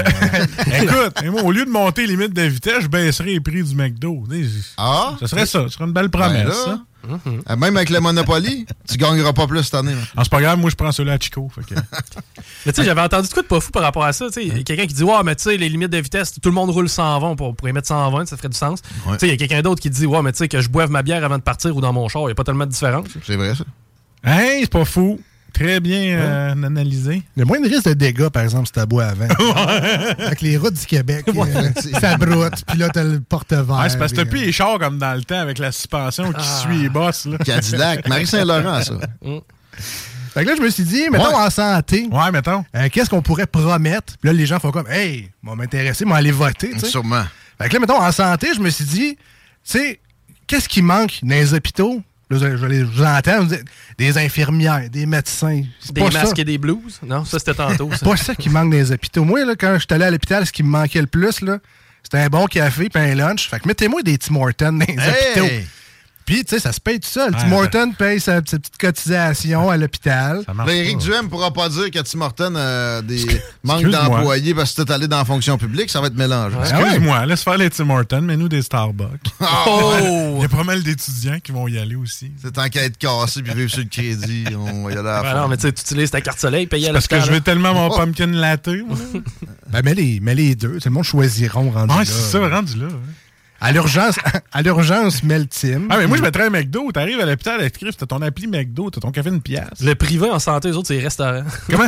Écoute, moi, au lieu de monter les limites de vitesse, je baisserais les prix du McDo. Ça serait ça. Ce serait une belle promesse, là, ça. Même avec le Monopoly, tu gagneras pas plus cette année. C'est pas grave, moi je prends celui-là à Chico. Que... Mais tu sais, j'avais entendu de quoi de pas fou par rapport à ça. Quelqu'un qui dit, ouais, mais tu sais, les limites de vitesse, tout le monde roule 120, on pourrait mettre 120, ça ferait du sens. Tu sais, il y a quelqu'un d'autre qui dit, ouais, mais tu sais, que je boive ma bière avant de partir ou dans mon char, il n'y a pas tellement de différence. C'est vrai, ça. Hey, c'est pas fou. Très bien analysé. Il y a moins de risque de dégâts, par exemple, si tu bois avant. Avec les routes du Québec, ça broute, puis là, t'as le porte-verre. C'est parce que t'as plus les chars comme dans le temps avec la suspension qui suit les bosses. Là. Cadillac, Marie-Saint-Laurent, ça. Fait que là, je me suis dit, mettons en santé, qu'est-ce qu'on pourrait promettre? Puis là, les gens font comme, hey, vont m'intéresser, vont aller voter. T'sais. Sûrement. Fait que là, mettons, en santé, je me suis dit, tu sais, qu'est-ce qui manque dans les hôpitaux? Là, je vous entends, des infirmières, des médecins. Des masques et des blouses? Non, ça, c'était tantôt. C'est pas ça qui manque dans les hôpitaux. Moi, là, quand je suis allé à l'hôpital, ce qui me manquait le plus, là, C'est un bon café puis un lunch. Fait que mettez-moi des Tim Hortons dans les hôpitaux. Puis, tu sais, ça se paye tout seul. Tim Hortons paye sa petite cotisation à l'hôpital. Éric Duhem ne pourra pas dire que Tim Hortons a des manques d'employés parce que tu es allé dans la fonction publique, ça va être mélangé. Excuse-moi, laisse faire les Tim Hortons, mais nous des Starbucks. Il y a pas mal d'étudiants qui vont y aller aussi. C'est en quête cassée puis vivre sur le crédit. On va y aller à la non, mais tu utilises ta carte soleil, payer à parce que je veux tellement mon pumpkin latte. Ben, mets les deux. Tout le monde choisiront rendu là. Ouais, c'est ça, rendu là. À l'urgence, mets le Tim. Ah, mais moi, je mettrais un McDo. T'arrives à l'hôpital, t'as ton appli McDo, t'as ton café une pièce. Le privé en santé, eux autres, c'est les restaurants. Comment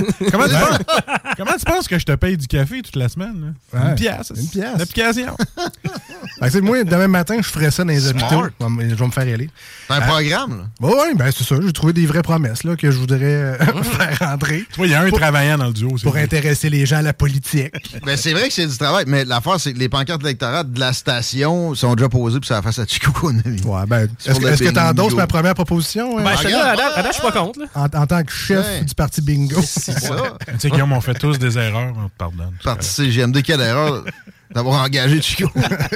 tu penses que je te paye du café toute la semaine? Là? Ouais. Une pièce. L'application. Moi, demain matin, je ferais ça dans les hôpitaux. Je vais me faire y aller. C'est un programme, là? Oui, ben c'est ça. J'ai trouvé des vraies promesses là, que je voudrais faire entrer. Tu vois, il y a un travaillant dans le duo. Pour intéresser les gens à la politique. Ben, c'est vrai que c'est du travail, mais l'affaire, c'est que les pancartes électorales de la station sont déjà posées puis ça va face à Chico Konami. Ouais, ben, est-ce que tu endosses ma première proposition? Ben, je suis pas contre. Là. En tant que chef du parti bingo. C'est ça. Tu sais, Guillaume, on fait tous des erreurs, on te pardonne. Parti CGMD, quelle erreur d'avoir engagé Chico.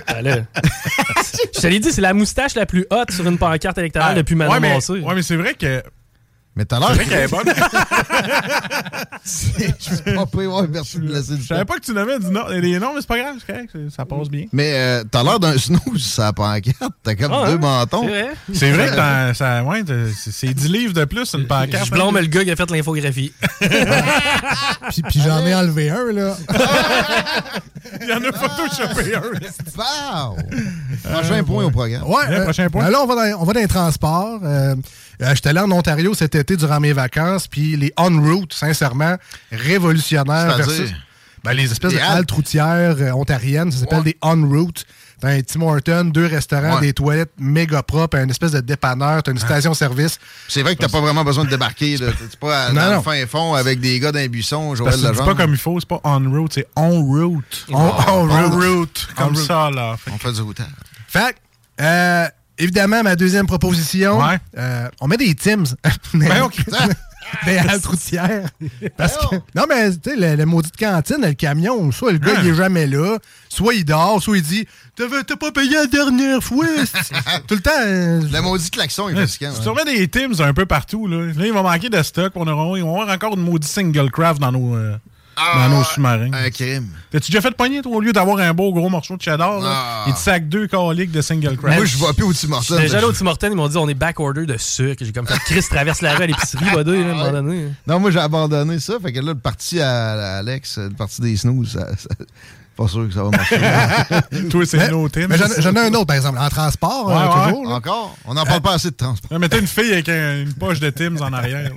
Je te l'ai dit, c'est la moustache la plus haute sur une pancarte électorale depuis Manon Massé. Ouais, mais c'est vrai que. Mais tout à l'heure. C'est vrai qu'elle est bonne. Je suis pas payé, merci de me laisser du temps. Je savais pas que tu nommais des noms, mais c'est pas grave, c'est correct, ça passe bien. Mais t'as l'air d'un snooze, ça pancarte. T'as comme deux mentons. C'est vrai que c'est 10 livres de plus, une pancarte. Je blâme le gars qui a fait l'infographie. Puis j'en ai enlevé un, là. Il y en a photoshopé un. Wow! Prochain point au programme. Ouais, prochain point. Là, on va dans les transports. J'étais allé en Ontario cet été durant mes vacances, puis les on-route, sincèrement, révolutionnaires versus les espèces de haltes routières ontariennes, ça s'appelle des on-route. T'as un Tim Hortons, 2 restaurants, des toilettes méga propres, une espèce de dépanneur, t'as une station-service. C'est vrai que t'as pas vraiment besoin de débarquer. C'est pas dans le fin fond avec des gars d'un buisson, Joël Legendre. C'est pas comme il faut, c'est pas on-route, c'est on-route. On-route. Comme ça, là. On fait du routage. Fait évidemment, ma deuxième proposition, on met des Tims. Des haltes routières. Parce que, non, mais tu sais, le maudit de cantine, le camion, soit le gars, il est jamais là, soit il dort, soit il dit t'as pas payé la dernière fois. Tout le temps. Le maudit klaxon, il est fatigant. Tu remets des Tims un peu partout. Là, il va manquer de stock. Ils vont avoir encore une maudite single craft dans nos sous-marins. Un crime. T'as-tu déjà fait pogner, toi, au lieu d'avoir un beau gros morceau de cheddar, il te sac 2 coliques de single craft? Moi, je vais plus au Tim Hortons. J'étais déjà allé au Tim Hortons, ils m'ont dit on est back-order de sucre. J'ai comme fait Chris traverse la rue à l'épicerie, à un moment donné. Non, moi, j'ai abandonné ça. Fait que là, le parti à Alex, le parti des snooze, pas sûr que ça va marcher. Toi, c'est no Tim. Mais j'en ai un autre, par exemple, en transport. Toujours, encore. On n'en parle pas assez de transport. Mettez une fille avec une poche de Tims en arrière.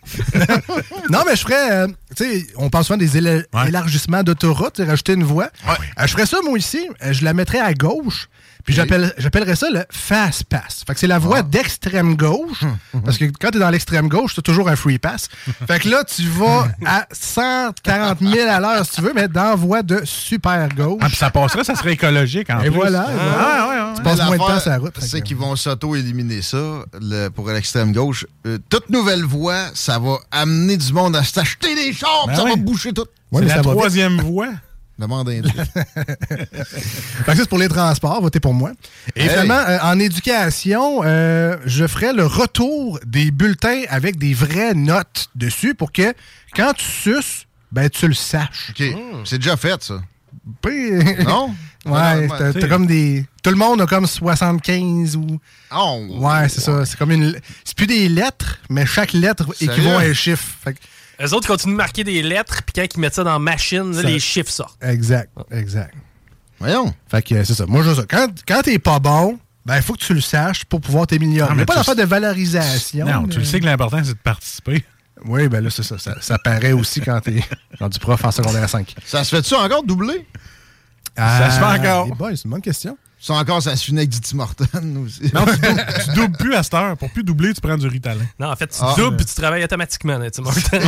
Non, mais je ferais... tu sais, on parle souvent des élargissements d'autoroute, rajouter une voie. Je ferais ça, moi, ici. Je la mettrais à gauche. Puis j'appellerais ça le fast pass. Fait que c'est la voie d'extrême gauche. Parce que quand t'es dans l'extrême gauche, t'as toujours un free pass. Fait que là, tu vas à 140 000 à l'heure si tu veux, mais dans la voie de super gauche. Puis ça passerait, ça serait écologique en plus. Et voilà. Tu passes moins de temps sur la route. C'est qu'ils vont s'auto-éliminer ça pour l'extrême gauche. Toute nouvelle voie, ça va amener du monde à s'acheter des chars, ça va boucher tout. C'est la troisième voie. Demande un Fait que c'est pour les transports, votez pour moi. Et finalement, en éducation, je ferai le retour des bulletins avec des vraies notes dessus pour que quand tu suces, ben tu le saches. OK. C'est déjà fait, ça. Non? Ouais, t'as comme des... Tout le monde a comme 75 ou... Oh! Ouais, c'est ça. C'est comme une... C'est plus des lettres, mais chaque lettre équivaut à un chiffre. Fait que... Eux autres continuent de marquer des lettres, puis quand ils mettent ça dans la machine, là, les chiffres sortent. Exact. Voyons. Fait que c'est ça. Moi, je veux ça. Quand t'es pas bon, ben, il faut que tu le saches pour pouvoir t'améliorer. Mais pas l'affaire de valorisation. Non, tu le sais que l'important, c'est de participer. Oui, ben là, c'est ça. Ça paraît aussi quand t'es rendu prof en secondaire 5. Ça se fait-tu encore doubler? Ça se fait encore. C'est une bonne question. Ça encore, ça se finit avec du Tim Hortons aussi. Non, tu doubles plus à cette heure. Pour plus doubler, tu prends du Ritalin. Non, en fait, tu doubles puis tu travailles automatiquement, Tim Hortons.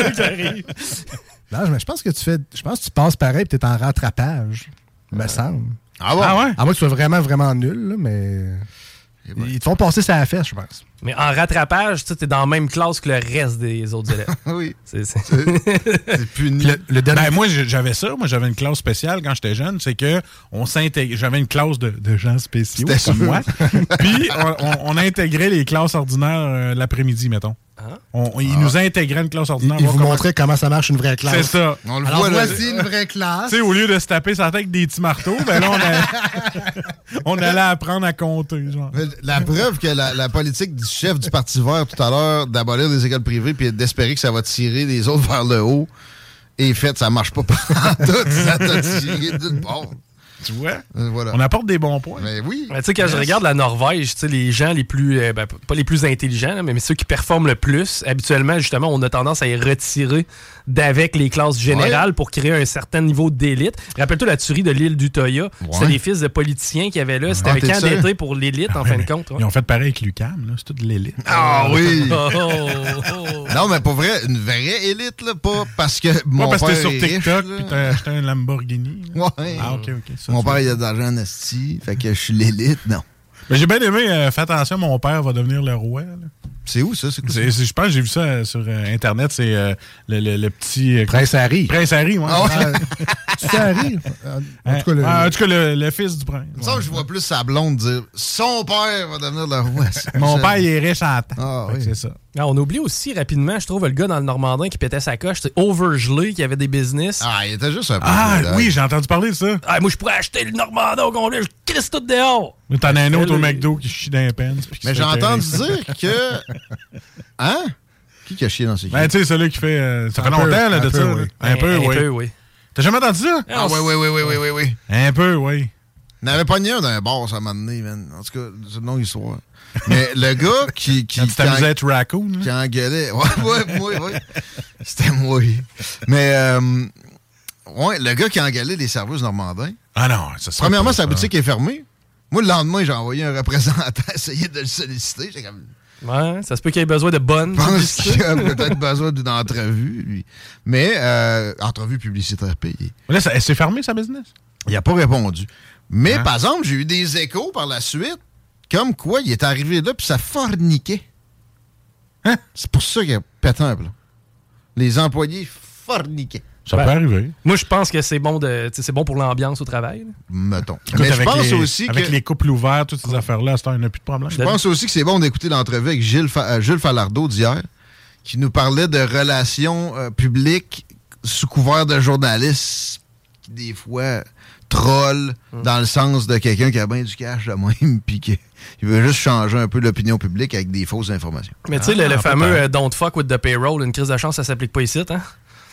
Non, mais je pense que tu passes pareil et tu es en rattrapage. Me semble. Ah ouais? À moins que tu sois vraiment, vraiment nul, là, mais... Ils te font passer ça à la fesse, je pense. Mais en rattrapage, tu es dans la même classe que le reste des autres élèves. Oui. C'est puni. Ben, moi, j'avais ça. Moi, j'avais une classe spéciale quand j'étais jeune. C'est que j'avais une classe de gens spéciaux comme moi. Puis, on intégrait les classes ordinaires l'après-midi, mettons. Ils nous intégraient une classe ordinaire. Ils vous montraient comment ça marche une vraie classe. C'est ça. Alors, voici une vraie classe. Tu sais, au lieu de se taper sa tête avec des petits marteaux, ben là, on allait apprendre à compter. Genre. La preuve que la politique du chef du Parti vert tout à l'heure d'abolir les écoles privées puis d'espérer que ça va tirer les autres vers le haut est faite. Ça marche pas partout. Ça t'a tiré d'une part. Tu vois? Voilà. On apporte des bons points. Mais oui. Tu sais, quand je regarde la Norvège, tu sais, les gens les plus, pas les plus intelligents, là, mais ceux qui performent le plus, habituellement, justement, on a tendance à les retirer d'avec les classes générales pour créer un certain niveau d'élite. Rappelle-toi la tuerie de l'île d'Utoya. C'était des fils de politiciens qui avaient là. C'était un camp d'été pour l'élite, en fin de compte. Ils ont fait pareil avec l'UQAM, là. C'est toute l'élite. Ah oui! Non, mais pour vrai, une vraie élite, là. Pas parce que mon père t'es sur est TikTok riche, puis t'as acheté un Lamborghini. Ouais. Ah, OK. Ça, mon père, il a de l'argent en esti, fait que je suis l'élite, non. Mais j'ai bien aimé, fais attention, mon père va devenir le roi. Là. C'est où ça? Je pense que j'ai vu ça sur Internet. C'est le petit... Prince Harry. Prince Harry, ouais. Ah ouais. C'est Harry? En tout cas, le fils du prince. Il me semble que je vois plus sa blonde dire « Son père va devenir le roi. » Mon père, il est riche en temps. Ah oui. C'est ça. On oublie aussi rapidement, je trouve, le gars dans le Normandin qui pétait sa coche. C'est Overgelé qui avait des business. Ah, il était juste un peu... oui, j'ai entendu parler de ça. Ah, moi, je pourrais acheter le Normandin au complet. Je crisse tout dehors. Mais t'en as un autre au McDo qui chie dans les pens. Mais j'ai entendu dire que... Hein? Qui a chié dans ces Ben, tu sais, celui qui fait... ça fait longtemps, là, de ça. Un peu, oui. T'as jamais entendu ça? Ah, oui. Un peu, oui. Il n'avait pas ni un d'un bar, ça m'a donné, man. En tout cas, c'est une longue histoire. Mais le gars qui tu t'amusais à être raccoon, qui engueulait... Ouais. C'était moi. Mais, ouais, le gars qui engueulait les serveuses normandins... Ah non, ça serait premièrement, pas sa ça. boutique est fermée. Moi, le lendemain, j'ai envoyé un représentant essayer de le solliciter. J'ai comme... Ouais, ça se peut qu'il ait besoin de bonnes. Je pense qu'il a peut-être besoin d'une entrevue, lui. Mais, entrevue publicitaire payée. Là, elle s'est fermée, sa business? Il n'a pas répondu. Mais, par exemple, j'ai eu des échos par la suite, comme quoi il est arrivé là, puis ça forniquait. Hein? C'est pour ça qu'il a pété un plat. Les employés forniquaient. Ça peut arriver. Moi, je pense que c'est bon pour l'ambiance au travail. Là. Mettons. Écoute, mais je pense aussi avec les couples ouverts, toutes ces affaires-là, il n'y a plus de problème. Je pense aussi que c'est bon d'écouter l'entrevue avec Jules Falardeau d'hier, qui nous parlait de relations publiques sous couvert de journalistes qui, des fois, trollent dans le sens de quelqu'un qui a bien du cash de même puis qui veut juste changer un peu l'opinion publique avec des fausses informations. Mais tu sais, le fameux « Don't fuck with the payroll », une crise de chance, ça s'applique pas ici, hein?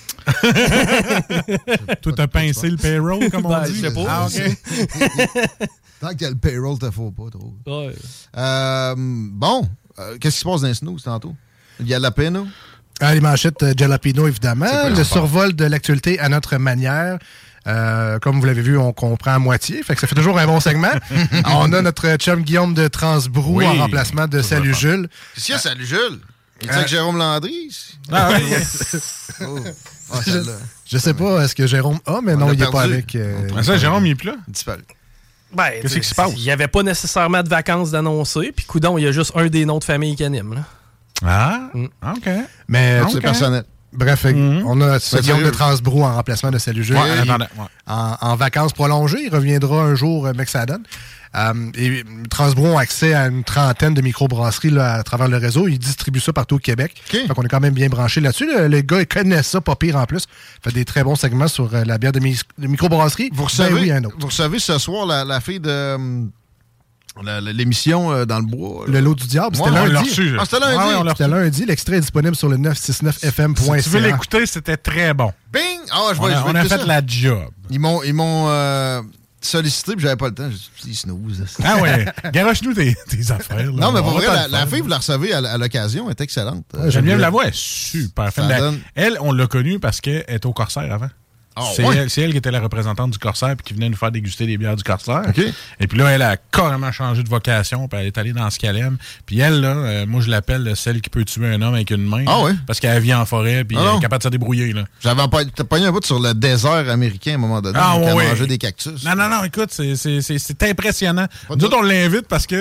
Toi, t'as pincé le payroll, comme on dit? Je sais pas. Ah, OK. Tant qu'il y a le payroll, t'en faut pas trop. Ouais. Bon, qu'est-ce qui se passe dans les snooze tantôt? Il y a la peine, les manchettes Jalapeno, évidemment. Le survol de l'actualité à notre manière. Comme vous l'avez vu, on comprend à moitié. Fait que ça fait toujours un bon segment. On a notre chum Guillaume de Transbrou en remplacement de Salut Jules. Qu'est-ce qu'il y a, Salut Jules? Il dit que Jérôme Landry? Ah oui. Je sais pas, est-ce que Jérôme a, mais non, il n'est pas avec. Ça, Jérôme, il est plus là? Disparu. Ben, qu'est-ce qui se passe? Il n'y avait pas nécessairement de vacances d'annoncer, puis coudon, il y a juste un des noms de famille qui anime. Là. Ah, OK. Mais c'est personnel. Bref, on a Guillaume de Transbrou en remplacement de Salut Jules. En vacances prolongées, il reviendra un jour, mec, ça donne. Et Transbrou ont accès à une trentaine de microbrasseries là, à travers le réseau. Ils distribuent ça partout au Québec. Okay. Fait qu'on est quand même bien branché là-dessus. Le gars, il connaît ça, pas pire en plus. Il fait des très bons segments sur la bière de microbrasserie. Vous recevez ce soir la fille de... l'émission dans le bois. Le lot du diable, c'était lundi. C'était lundi. C'était lundi. L'extrait est disponible sur le 969fm.ca. Si tu veux l'écouter, c'était très bon. Bing! On a fait la job. Ils m'ont sollicité, puis j'avais pas le temps. J'ai dit, ils snooze. Ah ouais. Garoche-nous tes affaires. Là. Non, mais pour vrai, la fille, vous la recevez à l'occasion, elle est excellente. J'aime bien la voix, elle est super. Elle, on l'a connue parce qu'elle était au Corsaire avant. C'est elle qui était la représentante du Corsaire et qui venait nous faire déguster des bières du Corsaire. Okay. Et puis là, elle a carrément changé de vocation, puis elle est allée dans ce qu'elle aime. Puis elle, là, moi, je l'appelle celle qui peut tuer un homme avec une main. Ah oui? Parce qu'elle vit en forêt, puis elle est capable de se débrouiller. Là. T'as pogné un bout sur le désert américain à un moment donné. Ah qui a oui. mangé des cactus. Non, écoute, c'est impressionnant. Nous autres, on l'invite parce que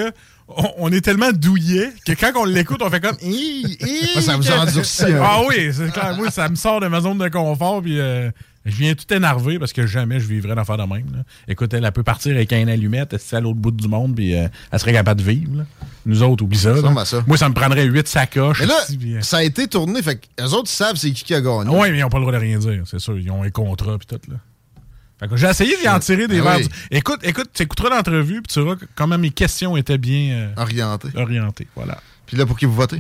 on est tellement douillet que quand on l'écoute, on fait comme... Ça vous endurcit. Ah oui, c'est clair. Moi, ça me sort de ma zone de confort, puis je viens tout énervé parce que jamais je vivrais d'affaire de même. Là. Écoute, elle peut partir avec un allumette, c'est à l'autre bout du monde, puis elle serait capable de vivre. Là. Nous autres, oublie ça. Moi, ça me prendrait 8 sacoches. Mais là, ça a été tourné, fait que les autres savent c'est qui a gagné. Oui, mais ils n'ont pas le droit de rien dire, c'est sûr. Ils ont un contrat, puis tout, là. Fait que j'ai essayé d'y en tirer des verres. Oui. Écoute, tu écouteras l'entrevue, puis tu verras comment mes questions étaient bien orientées. Voilà. Puis là, pour qui vous votez?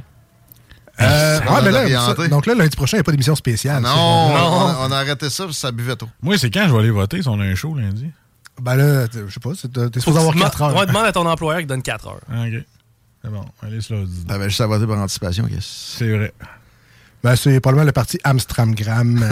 Donc là, lundi prochain, il n'y a pas d'émission spéciale. Non, on a arrêté ça parce que ça buvait tôt. Moi, c'est quand je vais aller voter si on a un show lundi? Ben là, je sais pas, t'es supposé avoir 4 heures. Ouais, demande à ton employeur qui donne 4 heures. OK. C'est bon, allez, cela dit. T'avais juste à voter par anticipation, qu'est-ce? C'est vrai. Ben, c'est probablement le parti Amstramgram.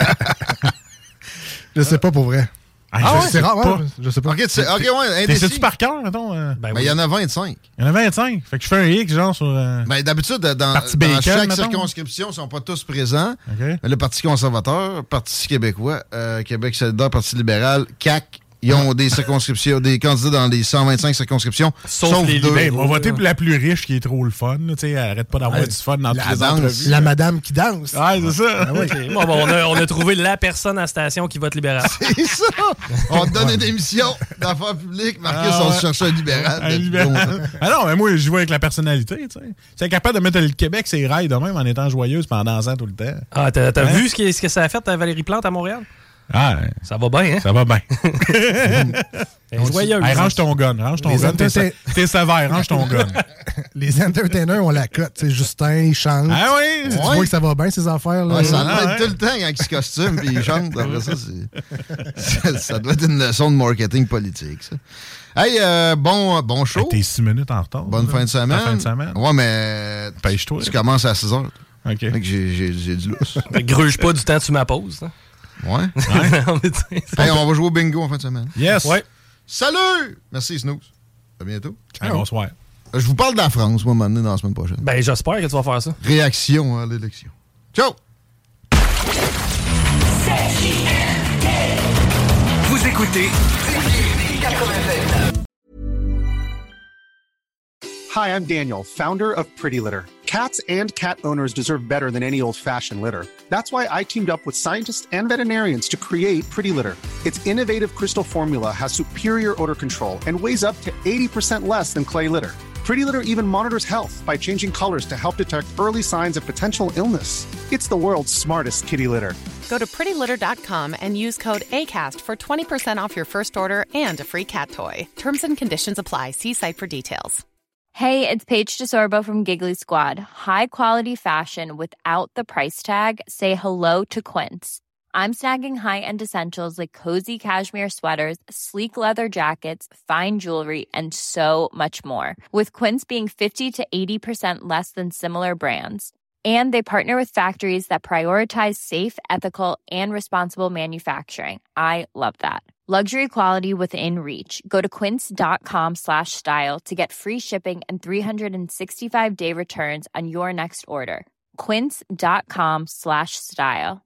Je sais pas pour vrai. C'est rare, ouais, je sais pas. OK, ouais, t'es-tu par cœur, mettons? Il y en a 25. Il y en a 25. Fait que je fais un X, genre, sur... Ben, d'habitude, dans chaque circonscription, ils sont pas tous présents. Okay. Le Parti conservateur, Parti québécois, Québec solidaire, Parti libéral, CAQ, ils ont des circonscriptions, des candidats dans les 125 circonscriptions. Sauf les deux. On va voter pour la plus riche qui est trop le fun. Arrête pas d'avoir du fun dans toutes les entrevues. La madame qui danse. Ah, c'est ça. Okay. Bon, on a trouvé la personne à la station qui vote libéral. C'est ça. On te donne une émission d'affaires publiques marquée si on se cherche un libéral. Ah non, mais moi, je vois avec la personnalité. C'est capable de mettre le Québec ses rails de même en étant joyeuse pendant dansant tout le temps. Ah, t'as vu ce que ça a fait à Valérie Plante à Montréal? Ah, ça va bien, hein? Ça va bien. Joyeuse. Hey, range ton gun. T'es sévère, range ton gun. Les entertainers ont la cote. Justin, il chante. Ah oui? Tu vois que ça va bien, ces affaires-là. Ouais, ça doit être tout le temps quand il se costume et il chante. Après ça doit être une leçon de marketing politique, ça. Hey, bon show. T'es 6 minutes en retard. Bonne fin de semaine. Ouais, mais pêche-toi. Tu commences à 6 heures. OK. Fait que j'ai du lousse. Gruge pas du temps tu m'apposes. Ouais. Hey, on va jouer au bingo en fin de semaine. Yes. Ouais. Salut! Merci, Snooze. À bientôt. Hey, bonsoir. Je vous parle de la France, moi, maintenant, dans la semaine prochaine. Ben, j'espère que tu vas faire ça. Réaction à l'élection. Ciao! Vous écoutez Hi, I'm Daniel, founder of Pretty Litter. Cats and cat owners deserve better than any old-fashioned litter. That's why I teamed up with scientists and veterinarians to create Pretty Litter. Its innovative crystal formula has superior odor control and weighs up to 80% less than clay litter. Pretty Litter even monitors health by changing colors to help detect early signs of potential illness. It's the world's smartest kitty litter. Go to prettylitter.com and use code ACAST for 20% off your first order and a free cat toy. Terms and conditions apply. See site for details. Hey, it's Paige DeSorbo from Giggly Squad. High quality fashion without the price tag. Say hello to Quince. I'm snagging high-end essentials like cozy cashmere sweaters, sleek leather jackets, fine jewelry, and so much more. With Quince being 50 to 80% less than similar brands. And they partner with factories that prioritize safe, ethical, and responsible manufacturing. I love that. Luxury quality within reach. Go to quince.com/style to get free shipping and 365-day returns on your next order. Quince.com/style.